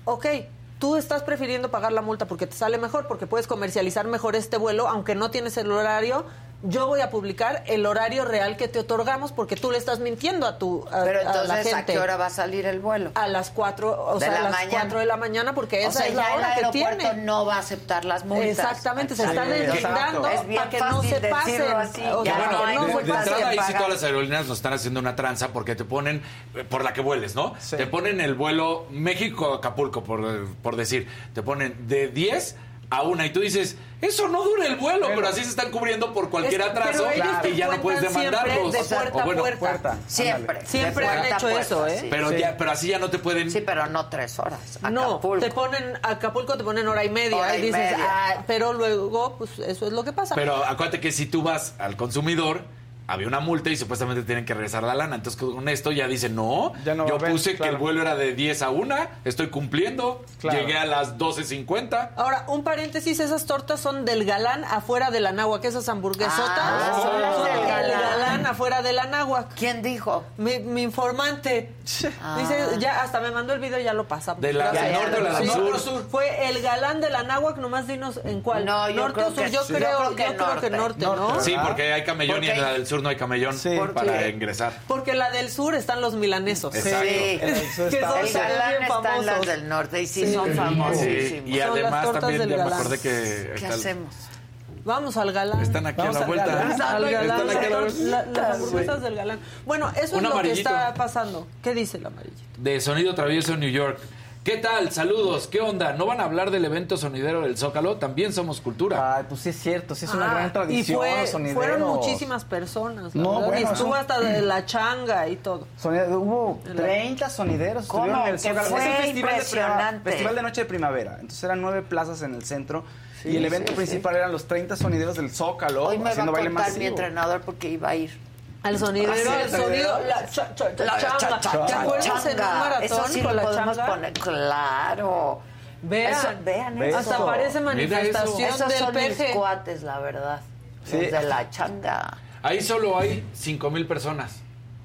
ok, tú estás prefiriendo pagar la multa porque te sale mejor, porque puedes comercializar mejor este vuelo, aunque no tienes el horario. Yo voy a publicar el horario real que te otorgamos porque tú le estás mintiendo a tu a, Pero entonces, a la gente. ¿a qué hora va a salir el vuelo? A las cuatro, o de sea, la a las mañana. cuatro de la mañana, porque o esa sea, es ya la hora el que tiene. aeropuerto no va a aceptar las multas. Exactamente, se Sí, están deslindando es bien para que no fácil se decirlo pasen. así, O ya sea, no que hay no de, se de entrada pasen. ahí sí todas las aerolíneas nos están haciendo una tranza porque te ponen, eh, por la que vueles, ¿no? Sí. Te ponen el vuelo México-Acapulco, por, por decir. Te ponen de diez a una y tú dices, eso no dura el vuelo, pero así se están cubriendo por cualquier Es- atraso pero ellos te y ya no puedes cuentan siempre demandarlos. de O sea, puerta o bueno, a puerta. puerta. Siempre. Ándale. Siempre de han puerta a hecho puerta, eso, ¿eh? sí. Pero, Sí. ya, pero así ya no te pueden... Sí, pero no tres horas. No, Acapulco. te ponen Acapulco, te ponen hora y media Hora y y dices, media. "Ah", pero luego, pues eso es lo que pasa. Pero acuérdate que si tú vas al consumidor, había una multa y supuestamente tienen que regresar la lana. Entonces con esto ya dicen, no, Ya no va yo a haber, puse que claro. el vuelo era de diez a una, estoy cumpliendo, Claro. llegué a las doce cincuenta. Ahora, un paréntesis, esas tortas son del Galán afuera de la náhuac, esas hamburguesotas Ah, son las son del del Galán. Galán afuera de la náhuac. ¿Quién dijo? Mi, mi informante. Ah. Dice, ya hasta me mandó el video, ya lo pasamos. ¿De la Gracias. del norte o la del Sí, sur? sur. Fue el Galán de la náhuac, nomás dinos en cuál. No, yo norte creo o sur, que yo sí. creo, Yo yo creo que creo que norte, norte. ¿no? ¿verdad? Sí, porque hay camellón y Porque- en la del sur no hay camellón Sí. para qué? ingresar. Porque la del sur están los milanesos. Exacto. Sí. El sur Que está- son El se ven Galán bien están famosos. las del norte y sí, Sí. son Sí, famosísimos. y Son además las tortas también del ya me Galán. acordé que... ¿Qué acá- hacemos? Vamos al Galán. Están aquí Vamos a la al vuelta. Galán. Al Galán, Están aquí a la la- vuelta. la- las hamburguesas del Galán. Bueno, eso Un es lo amarillito. que está pasando. ¿Qué dice el amarillito? De Sonido Travieso New York. ¿Qué tal? Saludos. ¿Qué onda? ¿No van a hablar del evento sonidero del Zócalo? También somos cultura. Ay, pues sí es cierto, sí es una Ah, gran tradición. y fue, los sonideros. fueron muchísimas personas. la No, verdad, bueno, y estuvo es un- hasta de la changa y todo. Sonide- Hubo treinta sonideros. ¿Cómo? estuvieron en el Que Zócalo. fue Es el festival de, prima- impresionante. festival de Noche de Primavera. Entonces eran nueve plazas en el centro. Sí, y el evento sí, principal eran los treinta sonideros del Zócalo. Hoy me va a haciendo baile contar masivo. mi entrenador porque iba a ir. Al sonidero, Ah, sí, el sonido, la cha- cha- cha- La changa. cha- cha- ¿Te cha- acuerdas en un changa. maratón Eso sí con lo la podemos changa? poner, claro. Vean, Eso- vean Ve eso. hasta parece manifestación Esos del son P mis G. cuates, la verdad. Sí. Los de la changa. Ahí solo hay cinco mil personas.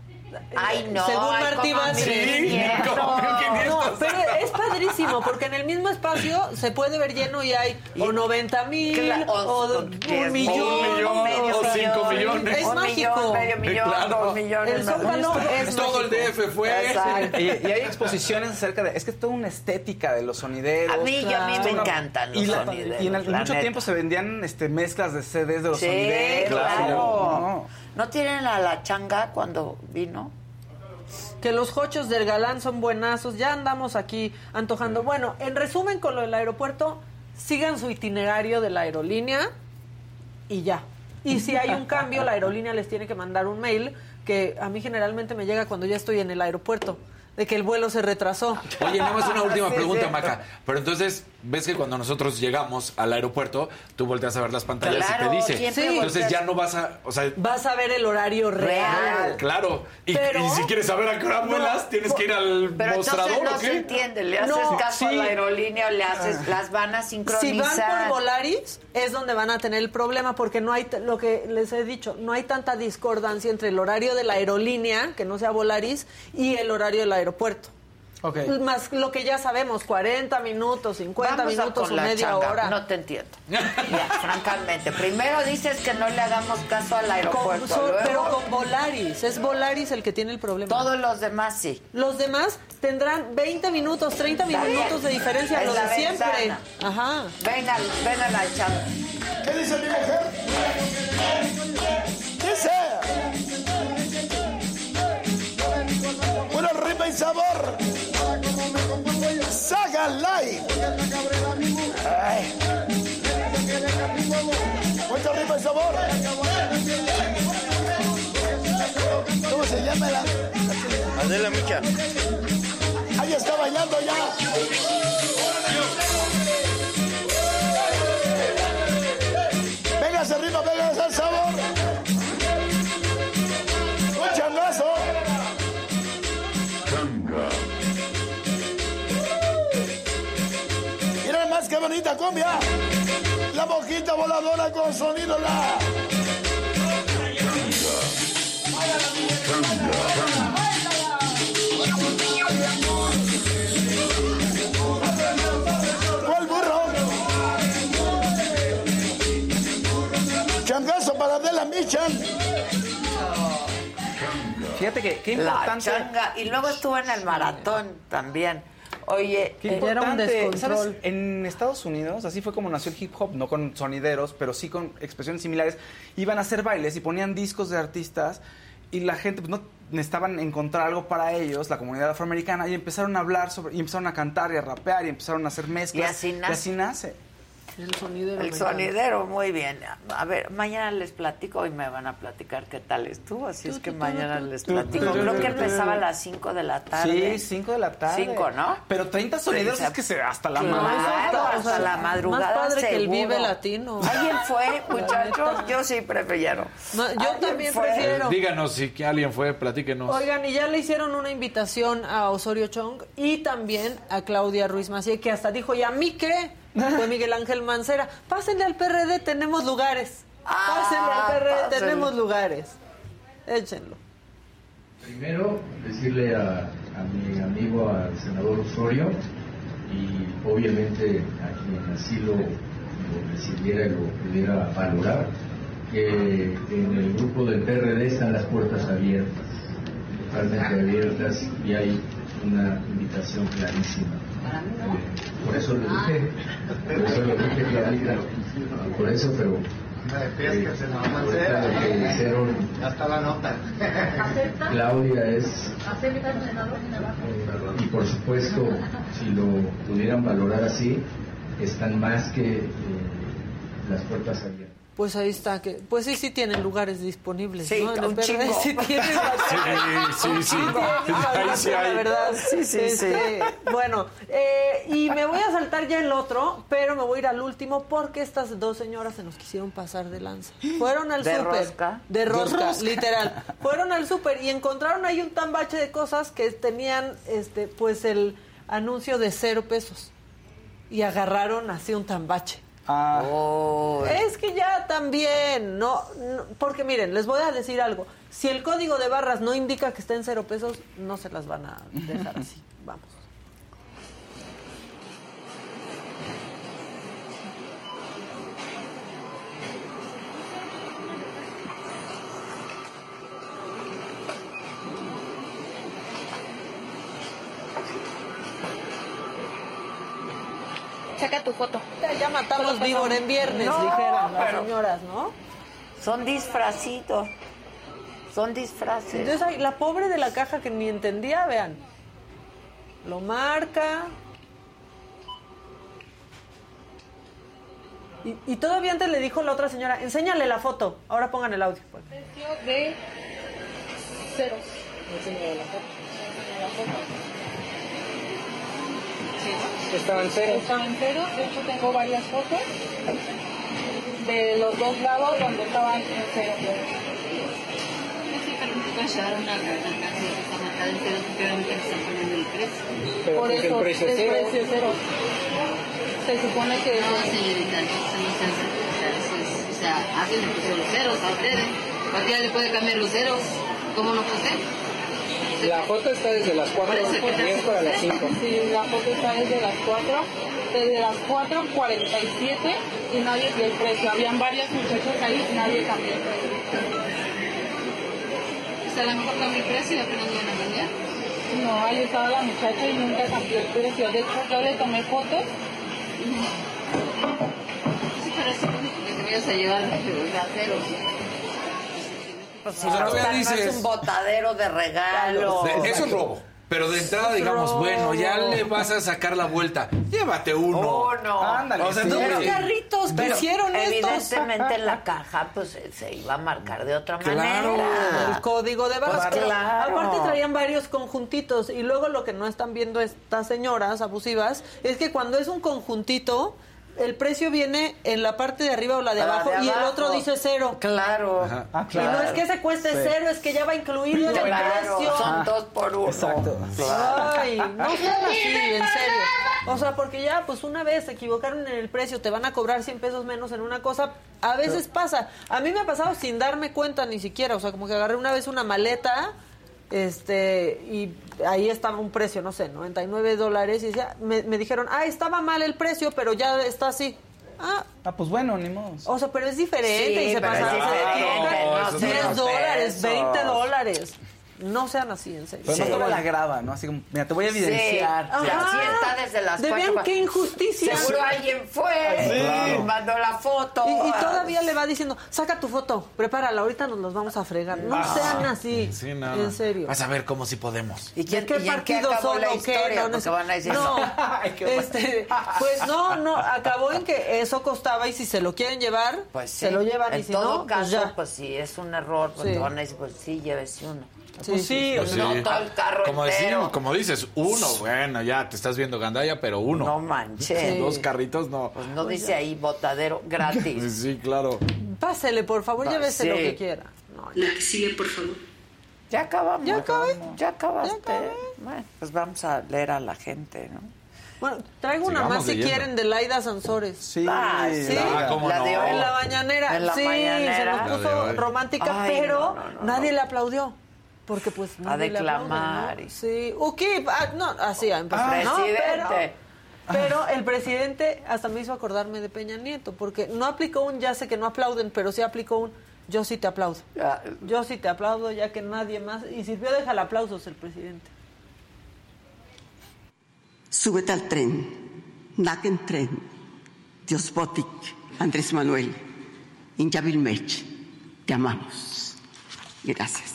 Ay, no. Según hay Martí como Batres. mil quinientos. como mil quinientos. No, pero es padrísimo porque en el mismo espacio se puede ver lleno y hay o noventa mil Cla- o- o, o un diez millón, mil, millón, medio o cinco millón, millones. Es un mágico. millón, medio millón, Claro. dos millones. El Zócalo es Todo el D F fue. Exacto. Y, y hay exposiciones acerca de... Es que es toda una estética de los sonideros. A mí, yo a mí me Toda una- encantan los y la- sonideros, Y en el- la mucho neta. tiempo se vendían este, mezclas de C Ds de los Sí, sonideros. claro. No. ¿No tienen a la changa cuando vino? que los jochos del Galán son buenazos, ya andamos aquí antojando. Bueno, en resumen con lo del aeropuerto, sigan su itinerario de la aerolínea y ya. Y si hay un cambio, la aerolínea les tiene que mandar un mail que a mí generalmente me llega cuando ya estoy en el aeropuerto, de que el vuelo se retrasó. Oye, nada más una última Sí, pregunta, sí. Maca. Pero entonces, ves que cuando nosotros llegamos al aeropuerto, tú volteas a ver las pantallas Claro, y te dice. siempre Entonces volteas. ya no vas a, o sea, Vas a ver el horario real. claro. Y, Pero- y si quieres saber a qué hora vuelas, tienes que ir al Pero mostrador, entonces no ¿o se qué? entiende, le haces No, caso a sí. la aerolínea o le haces, Ah. las van a Si sincronizar. van por Volaris, es donde van a tener el problema, porque no hay, t- lo que les he dicho, no hay tanta discordancia entre el horario de la aerolínea, que no sea Volaris, y el horario del aeropuerto. Más lo que ya sabemos, cuarenta minutos, cincuenta Vamos a minutos con o la media changa. hora. No te entiendo. Ya, francamente. Primero dices que no le hagamos caso al aeropuerto. Con- so- luego, pero con Volaris, es Volaris el que tiene el problema. Todos los demás sí. Los demás tendrán veinte minutos, treinta Está minutos bien. de diferencia a Es los la de siempre. ventana. Ajá. Venga, ven a la changa. ¿Qué dice mi mujer? Dice. Puro ritmo y sabor. Saga Live. Ay. Mucho ritmo y sabor. ¿Cómo se llama la? Adela Micha. Ahí está bailando ya. Venga ese ritmo, venga ese sabor. Un changazo. Mira más que bonita cumbia. La boquita voladora con sonido la. Fíjate que qué importante. La changa. Y luego estuvo en el maratón también. Oye, qué importante. ¿Sabes? En Estados Unidos, así fue como nació el hip hop, no con sonideros, pero sí con expresiones similares. Iban a hacer bailes y ponían discos de artistas y la gente pues, no necesitaban encontrar algo para ellos, la comunidad afroamericana, y empezaron a hablar sobre, y empezaron a cantar y a rapear y empezaron a hacer mezclas. Y así nace. Y así nace. El sonidero. El sonidero, muy bien. A ver, mañana les platico, hoy me van a platicar qué tal estuvo, así es que mañana les platico. Creo que empezaba a las cinco de la tarde. Sí, cinco de la tarde. cinco, ¿no? Pero treinta sonideros Sí, es que se hasta la claro, madrugada. hasta o sea, la madrugada. Más padre que el seguro. Vive Latino. ¿Alguien fue, muchachos? Yo sí prefiero. No, yo también fue? prefiero. Eh, díganos si que alguien fue, platíquenos. Oigan, y ya le hicieron una invitación a Osorio Chong y también a Claudia Ruiz Massieu, que hasta dijo, ¿y a mí qué? Fue Miguel Ángel Mancera. Pásenle al P R D, tenemos lugares. Pásenle al P R D, pásenle. tenemos lugares. Échenlo. Primero, decirle a, a mi amigo, al senador Osorio, y obviamente a quien así lo, lo decidiera y lo pudiera valorar, que en el grupo del P R D están las puertas abiertas, totalmente abiertas, y hay una invitación clarísima. Eh, por eso lo dije, por eso lo dije clarita, por eso, pero eh, ahorita lo que dijeron, hasta la nota. Claudia es, eh, y por supuesto, si lo pudieran valorar así, están más que eh, las puertas abiertas. Pues ahí está, que pues sí, sí tienen lugares disponibles, Sí, ¿no? En el un P R D chingo. sí tienen bastante. Sí, sí, sí. Ahí sí hay. La verdad, Sí, sí, este, bueno, eh, y me voy a saltar ya el otro, pero me voy a ir al último porque estas dos señoras se nos quisieron pasar de lanza. Fueron al ¿De súper. rosca? De rosca, De rosca. literal. Fueron al súper y encontraron ahí un tambache de cosas que tenían, este, pues el anuncio de cero pesos. Y agarraron así un tambache. Ah. Oh. Es que ya también, no, no, porque miren, les voy a decir algo. Si el código de barras no indica que está en cero pesos, no se las van a dejar así. Vamos. Saca tu foto. Ya matamos víbora en viernes, No, dijeron las pero- señoras, ¿no? Son disfracitos. Son disfraces. Entonces, ay, la pobre de la caja que ni entendía, vean. Lo marca. Y, y todavía antes le dijo la otra señora, enséñale la foto. Ahora pongan el audio. Pues. Precio de ceros. Enséñale la foto. Enséñale la foto. Estaba en cero. Estaba en cero, de hecho tengo varias fotos de los dos lados donde estaban en cero. Sí, pero no te puedes llevar una carta que está marcada en cero porque obviamente le están poniendo el precio. Pero Por porque eso, el precio es el cero. precio es cero. Se supone que... No, señorita, entonces no se hace. O sea, eso es, o sea, alguien le puso los ceros a ustedes. Cualquiera le puede cambiar los ceros. ¿Cómo no puede ser? La foto está desde las cuatro diez para las cinco. Sí, la foto está desde las cuatro, desde las cuatro cuarenta y siete y nadie dio el precio. Habían varios muchachos ahí y nadie cambió el precio. O sea, a lo mejor cambió el precio y apenas lo van a cambiar. No, ahí estaba la muchacha y nunca cambió el precio. De hecho, yo le tomé fotos. Sí, pero es que te vayas a llevar a ceros. Pues si O sea, no, todavía no dices- es un botadero de regalos. De- Eso es robo. Pero de entrada, digamos, Robo. bueno, ya le vas a sacar la vuelta. Llévate uno. Uno. Ándale, O sea, sí. no, Los güey. carritos que Pero hicieron estos. evidentemente en la caja pues se iba a marcar de otra Claro. manera. El código de barras. Pues claro. Aparte traían varios conjuntitos. Y luego lo que no están viendo estas señoras abusivas es que cuando es un conjuntito, el precio viene en la parte de arriba o la de La abajo de y el abajo. otro dice cero. Claro. Ajá. Ah, Y no es que se cueste Sí. cero, es que ya va incluido en el Claro, precio. son dos por uno. Exacto. Ay, no sean así, en serio. O sea, porque ya, pues una vez se equivocaron en el precio, te van a cobrar cien pesos menos en una cosa. A veces pasa. A mí me ha pasado sin darme cuenta ni siquiera. O sea, como que agarré una vez una maleta, este, y ahí estaba un precio, no sé, noventa y nueve dólares. Y decía, me, me dijeron, ah, estaba mal el precio, pero ya está así. Ah, Ah, pues bueno, ni modo. o sea, pero es diferente Sí, y se pero pasa. es diferente, no, diez eso es diez otra dólares, pesos. veinte dólares. No sean así, en serio. Pero Sí. no solo la graba, ¿no? Así como, mira, te voy a evidenciar. Sí, Ajá. así está desde las De vean cuatro. qué injusticia. Seguro alguien fue Sí. y mandó la foto. Y, y todavía le va diciendo, saca tu foto, prepárala, ahorita nos los vamos a fregar. No Ah, sean así, Sí, no. en serio. Vas a ver cómo si podemos. ¿Y quién, ¿De qué y en partido acabó son la o qué? historia? No, no Porque sé. van a decir, No, Ay, qué este, pues no, no, acabó en que eso costaba y si se lo quieren llevar, pues sí. se lo llevan en y si todo no, caso, pues ya. pues si es un error, pues Sí. te van a decir, pues sí, llévese uno. Sí, Pues sí, Pues o sí. sea, No todo el carro como, entero. decimos, como dices, uno, bueno, ya te estás viendo gandalla, pero uno. No manches. Sí. Dos carritos, no. Pues no dice ahí botadero gratis. Sí, claro. Pásele, por favor, Ah, llévese sí. lo que quiera. No, La que sigue, por favor. Ya acabamos. ¿Ya acabé? Ya acabaste. Ya acabé. Bueno, pues vamos a leer a la gente, ¿no? Bueno, traigo una Sigamos más si leyendo. quieren de Laida Sansores. sí. Ah, sí. Ah, ¿cómo La no? de hoy. En la mañanera, En la sí, mañanera. se La nos de puso hoy. romántica, Ay, pero no, no, no, nadie no. le aplaudió. Porque pues A nadie le declamar. aplaude, ¿no? Sí, ok, ah, no, así a empezar, ¿no? Presidente. Pero, pero el presidente hasta me hizo acordarme de Peña Nieto, porque no aplicó un ya sé que no aplauden, pero sí aplicó un yo sí te aplaudo. Ya. Yo sí te aplaudo, ya que nadie más. Y sirvió de jalaplausos el presidente. Súbete al tren, naken tren, Diosbotic, Andrés Manuel, Injavilmech, te amamos. Gracias.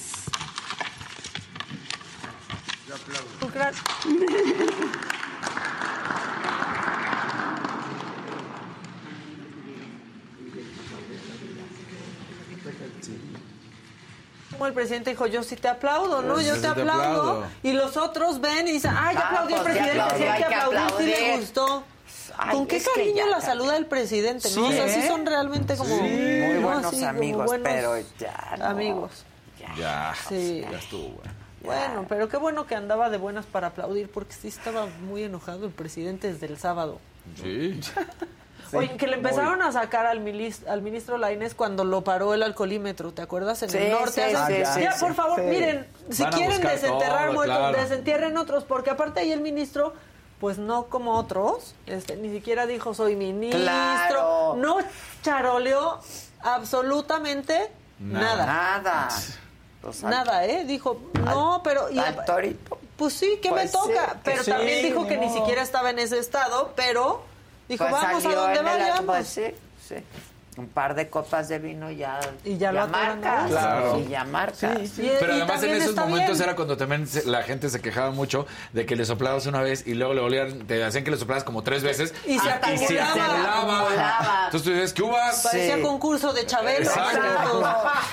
Como el presidente dijo, yo sí te aplaudo, ¿no? Pues Yo sí te te aplaudo. aplaudo. Y los otros ven y dicen, ah, ya Ah, aplaudió el pues ya presidente, sí aplaudió, hay que hay que aplaudir, sí le aplaudir. gustó. Ay, ¿Con qué es que cariño ya, la ya. saluda el presidente, no? Sí, O sea, sí ¿eh? son realmente como... Muy ¿no? buenos Así, como amigos, buenos pero ya no. Amigos. Ya, Sí. ya estuvo, bueno. Bueno, pero qué bueno que andaba de buenas para aplaudir, porque sí estaba muy enojado el presidente desde el sábado. Sí. Oye, que le empezaron a sacar al, milis- al ministro Lainez cuando lo paró el alcoholímetro, ¿te acuerdas? En Sí, el norte. sí, Así, sí, ya, sí, ya, sí. por favor, Sí. miren, si Van a quieren buscar desenterrar todo, muertos, claro. desentierren otros, porque aparte ahí el ministro, pues no como otros, este, ni siquiera dijo soy ministro, Claro. no charoleó absolutamente nada. Nada. Pues, al- Nada, ¿eh? Dijo, no, pero... y- al torito. pues sí, ¿qué Pues me toca? sí, pero sí, también dijo ni que ni modo. siquiera estaba en ese estado, pero dijo, Pues vamos a salió donde en el- vayamos. pues sí, sí. Un par de copas de vino ya, Y ya lo atoran, marcas. ¿no? Claro. Y ya marcas. Y- Pero y además en también esos está momentos bien. era cuando también se- la gente se quejaba mucho de que le soplabas una vez y luego le volvían, te hacían que le soplabas como tres veces Y se y se acumulaba. acumulaba. Entonces tú dices, ¿qué hubas? Parecía Sí. concurso de Chabelo. Exacto.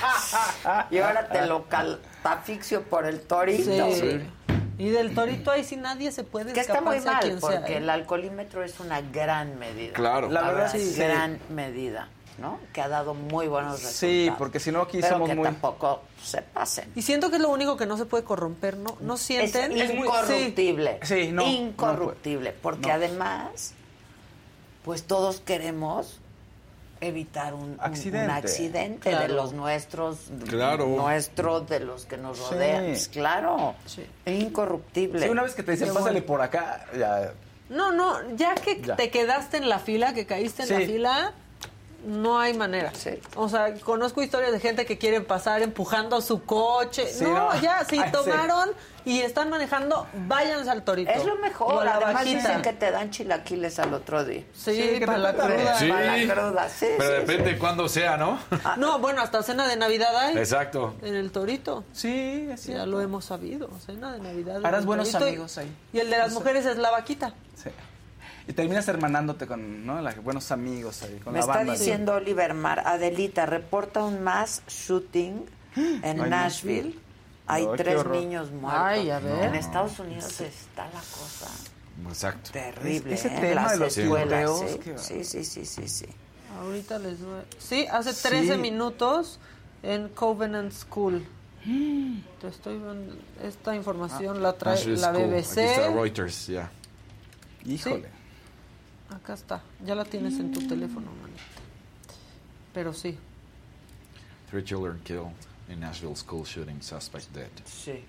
Y ahora te lo catafixio por el torito. Sí. Y del torito ahí sí nadie se puede Que está muy escaparse a mal, quien sea, porque ¿eh? el alcoholímetro es una gran medida. Claro. La verdad, es sí. gran medida, ¿no? Que ha dado muy buenos resultados. Sí, porque si no aquí Pero somos que muy... tampoco se pasen. Y siento que es lo único que no se puede corromper, ¿no? ¿No Es sienten? muy- incorruptible. Sí, no, Incorruptible. porque No. además, pues todos queremos evitar un un- Accidente. un accidente de Claro. los nuestros, Claro. nuestros, de los que nos rodean. Sí. Pues claro, Sí. es incorruptible. Sí, una vez que te dicen, Qué pásale bueno. por acá, ya... No, no, ya que Ya. te quedaste en la fila, que caíste en Sí. la fila, no hay manera. Sí. O sea, conozco historias de gente que quiere pasar empujando su coche. Sí, no, no. ya, si Ay, sí. tomaron y están manejando, váyanse al torito. Es lo O mejor. a la Además vaquita. dicen que te dan chilaquiles al otro día. Sí, Sí, que para te la toca de- cruda. Sí. Para la cruda, sí, Pero sí, depende sí. cuándo sea, ¿no? No, bueno, hasta cena de Navidad hay. Exacto. En el torito. Sí, es Ya cierto. lo hemos sabido. Cena de Navidad. en Harás el buenos torito. amigos ahí. Y el de las mujeres es la vaquita. Sí. Y terminas hermanándote con, ¿no? La- buenos amigos ahí, con Me la está banda. diciendo Oliver Mar, Adelita, reporta un mass shooting en Ay, Nashville. Hay Ay, qué tres horror. niños muertos. Ay, a ver. En Estados Unidos está la cosa Exacto. terrible. Ese ¿eh? tema Las de los escuelas, tiroteos, sí. qué sí, sí, sí, sí, sí. Ahorita les doy. Sí, hace trece Sí. minutos en Covenant School. Te estoy dando- esta información la trae Nashville la School. B B Aquí está C. Reuters, ya. Híjole. Acá está. Ya la tienes en tu teléfono, manita. Pero sí. Three children killed in Nashville school shooting, suspect dead. Sí.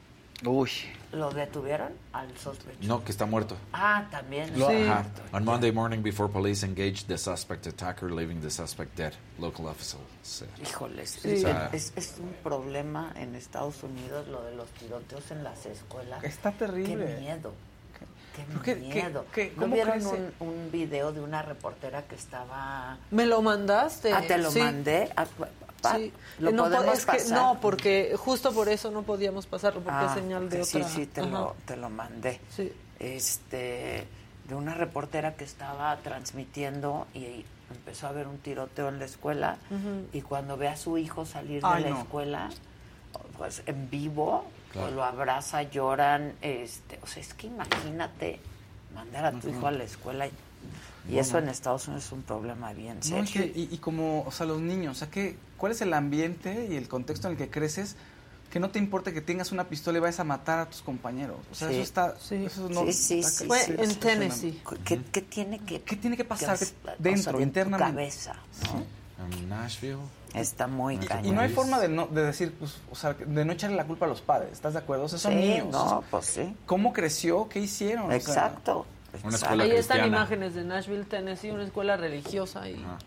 Uy. ¿Lo detuvieron al sospechoso? No, que está muerto. Ah, también. Lo- Sí. Ajá. On Monday morning, before police engaged the suspect attacker, leaving the suspect dead. Local officials said. Híjoles, Sí. es, O sea, es, es un problema en Estados Unidos lo de los tiroteos en las escuelas. Está terrible. Qué miedo. Qué ¿Qué- miedo. qué- qué- ¿No cómo vieron crece? un, un video de una reportera que estaba... ¿Me lo mandaste? Ah, ¿te lo Sí. mandé? Ah, pa- Sí. ¿Lo no, podemos es que, pasar? no, porque justo por eso no podíamos pasarlo, porque Ah, es señal de sí, otra. sí, te Ajá. lo, te lo mandé. Sí. Este, de una reportera que estaba transmitiendo y empezó a haber un tiroteo en la escuela Ujú. y cuando ve a su hijo salir de Ay, la no. escuela, pues en vivo, Claro. pues, lo abraza, lloran, este, o sea, es que imagínate mandar a tu Ujú. hijo a la escuela y, y No, eso no. en Estados Unidos es un problema bien No, serio. y, que- y- y como, o sea, los niños, o sea, ¿qué, ¿cuál es el ambiente y el contexto en el que creces? Que no te importe que tengas una pistola y vayas a matar a tus compañeros. O sea, Sí. eso está... Sí. Eso no, Sí, sí, está- sí, Fue sí, en sí, Tennessee. ¿Qué, qué tiene que, ¿Qué tiene que pasar que- que- o sea, dentro, de internamente? tu cabeza, ¿no? En Nashville. Está muy Y, cañón. y no hay forma de no de decir, pues, o sea, de no echarle la culpa a los padres, ¿estás de acuerdo? O sea, son Sí, niños. no, o sea, pues sí. ¿Cómo creció? ¿Qué hicieron? O sea, Exacto. Una exacto. escuela Ahí están cristiana. imágenes de Nashville, Tennessee, una escuela religiosa. Y... Ajá.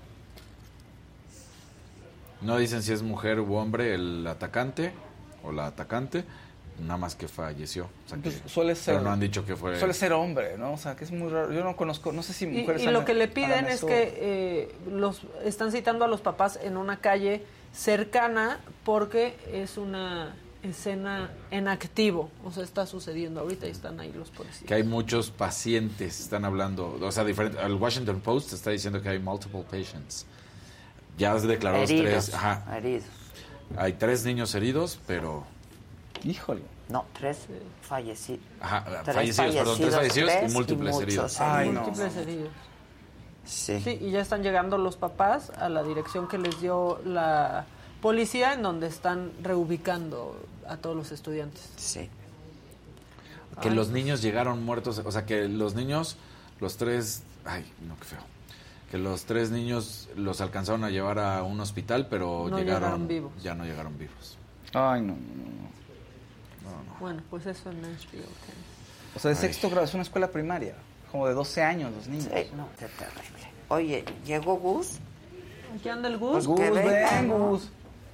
No dicen si es mujer u hombre el atacante o la atacante, nada más que falleció. O sea, que- pues, suele ser... pero no han dicho que fue... Suele ser hombre, ¿no? O sea, que es muy raro. Yo no conozco, no sé si Y, mujeres... y han- lo que le han piden es eso. que eh, los están citando a los papás en una calle cercana porque es una escena en activo, o sea, está sucediendo ahorita y están ahí los policías. Que hay muchos pacientes, están hablando, o sea, diferente. El Washington Post está diciendo que hay multiple patients. Ya se declaró los Heridos, tres. Ajá. heridos. Hay tres niños heridos, pero... Híjole. No, tres fallecidos. Ajá, Tres fallecidos, perdón, tres fallecidos y tres múltiples muchos heridos. Ay, no. Múltiples heridos. Sí. Sí, y ya están llegando los papás a la dirección que les dio la policía, en donde están reubicando a todos los estudiantes. Sí. Que los niños llegaron muertos, o sea, que los niños, los tres... Ay, no, qué feo. Que los tres niños los alcanzaron a llevar a un hospital, pero No llegaron... llegaron vivos. Ya no llegaron vivos. Ay, no, no, no. No, no. Bueno, pues eso en Nashville. Tennessee. O sea, de Ay. sexto grado, es una escuela primaria. Como de doce años los niños. Sí, no, qué terrible. Oye, ¿llegó Gus? Aquí anda el Gus. Gus, que venga, ven, ¿no? Gus.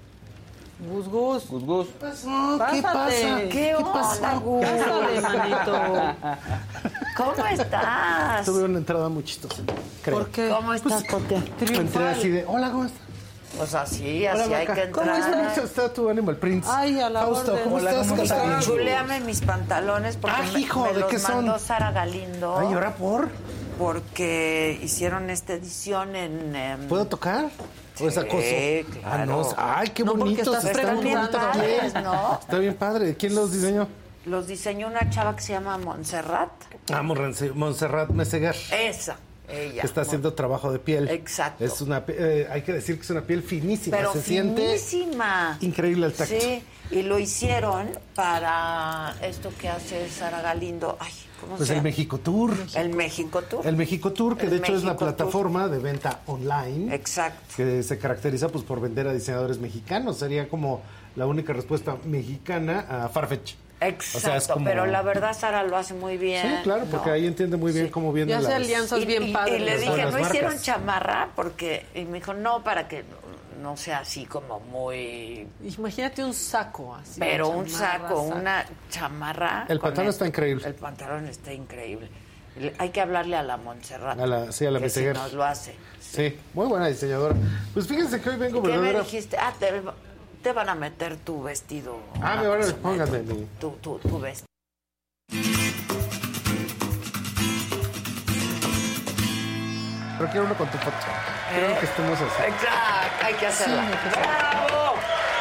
Gus, Gus. Gus, Gus. ¿Qué pasa? Pásate. ¿Qué onda, Gus? Pásale, manito. ¿Cómo estás? Tuve una entrada muy chistosa. creo. ¿Por qué? ¿Cómo estás, Potea? Entré así de, hola, ¿cómo estás? Pues así, Hola, así hay Maca. que ¿Cómo entrar. estás? Está tu Animal Prince. Ay, a la Fausto, orden. ¿cómo Hola, estás? ¿cómo estás? Chuléame mis pantalones porque Ah, me, hijo, me ¿de los qué son? mandó Sara Galindo. Ay, ¿ahora por? Porque hicieron esta edición en... em, ¿Puedo tocar? ¿O es Sí, acoso? claro. Ah, no. Ay, qué No, porque bonitos. estás Están bien preguntando. padres, ¿no? Está bien padre. ¿Quién los diseñó? Los diseñó una chava que se llama Montserrat. Ah, Monse- Montserrat Meseguer. Esa, ella. Que está haciendo trabajo de piel. Exacto. Es una, pi- eh, hay que decir que es una piel finísima. Pero Se finísima. siente increíble el tacto. Sí, y lo hicieron para esto que hace Sara Galindo. Ay, ¿cómo Pues se el llama? México Tour. El México Tour. El México Tour, que El de hecho es la México Tour. plataforma de venta online. Exacto. Que se caracteriza pues por vender a diseñadores mexicanos. Sería como la única respuesta mexicana a Farfetch. Exacto, O sea, es como- pero la verdad Sara lo hace muy bien. Sí, claro, porque ¿no? ahí entiende muy bien cómo vienen Y hace las... alianzas Y, bien y- padres. y le Las dije, buenas ¿no hicieron marcas. chamarra? Porque, y me dijo, no, para que no sea así como muy... Imagínate un saco así. Pero un chamarra, saco, una chamarra... El con pantalón esto. está increíble. El pantalón está increíble. Le- Hay que hablarle a la Montserrat. A la- sí, a la que si Meseguer. nos lo hace. Sí, muy buena diseñadora. Pues fíjense que hoy vengo ¿Qué me verdadera... dijiste? Ah, te, te van a meter tu vestido. Ah, una me van a... cosa, Pónganme mi... Tu, tu, tu vestido. Pero quiero uno con tu foto. Quiero ¿Eh? que estemos así. Exacto, hay que hacerla. Sí, hay que ¡Bravo!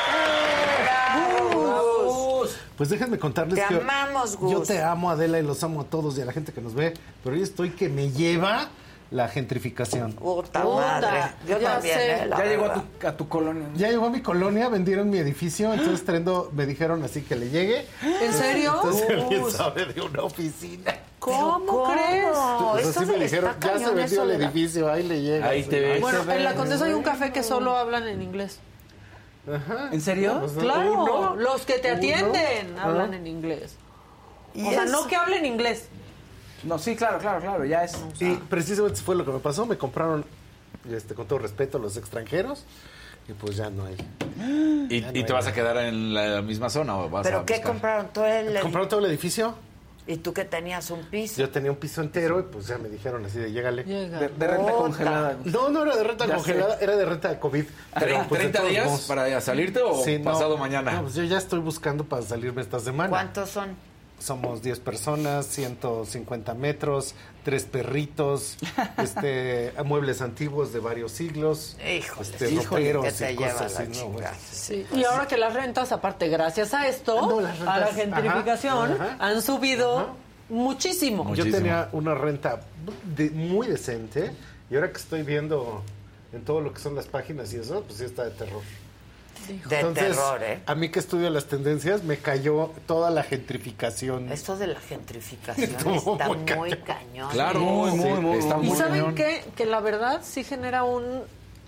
¡Bravo! Pues déjenme contarles Te que... amamos, Gus. Yo te amo, Adela, y los amo a todos y a la gente que nos ve. Pero hoy estoy que me lleva la gentrificación. Puta Puta, madre. Yo ya también, sé. ¿eh? La Ya llegó a verdad. tu, a tu colonia. Ya llegó a mi colonia, vendieron mi edificio, entonces trendo, me dijeron así que le llegue. ¿En serio? Entonces alguien Uy. sabe de una oficina. ¿Cómo, ¿Cómo? crees? Pues Eso así me está dijeron, ya cañón, se vendió eso el de la- edificio, ahí le llega. Ahí sí. te ves. Ahí Bueno, se ve. en la Condesa hay un café que solo hablan en inglés. Ajá. ¿En serio? No, pues, Claro, uno, los que te uno. atienden hablan Ajá. en inglés. Y O sea, es- no que hablen inglés. No, sí, claro, claro, claro, ya es... Y precisamente fue lo que me pasó. Me compraron, este, con todo respeto, los extranjeros. Y pues ya no hay. ¿Y, y te vas a quedar en la misma zona o vas a ¿Pero qué buscar? compraron? ¿Todo el, ¿Compraron todo el edificio? ¿Y tú que tenías un piso? Yo tenía un piso entero y pues ya me dijeron así de llégale. Llega. De, de renta Ota. congelada. No, no era de renta Ya congelada, era de renta de COVID. Pero, pues, de ¿treinta todos días modos. para salirte o Sí, no. pasado mañana? No, pues yo ya estoy buscando para salirme esta semana. ¿Cuántos son? Somos diez personas, ciento cincuenta metros, tres perritos, este, muebles antiguos de varios siglos, Híjole, este, híjole, roperos que te y lleva cosas la así. ¿no? chingada. Sí. Y ahora que las rentas, aparte, gracias a esto, No, las rentas, a la ajá, gentrificación, ajá. han subido Ajá. muchísimo. Yo Muchísimo. tenía una renta de- muy decente y ahora que estoy viendo en todo lo que son las páginas y eso, pues sí está de terror. De Entonces, terror, ¿eh? a mí que estudio las tendencias, me cayó toda la gentrificación. Esto de la gentrificación Estuvo está muy muy cañón. cañón. Claro, ¿eh? muy, muy, muy, está ¿Y muy saben cañón. qué? Que la verdad sí genera un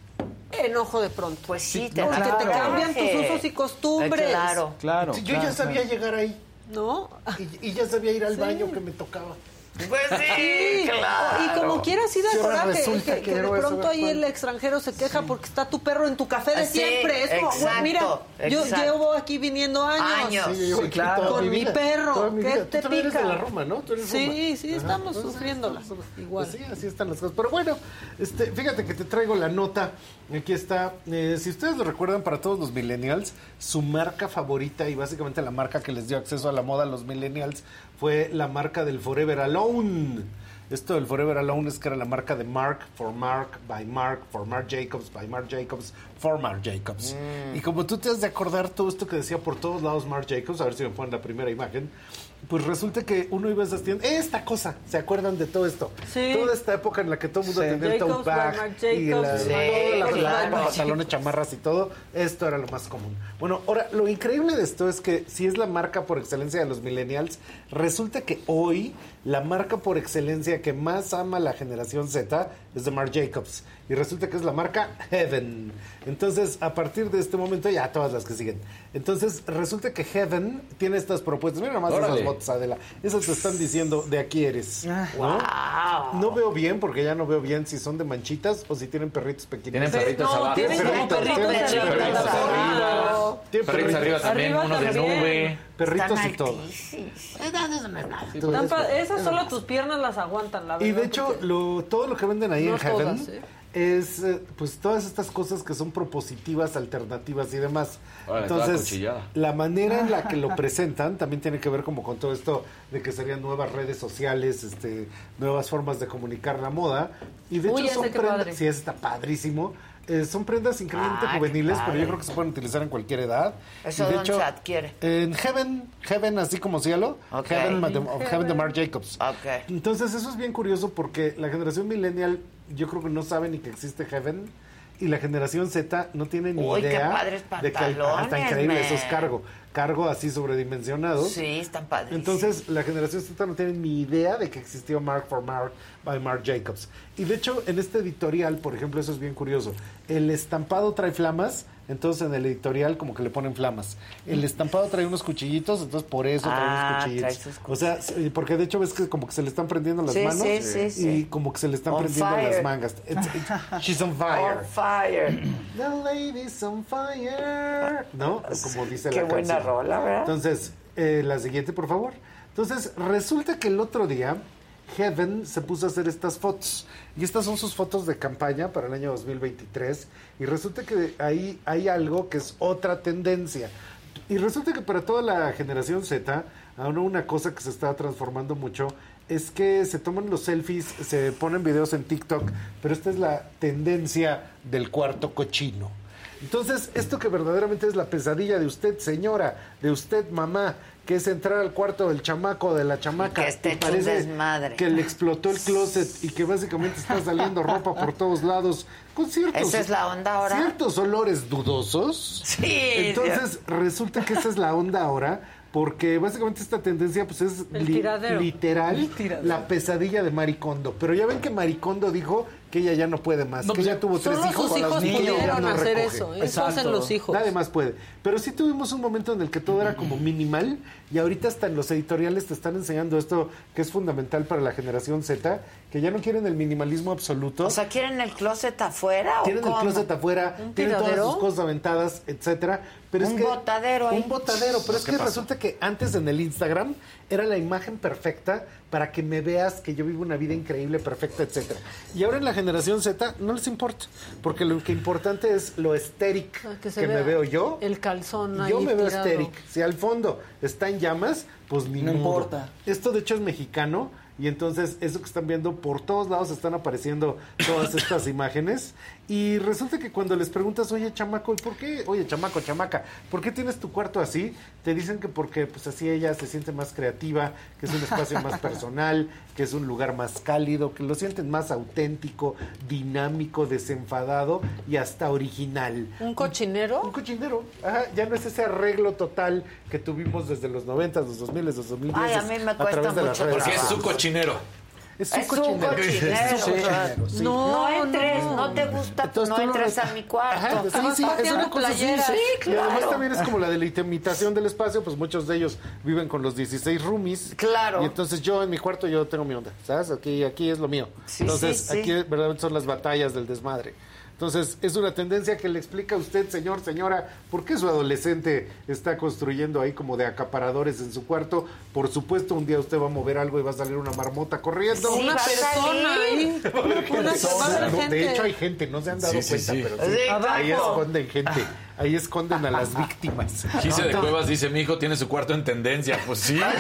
enojo de pronto. Pues sí, te Porque da te coraje. cambian tus usos y costumbres. Eh, Claro. Claro. Yo ya sabía llegar ahí ¿No? y, y ya sabía ir al baño que me tocaba. Pues sí, Sí, claro. y como quiera sí da Sí, ahora coraje resulta que, que que de héroe pronto sabe ahí cuál. el extranjero se queja porque está tu perro en tu café de Sí, siempre. Es como, exacto, güey, mira, yo exacto. llevo aquí viniendo años. Años. Sí, yo llevo Sí, aquí claro. toda Con mi vida, perro, toda mi ¿qué vida. te Tú también eres pica? de la Roma, ¿no? Tú eres Sí, Roma. sí, Ajá. estamos Entonces, sufriéndola. estamos- Igual. Pues sí, así están las cosas. Pero bueno, este, fíjate que te traigo la nota. Aquí está. Eh, si ustedes lo recuerdan, para todos los millennials, su marca favorita y básicamente la marca que les dio acceso a la moda a los millennials fue la marca del Forever Alone. Esto del Forever Alone es que era la marca de Marc, for Marc, by Marc, for Marc Jacobs, by Marc Jacobs, for Marc Jacobs. Mm. Y como tú te has de acordar todo esto que decía por todos lados Marc Jacobs, a ver si me ponen la primera imagen, pues resulta que uno iba a esas tiendas, esta cosa, ¿se acuerdan de todo esto? Sí. Toda esta época en la que todo el mundo Sí. tenía el tote Jacobs, by bag Marc y la, Jacobs, Sí, toda la, claro. la- Marc pantalones, chamarras y todo, esto era lo más común. Bueno, ahora, lo increíble de esto es que si es la marca por excelencia de los millennials, resulta que hoy la marca por excelencia que más ama la generación Z es de Marc Jacobs. Y resulta que es la marca Heaven. Entonces, a partir de este momento, ya todas las que siguen. Entonces, resulta que Heaven tiene estas propuestas. Mira nomás Órale. esas botas, Adela. Esas te están diciendo, de aquí eres. ¿no? Wow. No veo bien, porque ya no veo bien si son de manchitas o si tienen perritos pequeños. Tienen perritos no, abajo. tienen como Perritos, perritos tienen en la perritos plataforma. arriba. Tienen Perritos arriba también, Arriba uno de también. nube. Perritos Están y todo. altísimos. Eh, no, eso no es nada. Están pa- esas solo tus piernas las aguantan, la verdad. Y de hecho, porque- lo, todo lo que venden ahí No en Heaven todas, ¿eh? es eh, pues todas estas cosas que son propositivas, alternativas y demás. Órale, toda Entonces, cuchillada. la manera en la que lo presentan también tiene que ver como con todo esto de que serían nuevas redes sociales, este, nuevas formas de comunicar la moda. Y de Uy, hecho ese son qué prendas, padre. sí, ese está padrísimo. Eh, son prendas increíblemente Ah, qué juveniles, pero padre. yo creo que se pueden utilizar en cualquier edad. ¿Eso Y de dónde hecho, se adquiere? En Heaven, Heaven así como cielo, Ok. Heaven, de, of Heaven de Marc Jacobs. Ok. Entonces eso es bien curioso porque la generación millennial yo creo que no sabe ni que existe Heaven y la generación Z no tiene ni Uy, qué idea padres de que hay, ah, está pantalones, increíble man. esos cargo, cargo así sobredimensionados. Sí, están padres. Entonces la generación Z no tiene ni idea de que existió Marc for Marc by Marc Jacobs. Y de hecho en este editorial, por ejemplo, eso es bien curioso. El estampado trae flamas, entonces en el editorial como que le ponen flamas. El estampado trae unos cuchillitos, entonces por eso trae Ah, unos cuchillitos. trae sus O sea, sí, porque de hecho ves que como que se le están prendiendo las Sí, manos sí, sí, y sí. como que se le están On prendiendo fire. las mangas. It's- it's- she's on fire. On fire. The lady's on fire. ¿No? Como dice Qué la buena canción. rola, ¿verdad? Entonces, eh, la siguiente, por favor. Entonces, resulta que el otro día Heaven se puso a hacer estas fotos. Y estas son sus fotos de campaña para el año dos mil veintitrés. Y resulta que ahí hay algo que es otra tendencia. Y resulta que para toda la generación Z, ahora una cosa que se está transformando mucho es que se toman los selfies, se ponen videos en TikTok, pero esta es la tendencia del cuarto cochino. Entonces, esto que verdaderamente es la pesadilla de usted, señora, de usted, mamá, que es entrar al cuarto del chamaco o de la chamaca Que esté y hecho un parece desmadre. que le explotó el closet y que básicamente está saliendo ropa por todos lados con ciertos, ¿Esa es la onda ahora? ciertos olores dudosos. Sí. Entonces, resulta que esa es la onda ahora, porque básicamente esta tendencia pues es El li- tiradero. literal El tiradero. la pesadilla de Maricondo. Pero ya ven que Maricondo dijo que ella ya no puede más, No, que pues ella tuvo tres solo hijos. sus hijos niños, pudieron ya no hacer recoge. eso, eso hacen los hijos. Nadie más puede. Pero sí tuvimos un momento en el que todo era como minimal y ahorita hasta en los editoriales te están enseñando esto que es fundamental para la generación Z, que ya no quieren el minimalismo absoluto. O sea, ¿quieren el closet afuera o Tienen cómo? el closet afuera, ¿Un tienen todas tiradero? sus cosas aventadas, etcétera. Pero Un es que, botadero ahí. Un botadero, pero es ¿Qué que pasó? resulta que antes en el Instagram era la imagen perfecta para que me veas que yo vivo una vida increíble, perfecta, etcétera. Y ahora en la generación Z no les importa, porque lo que importante es lo estéril Ah, que, se me vea veo yo. El calzón ahí Yo me veo tirado. estéril. Si al fondo está en llamas, pues ni No modo. importa. Esto de hecho es mexicano y entonces eso que están viendo por todos lados están apareciendo todas estas imágenes y resulta que cuando les preguntas, oye chamaco, ¿y por qué? Oye chamaco, chamaca, ¿por qué tienes tu cuarto así? Te dicen que porque pues así ella se siente más creativa, que es un espacio más personal, que es un lugar más cálido, que lo sienten más auténtico, dinámico, desenfadado y hasta original. ¿Un cochinero? Un cochinero, ajá, ya no es ese arreglo total que tuvimos desde los noventa, los dos mil, los dos mil diez. Ay, a mí me a cuesta través de las mucho redes Porque es su sociales. cochinero. Es su Es su cochinero. cochinero. Es su cochinero, sí. No, no entres, no. no, te gusta, Entonces no tú lo entres res- a mi cuarto. Ajá, sí, Estamos sí, es pateando una cosa así. playeras. Sí, Y además claro. también es como la delimitación del espacio, pues muchos de ellos viven con los dieciséis roomies. Claro. Y entonces yo en mi cuarto yo tengo mi onda, ¿sabes? Aquí, aquí es lo mío. Sí, entonces sí, sí. aquí verdaderamente son las batallas del desmadre. Entonces, es una tendencia que le explica a usted, señor, señora, por qué su adolescente está construyendo ahí como de acaparadores en su cuarto. Por supuesto, un día usted va a mover algo y va a salir una marmota corriendo. Sí, una va a persona ahí. Va a haber gente. Una persona, No, gente. de hecho, hay gente, no se han dado Sí, sí, cuenta, sí. pero sí, Sí, ahí abajo. esconden gente. Ahí esconden a las víctimas. Gise de Cuevas dice, mi hijo tiene su cuarto en tendencia. Pues sí. o sea.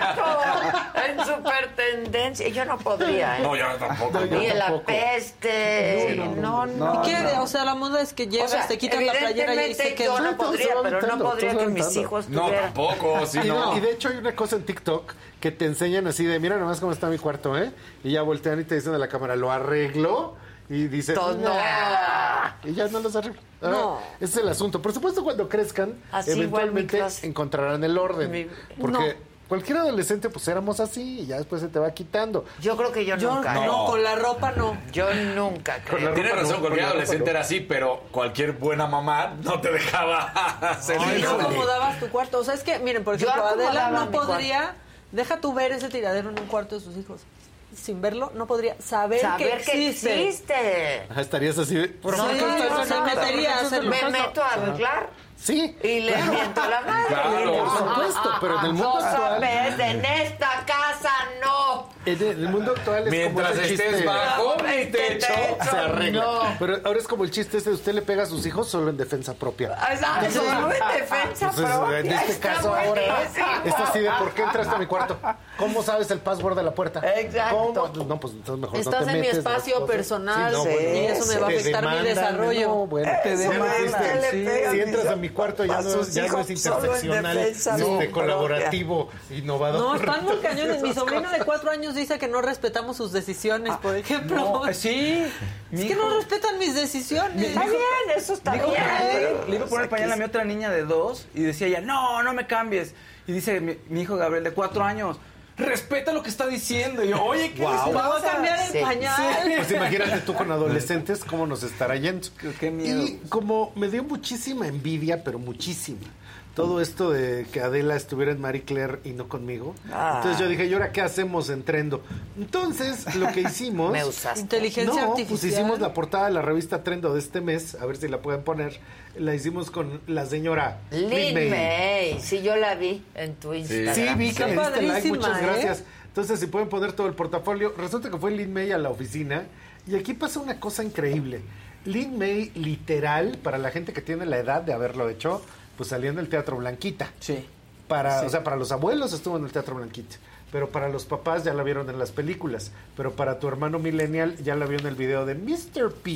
Exacto. En super tendencia. Yo no podría, ¿eh? No, yo tampoco. No, yo Y la tampoco. peste. No, no. ¿Y qué? O sea, la moda es que llegas, O sea, te quitas la playera y ahí se evidentemente queda. yo no Sí, todo podría, se va pero no aventando, podría todo se que va mis aventando. hijos No, tuvieran. tampoco. Sí, y, no. de, y de hecho hay una cosa en TikTok que te enseñan así de, mira nomás cómo está mi cuarto, ¿eh? Y ya voltean y te dicen a la cámara, lo arreglo. Y dicen, Todo- "Nah". Y ya no los arreglo. Ah, No. Ese es el asunto. Por supuesto, cuando crezcan, Así igual mi eventualmente closet. encontrarán el orden. Mi- Porque No. cualquier adolescente, pues éramos así y ya después se te va quitando. Yo creo que yo, Yo nunca. no. No. con la ropa no. Yo nunca Con creo. la Tienes ropa razón, no, cualquier con la ropa adolescente no. era así, pero cualquier buena mamá no te dejaba hacer Y no eso. acomodabas tu cuarto. O sea, es que, miren, por Yo ejemplo, Adela acomodaba no mi podría... Deja tú ver ese tiradero en un cuarto de sus hijos. Sin verlo, no podría saber, Saber que que existe. existe. Ajá, estarías así. de, ¿por No, qué no, estás no, haciendo se esto? metería a ¿Por qué hacerlo. estás Me haciendo meto a esto? arreglar Sí. y le miento a la madre. Claro. Por supuesto, pero en el mundo No actual... sabes, en esta casa no. En el, en el mundo actual es Mientras como ese estés chiste, bajo mi Este techo. techo, se arregla. no. Pero ahora es como el chiste ese de usted le pega a sus hijos solo en defensa propia. Exacto, solo en defensa Entonces, propia. en este Está caso ahora buenísimo. es así de ¿por qué entraste a mi cuarto? ¿Cómo sabes el password de la puerta? Exacto. ¿Cómo? No, pues entonces mejor Estás no te en mi metes espacio las cosas. personal, no, sí, bueno, y eso me va a te afectar mi demandan, desarrollo. No, bueno, Te ya no demandan, existe. sí. Si entras a mi cuarto ya A no, sus ya no es hijos solo en interseccional, defensa ni propia. colaborativo, innovador. No, están muy cañones. Mi Esas sobrino cosas. de cuatro años dice que no respetamos sus decisiones, por ejemplo. No, eh, sí. Es Mi que hijo- no respetan mis decisiones. Está bien, eso está Le dijo bien. que- le iba a poner pañal a mi otra niña de dos y decía ella, no, no me cambies. Y dice mi, mi hijo Gabriel de cuatro años, respeta lo que está diciendo. Y yo, oye, ¿qué Wow. les Me voy a pasa? cambiar el Sí. pañal. Pues imagínate tú con adolescentes cómo nos estará yendo. Qué- qué miedo. Y como me dio muchísima envidia, pero muchísima, todo esto de que Adela estuviera en Marie Claire y no conmigo. Ah. Entonces yo dije, ¿y ahora qué hacemos en Trendo? Entonces, lo que hicimos... Me usaste. Inteligencia no, artificial. pues hicimos la portada de la revista Trendo de este mes, a ver si la pueden poner. La hicimos con la señora Lin Lin May. May. Sí, yo la vi en tu Instagram. Sí, vi que Está le diste like, padrísima, muchas ¿eh? gracias. Entonces, si pueden poner todo el portafolio. Resulta que fue Lin May a la oficina y aquí pasa una cosa increíble. Lin May, literal, para la gente que tiene la edad de haberlo hecho, pues salía en el Teatro Blanquita. Sí. Para, Sí. O sea, para los abuelos estuvo en el Teatro Blanquita. Pero para los papás ya la vieron en las películas. Pero para tu hermano millennial ya la vio en el video de mister P.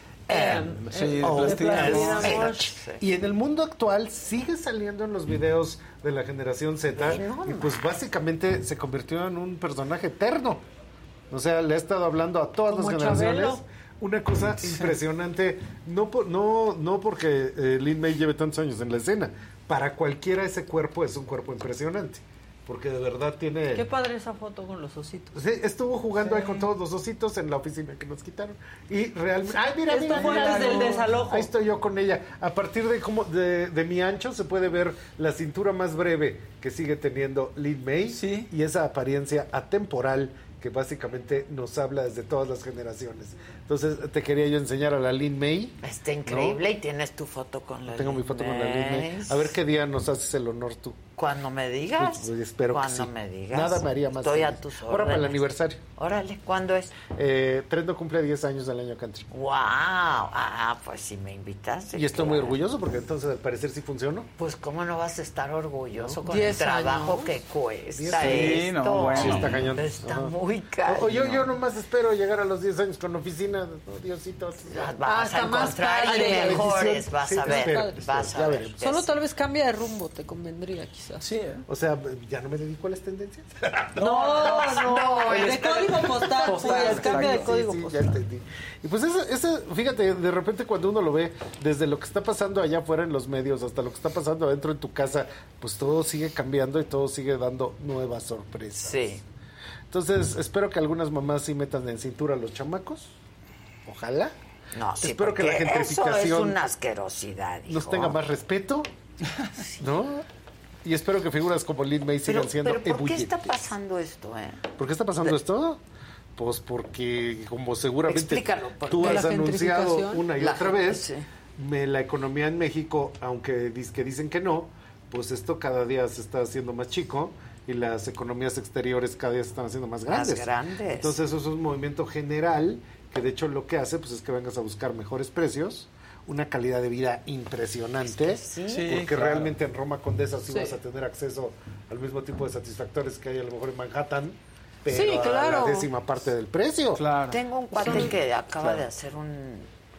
M. Sí, de O Plastilina S. Amor. Y en el mundo actual sigue saliendo en los videos de la generación Z. Y pues básicamente se convirtió en un personaje eterno. O sea, le ha estado hablando a todas las Como generaciones. Chabelo. Una cosa impresionante. No, por- no, no porque eh, Lin May lleve tantos años en la escena. Para cualquiera ese cuerpo es un cuerpo impresionante. porque de verdad tiene... Qué padre esa foto con los ositos. Sí, estuvo jugando Sí. ahí con todos los ositos en la oficina que nos quitaron. Y realmente... ¡Ay, mira, Esta mira, foto mira! es del desalojo. Ahí estoy yo con ella. A partir de, como de, de mi ancho se puede ver la cintura más breve que sigue teniendo Lin May. Sí. Y esa apariencia atemporal que básicamente nos habla desde todas las generaciones. Entonces, te quería yo enseñar a la Lin May. Está increíble, ¿no? Y tienes tu foto con la Tengo Lin mi foto con la May. Lin May. A ver qué día nos haces el honor tú. Cuando me digas. Pues, pues, espero que Cuando sí. me digas. Nada me haría más Estoy a feliz. tus órdenes. Ahora para el aniversario. Órale, ¿cuándo es? Eh, Trendo cumple diez años del año country. ¡Wow! Ah, pues si me invitaste. Y estoy claro. muy orgulloso porque entonces al parecer sí funcionó. Pues cómo no vas a estar orgulloso ¿No? con el diez trabajo años. que cuesta Sí, esto. no, bueno. Sí, está cañón. Está Ajá. muy caro. O, yo, yo nomás espero llegar a los diez años con oficina. Oh, Diosito. Vas a encontrar mejores, vas a ver. Vas a ver. Solo tal vez cambia de rumbo, te convendría quizás. Sí. O sea, ya no me dedico a las tendencias. No, no, no, de código postal, pues, cambia de código Sí, sí, postal. ya entendí. Y pues eso, eso, fíjate, de repente cuando uno lo ve, desde lo que está pasando allá afuera en los medios hasta lo que está pasando adentro en tu casa, pues todo sigue cambiando y todo sigue dando nuevas sorpresas. Sí. Entonces, espero que algunas mamás sí metan en cintura a los chamacos. Ojalá. No, sí, espero que la porque gentrificación eso es una asquerosidad, hijo. nos tenga más respeto, ¿no? Y espero que figuras como Lin May sigan Pero, siendo pero ¿por qué está ebullientes. pasando esto, eh? ¿Por qué está pasando esto? Pues porque, como seguramente Explícalo, ¿por tú qué? has La anunciado gentrificación. una y La otra gente, vez, sí. me, la economía en México, aunque dis- que dicen que no, pues esto cada día se está haciendo más chico y las economías exteriores cada día se están haciendo más Más grandes. grandes. Entonces eso es un movimiento general que de hecho lo que hace pues es que vengas a buscar mejores precios, una calidad de vida impresionante, Es que sí. Sí, porque claro. realmente en Roma Condesa sí, Sí. vas a tener acceso al mismo tipo de satisfactores que hay a lo mejor en Manhattan, pero Sí, a claro. la décima parte del precio. Claro. Tengo un cuate Sí. que acaba Claro. de hacer un,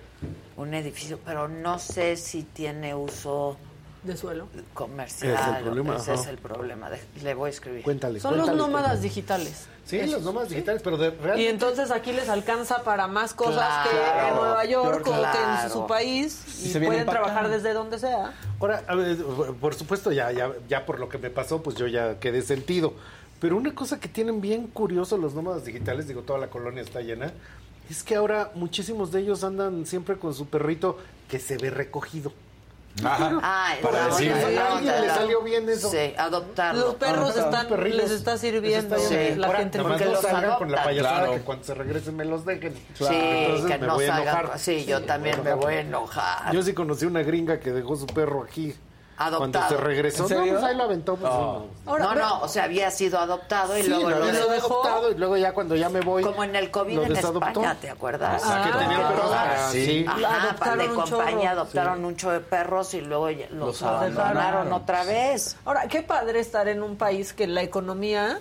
un edificio, pero no sé si tiene uso De suelo. comercial. Ese es el problema, Ese ajá. es el problema. De- le voy a escribir. Cuéntale. Son los cuéntale. nómadas digitales. Sí, Esos. los nómadas digitales, pero de realmente Y entonces aquí les alcanza para más cosas Claro, que en Nueva York o que claro. en su país Y y, se vienen pueden pa' acá. trabajar desde donde sea. Ahora, a ver, por supuesto, ya, ya, ya por lo que me pasó, pues yo ya quedé sentido. Pero una cosa que tienen bien curioso los nómadas digitales, digo, toda la colonia está llena, es que ahora muchísimos de ellos andan siempre con su perrito que se ve recogido. Ajá. Ah, Para no, decir- no, no, ¿A alguien no, le no. salió bien eso? Sí, adoptarlo. Los perros Ah, están, los perritos. les está sirviendo Les está Sí. yendo. la Ahora, gente. nomás porque no los salgan con la adoptan. payasada Claro. que cuando se regresen me los dejen. Sí, Entonces que me no voy a salgan. enojar. Sí, yo también me voy a enojar. Yo sí conocí una gringa que dejó su perro aquí. Adoptado. Cuando se regresó, ¿En serio? no, pues ahí lo aventó. Pues, Oh. no. Ahora, no, no, o sea, había sido adoptado y Sí, luego lo lo había dejó. adoptado y luego ya cuando ya me voy. Como en el COVID lo en desadoptó. España, ¿te acuerdas? Ah, que tenía Que perros. todas- Ah, sí. Ajá, para Adoptaron de un compañía chorro. adoptaron un chorro de perros y luego ya los, Los abandonaron abandonaron. otra vez. Ahora, qué padre estar en un país que la economía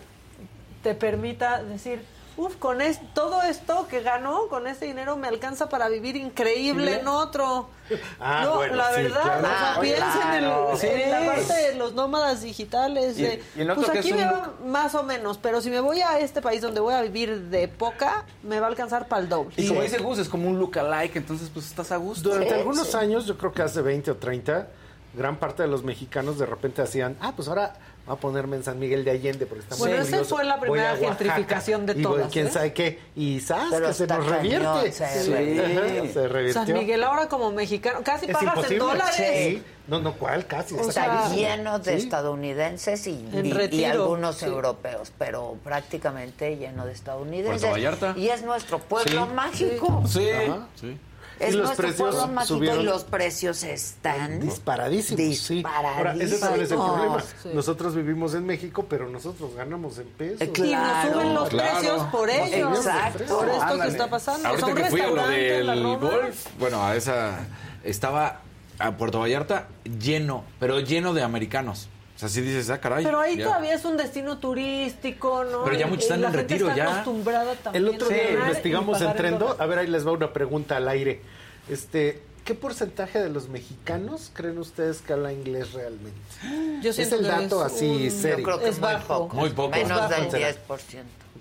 te permita decir, uff, con es- todo esto que ganó, con este dinero me alcanza para vivir increíble Sí. en otro. Ah, no, bueno, la sí, verdad, claro. o sea, Ah, piensen claro. en, Sí. en la parte de los nómadas digitales. Y- de, y el otro pues que aquí es me un va más o menos, pero si me voy a este país donde voy a vivir de poca, me va a alcanzar para el doble. Y como dice Gus, es como un look-alike, entonces pues estás a gusto. Durante Sí, algunos sí. años, yo creo que hace veinte o treinta, gran parte de los mexicanos de repente hacían, ah, pues ahora voy a ponerme en San Miguel de Allende porque está Bueno, muy esa curioso. fue la Voy primera a Oaxaca, gentrificación de y voy todas, quién ¿eh? sabe qué. Y ¿sabes Pero que se está nos cañón, revierte? se Sí. revierte. Ajá, se revirtió. San Miguel ahora como mexicano, casi Es pagas imposible. en dólares. Sí. No, no, ¿cuál? Casi. O Está sea, lleno de sí. estadounidenses y, En y- y retiro, algunos sí. europeos, pero prácticamente lleno de estadounidenses. Puerto Vallarta. Y es nuestro pueblo Sí. mágico. Sí. Ajá. Sí. Es Y los nuestro precios pueblo mágico subieron y los precios están Disparadísimos, sí. Ahora, ese también es el disparadísimos. problema. Sí. Nosotros vivimos en México, pero nosotros ganamos en pesos. Eh, Y nos suben los Claro. precios por ellos. Exacto. Por esto Ándale. que está pasando. Ahorita Son que fui a lo restaurantes en la del Roma. golf, bueno, a esa estaba a Puerto Vallarta lleno, pero lleno de americanos. O sea, sí dices, ah, caray. Pero ahí ya. todavía es un destino turístico, ¿no? Pero ya Y- muchos y están la en gente retiro, está ya. acostumbrada también El otro a día ganar investigamos y en pagar Trendo. dólares. A ver, ahí les va una pregunta al aire. Este, ¿qué porcentaje de los mexicanos creen ustedes que habla inglés realmente? Yo Es siento el que dato es así un- serio. Yo creo que Es muy bajo. poco. Muy poco. Menos Es bajo. del diez por ciento.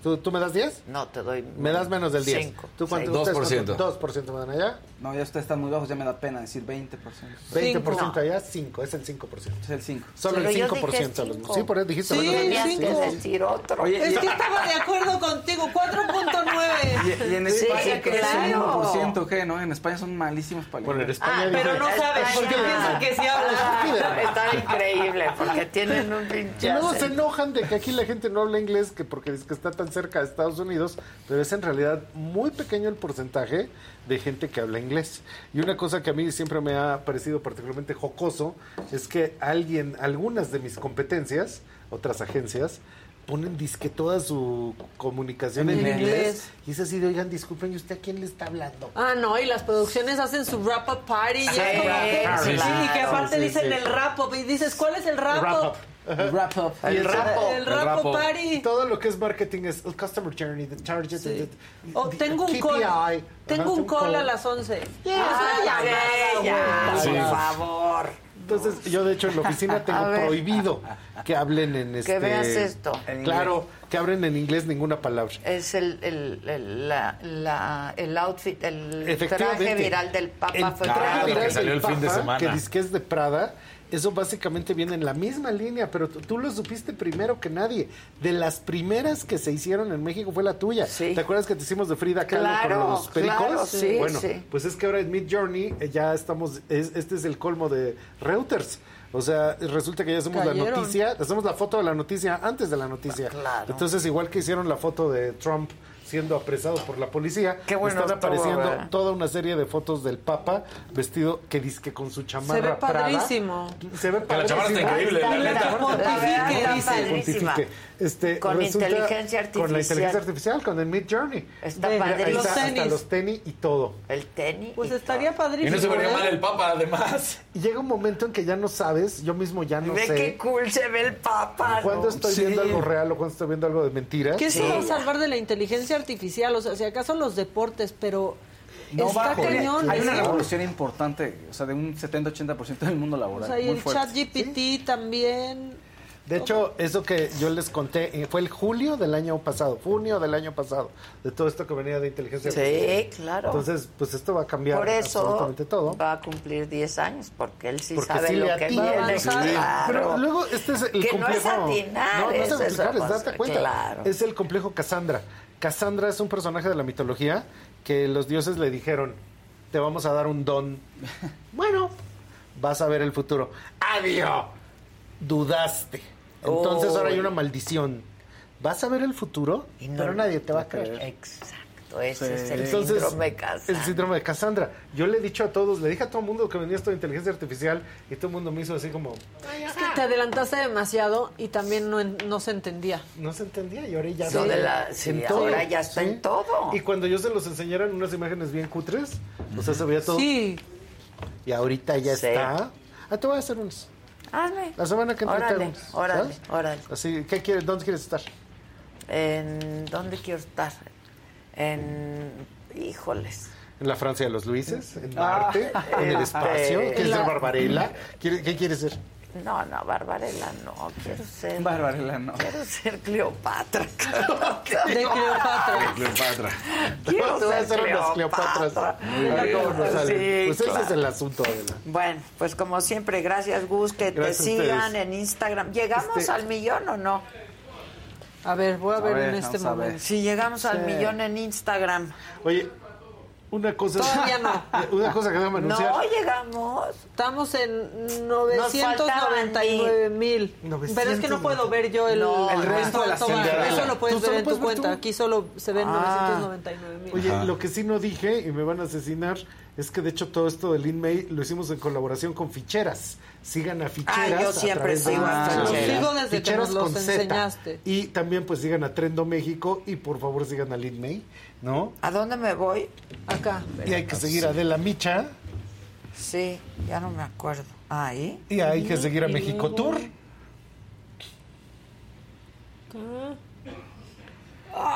¿Tú, ¿Tú me das diez? No, te doy... Me das menos del diez. cinco. ¿Tú cuánto? dos por ciento. dos por ciento me dan allá. No, ya ustedes están muy bajos, ya me da pena decir veinte por ciento. veinte por ciento allá, cinco, es el cinco por ciento. Es el cinco. Solo Pero el yo cinco por ciento. dije Los... cinco. Sí, por eso dijiste. Sí, menos del diez. Tenías cinco. que decir otro. Oye, Es y- que estaba de acuerdo contigo, cuatro punto nueve. Y, y en Sí, España, ¿qué es claro. el uno por ciento? ¿Qué, no? En España son malísimos para Bueno, en España Ah, pero no dice- sabes porque piensan que sí hablas. Ah, está increíble, porque tienen un pinche... Y luego se acento. enojan de que aquí la gente no habla inglés, que porque es que está tan cerca de Estados Unidos, pero es en realidad muy pequeño el porcentaje de gente que habla inglés. Y una cosa que a mí siempre me ha parecido particularmente jocoso es que alguien, algunas de mis competencias, otras agencias, ponen disque toda su comunicación en, En inglés. inglés. Y es así de, oigan, disculpen, ¿y usted a quién le está hablando? Ah, no, y las producciones hacen su wrap-up party. Y, Sí, es como que- sí, y claro. que aparte Sí, sí, dicen sí. el wrap-up. Y dices, ¿cuál es el Wrap wrap-up? up. Wrap up. Y El rapo. El El wrap-up wrap-up. party. Todo lo que es marketing es el customer journey, the target, Sí. the- Oh, the- tengo un K P I. call. Ajá, Tengo un call a las once. Ah, ya, ya, ya, Sí. por favor. Entonces, yo de hecho en la oficina tengo A ver. prohibido que hablen en este... Que veas esto. En Claro, que hablen en inglés ninguna palabra. Es el, el, el, la, la- el outfit, el Efectivamente. traje viral del Papa El fue traje Prada. viral que salió del el fin de Papa, semana. Que dice que es de Prada. Eso básicamente viene en la misma línea, pero tú, tú lo supiste primero que nadie. De las primeras que se hicieron en México fue la tuya. Sí. ¿Te acuerdas que te hicimos de Frida Kahlo Claro, con los pericos? claro, sí, bueno, sí. pues es que ahora en Mid Journey eh, ya estamos, es- este es el colmo de Reuters. O sea, resulta que ya hacemos la Cayeron. noticia, hacemos la foto de la noticia antes de la noticia. Claro. Entonces, igual que hicieron la foto de Trump siendo apresado por la policía, Qué bueno están estuvo, apareciendo ¿verdad? toda una serie de fotos del Papa vestido que dizque con su chamarra Se ve Prada. padrísimo. Se ve Que la chamarra está padrísimo. increíble, la Ahí está, neta. la Pontifique, verdad, está dice. padrísima. Pontifique. Este, Con resulta- inteligencia Con la artificial. inteligencia artificial, con el Mid Journey. Está Ve, Mira, ahí padrísimo. Los está, hasta tenis. los tenis y todo. El tenis. Pues y estaría Y padrísimo. no se vería ¿eh? mal el Papa, además. Y llega un momento en que ya no sabes, yo mismo ya no Ve sé qué cool se ve el Papa. cuándo ¿no? estoy Sí. viendo algo real o cuándo estoy viendo algo de mentiras. ¿Qué se Sí. va a salvar de la inteligencia artificial? O sea, si acaso los deportes, pero No está bajo. cañón. Hay una ¿eh? revolución importante, o sea, de un setenta ochenta por ciento del mundo O laboral. sea, y muy el fuerte. chat G P T también. De hecho, eso que yo les conté eh, fue el julio del año pasado, junio del año pasado, de todo esto que venía de inteligencia artificial. Sí, claro. Entonces, pues esto va a cambiar Por eso absolutamente todo. va a cumplir diez años, porque él sí Porque sabe sí lo le que atina. viene. Sí. Claro. Pero luego este es el Que no complejo. es atinar, no, no es es atinar, esa es cosa, darte cuenta. claro. Es el complejo Cassandra. Cassandra es un personaje de la mitología que los dioses le dijeron, te vamos a dar un don. Bueno, vas a ver el futuro. ¡Adiós! Dudaste. Entonces Oh. ahora hay una maldición. Vas a ver el futuro, Y no- pero nadie te va a creer. Exacto, ese es el Entonces, síndrome de casa. el síndrome de Cassandra. Yo le he dicho a todos, le dije a todo el mundo que venía esto de inteligencia artificial y todo el mundo me hizo así como, Es que te adelantaste demasiado y también no, en- no se entendía. no se entendía y ahora ya Sí, está de la- sí, ahora ya está en todo. Y cuando yo se los enseñara en unas imágenes bien cutres, o sea, se veía todo. Sí. Y ahorita ya Sí. está. Ah, te voy a hacer unos. Hazme. La semana que entra te hago Órale, unos, órale, ¿sabes? órale. Así, ¿qué quieres? ¿Dónde quieres estar? ¿En dónde quiero estar? En... Híjoles. ¿En la Francia de los Luises? ¿En Ah, Marte? ¿En el este, espacio? ¿Quieres la- ser Barbarella? ¿Quiere- ¿Qué quieres ser? No, no, Barbarella no. Quiero ser... Barbarella no. Quiero ser Cleopatra. De Cleopatra. Cleopatra. Quiero Te voy a ser hacer unas Cleopatras. Cleopatra. A ver cómo nos Sí, sale. Pues ese claro. es el asunto, Adela. Bueno, pues como siempre, gracias Gus, que Gracias a te sigan ustedes. en Instagram. ¿Llegamos Este- al millón o no? A ver, voy a, A ver, ver, en este vamos a ver. momento. Si llegamos al Sí. millón en Instagram. Oye, una cosa... Todavía no. Una cosa que déjame anunciar. No llegamos. Estamos en novecientos noventa y nueve mil. Pero es que no puedo ver yo el, No, el resto de la todo- cinta. Eso lo puedes Tú ver solo en tu puedes ver cuenta. tú. Aquí solo se ven Ah. novecientos noventa y nueve mil. Oye, lo que sí no dije, y me van a asesinar, es que de hecho todo esto del InMay lo hicimos en colaboración con Ficheras. Sigan a Ficheras. Ah, yo a siempre través de sigo a Instagram. Ficheras. Los sigo desde que Ficheras nos los con Z. enseñaste. Y también pues sigan a Trendo México y por favor sigan al InMay, ¿no? ¿A dónde me voy? Acá. Y hay que seguir a Adela Micha Sí, ya no me acuerdo. Ahí. y hay que seguir a México Tour. Ay,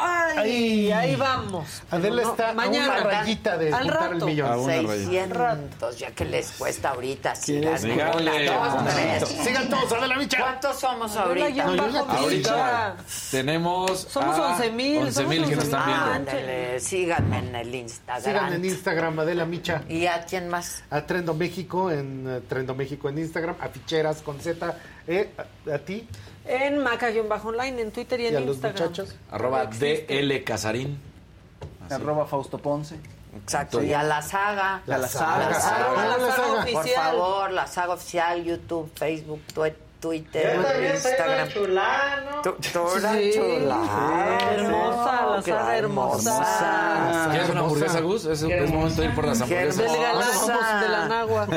ahí, ahí vamos. Adela No, está mañana, a una rayita de al juntar rato. el millón. A una seiscientos, ya que les cuesta ahorita. Sigan, Díganle. una, dos, tres. Sigan todos, Adela Micha. ¿Cuántos somos Adela, ya ahorita? bajo yo ya te- Ahorita tenemos Somos a once mil, once mil somos que nos están viendo. Ándale, síganme en el Instagram. Sigan en Instagram, Adela Micha. ¿Y a quién más? A Trendo México en eh, Trendo México en Instagram, a Ficheras con Z, eh, a, a ti En Maca-online, en Twitter y y en a los Instagram. muchachos. Arroba D L Casarín. Arroba Fausto Ponce. Exacto, y a la saga. La, la saga. La saga. Ah, la saga. Por Oficial. favor, la saga oficial, YouTube, Facebook, tue- Twitter, Yo también soy Instagram. una chulano. Tu- Toda Sí, chula. sí, hermosa, la saga hermosa. ¿Quieres una hamburguesa, Gus? Es, es momento de ir por las Qué hamburguesas. Del galán, hermosa. vamos, de la nagua.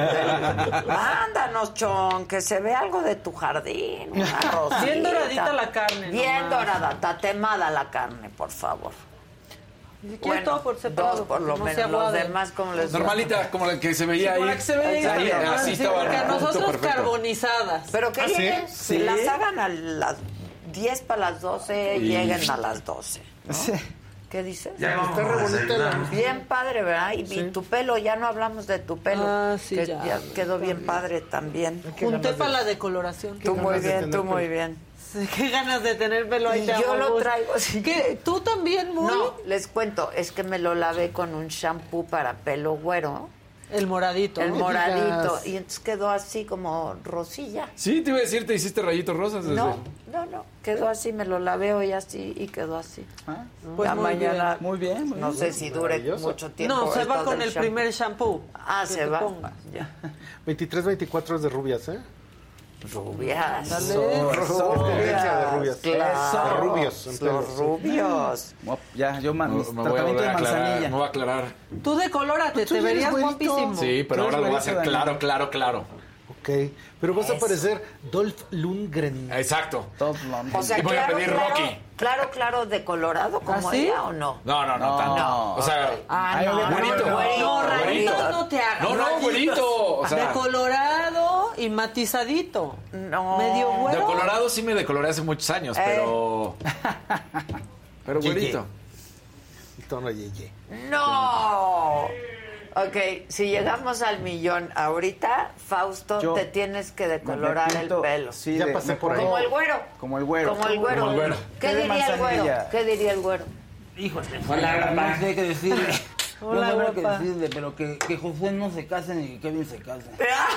Mándanos, Chon, que se ve algo de tu jardín. Una rosita. Bien doradita la carne, Bien nomás. dorada, tatemada la carne, por favor. Si quieres todo por separado, dos por lo porque no menos. se Los aguade. demás, como les gusta? Normalita, como la que se veía ahí. Como la que se veía Ahí, ahí, así sí, estaba. porque a punto nosotros perfecto. carbonizadas. Pero que ¿Ah, sí? lleguen, Sí. si las hagan a las diez para las doce, Y- lleguen a las doce. ¿no? Sí. ¿Qué dices? Ya vamos Está re a bonita desayunar. la- Bien padre, ¿verdad? Y, y tu pelo, ya no hablamos de tu pelo. Ah, sí, que ya. quedó bien padre también. Junté para la decoloración. Tú muy ganas de bien, tener tú muy pelo. bien. Sí, qué ganas de tener pelo ahí. Y te yo amo, lo Gus. traigo así. ¿Qué? ¿Tú también, muy? No, les cuento, es que me lo lavé con un shampoo para pelo güero, El moradito. el ¿no? moradito, digas. y entonces quedó así como rosilla. Sí, te iba a decir, te hiciste rayitos rosas. Desde... No, no, no, quedó así, me lo lavé hoy así y quedó así. Ah, Pues Ya muy mañana, Muy bien, muy no bien. sé si dure Maravilloso. mucho tiempo. No, se esto va con del el shampoo. primer shampoo. Ah, que se te va. pongas. Ya. veintitrés, veinticuatro es de rubias, ¿eh? Rubias. Dale. Tendencia de rubias. Claro. De rubios, en pleno, Los sí. rubios. Bueno, ya, yo man, Me, mis me voy a tratamiento volver de a aclarar. manzanilla. Me voy a aclarar. Tú decolórate, Pues tú te ya eres verías güerito. guapísimo. Sí, pero Tú ahora eres lo voy a hacer güerito, claro, Dani. claro, claro. Ok, pero vas a Eso. parecer Dolph Lundgren. Exacto. Top blonde. O sea, Y voy a claro, pedir claro, Rocky. claro, claro, de colorado como ¿Ah, sí? ella o no. No, no, no, No. tanto. No. O sea, Ah, Ay, no, oye, no, güerito. güerito, No, güerito. rayitos no te hagas. No, no, rayitos. güerito. O sea, de colorado y matizadito. No. Medio de güero. colorado sí me decoloré hace muchos años, Eh. pero. Pero güerito. Y tono yeye. No. Ok, si llegamos al millón ahorita, Fausto, Yo te tienes que Me decolorar el pinto- pelo. Sí, Ya de- pasé me por ahí. Como el güero. Como el güero. Como el güero. Como el güero. ¿Qué Té de diría el güero? manzanilla. ¿Qué diría el güero? Híjole, hola, no sé qué decirle. Hola, no sé qué guapa. decirle, pero que, que Josué no se case ni que Kevin se case.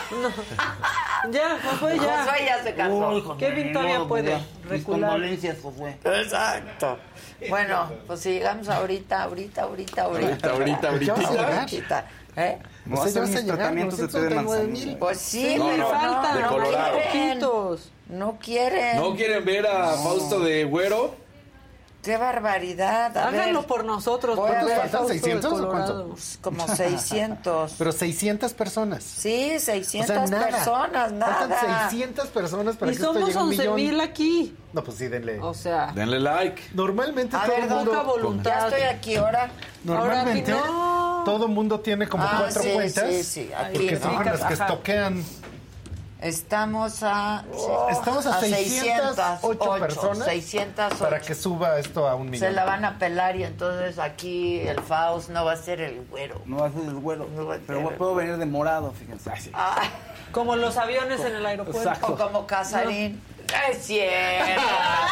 Ya, Josué, ya. Josué ya se casó. Uy, Josué, Kevin ni todavía modo, puede pues ya. Mis recular. condolencias, Josué. Exacto. Bueno, pues si llegamos ahorita, ahorita, ahorita, ahorita. Ahorita, ahorita, Ya vas a llegar. ahorita. ¿Eh? Me voy a hacer mis tratamientos de té de manzanilla. Pues sí, No, pero no, no, de no colorado. quieren. Poquitos. No quieren. ¿No quieren ver a Fausto de güero? Qué barbaridad. A Háganlo ver, por nosotros. voy a porque ver, faltan? Fausto ¿seiscientos o de cuánto? Colorado. pues, como seiscientos. Pero seiscientas personas. Sí, O sea, seiscientas nada. personas, Faltan nada. seiscientas personas para Y que esto somos llegue a un once millón. mil aquí. No, pues sí, denle. O sea, Denle like. Normalmente A todo ver, el mundo... poca voluntad. Ya estoy aquí ahora. Normalmente Ahora aquí no. todo el mundo tiene como Ah, cuatro sí, cuentas. sí, sí, aquí. Porque son ¿no? las que Ajá. estoquean. Estamos a... Estamos a seiscientas ocho ocho, personas seiscientos ocho. para que suba esto a un millón. Se la van a pelar y entonces aquí el Faust no va a ser el güero. No va a ser el güero. No va a Pero ser. puedo venir de morado, fíjense. Ay, sí. Ah, como los aviones en el aeropuerto. o como Casarín. Es cierto.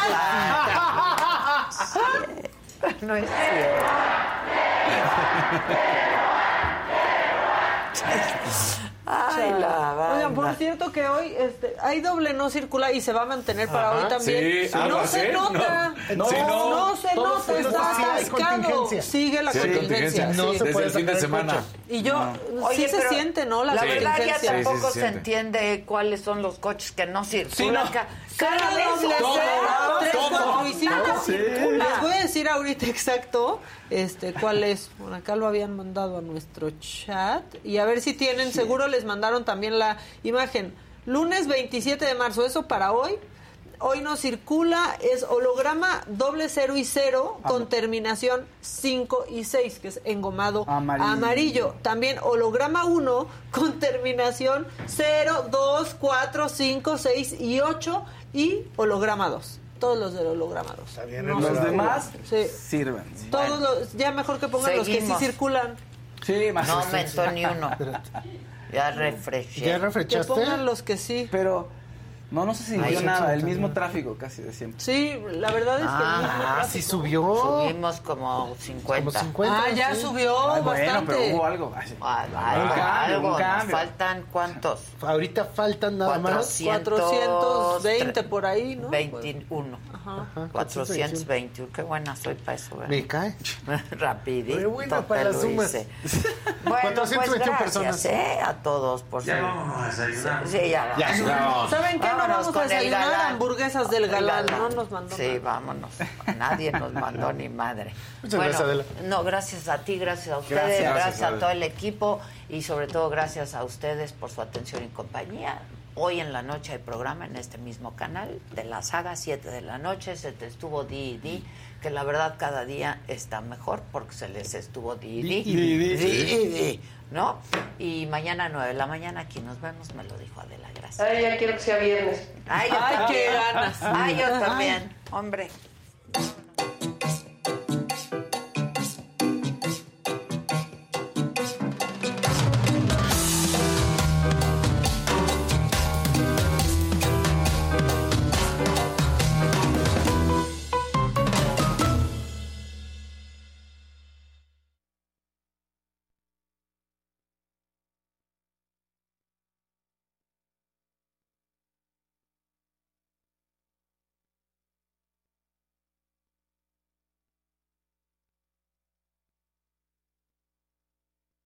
No es cierto. Ay, la banda. Oigan, por cierto que hoy este, hay doble no circula y se va a mantener para Ajá, hoy también. sí, algo no así, se nota. no. No, Sí, no. no se Todos nota, estos está sí hay atascado. contingencia. Sigue la Sí, hay contingencia. contingencia. No sí. se Desde puede el fin de sacar el semana. coche. Y yo, Oye, sí se pero siente, ¿no? La La Sí. verdad ya contingencia. Sí, sí, tampoco se se siente. entiende cuáles son los coches que no circulan. no. Ca- Cada Cada vez doble son cero, más. tres, todo. cuatro y cinco. Nada circula. Les voy a decir ahorita exacto este cuál es. Por acá lo habían mandado a nuestro chat. Y a ver si tienen, seguro les mandaron también la imagen. Lunes veintisiete de marzo, eso para hoy. Hoy no circula, es holograma doble cero y cero con terminación cinco y seis, que es engomado Amarillo. amarillo. También holograma uno con terminación cero, dos, cuatro, cinco, seis y ocho y holograma dos. Todos los del hologramados. Está bien, No, Los no, demás sí. sirven. Todos los, ya mejor que pongan los que sí Seguimos. circulan. Sí, más No aumentó ni uno. Ya refresqué. ¿Ya Que refrescaste? pongan los que sí. Pero no, no se sintió Ahí sí, nada. El sí, mismo sí. tráfico casi de siempre. Sí, la verdad es que el mismo Ah, tráfico. sí subió. Subimos como cincuenta. Como cincuenta. Ah, ya sí. subió Ay, bueno, bastante. pero hubo algo. Ay, sí. Ah, Un algo, cambio, algo. un Nos cambio. faltan cuántos? Ahorita faltan nada más. cuatrocientos veinte por ahí, ¿no? veintiuno. Ajá. cuatrocientos veintiuno. Qué buena soy para eso, ¿verdad? Me cae. Rapidito. Muy buena para te las lo sumas. hice. Bueno, cuatrocientas veintiuna pues gracias, personas. ¿eh? A todos por Ya su... vamos a desayunar. Sí, ya Ya, vamos. vamos. ¿Saben qué? No Vámonos vamos a con el desayunar galán. hamburguesas del El galán. No nos mandó Sí, nada. vámonos. Nadie nos mandó ni madre. Muchas gracias, Adela. No, gracias a ti, gracias a ustedes, Gracias, gracias, gracias, a Adela. todo el equipo y sobre todo gracias a ustedes por su atención y compañía. Hoy en la noche hay programa en este mismo canal de la saga, siete de la noche, se te estuvo di y di, que la verdad cada día está mejor porque se les estuvo di y di, Di y di. di y di, ¿no? Y mañana a nueve de la mañana aquí nos vemos, me lo dijo Adela, gracias. Ay, ya quiero que sea viernes. Ay, yo Ay, también. qué ganas. Ay, yo Ay. también, hombre.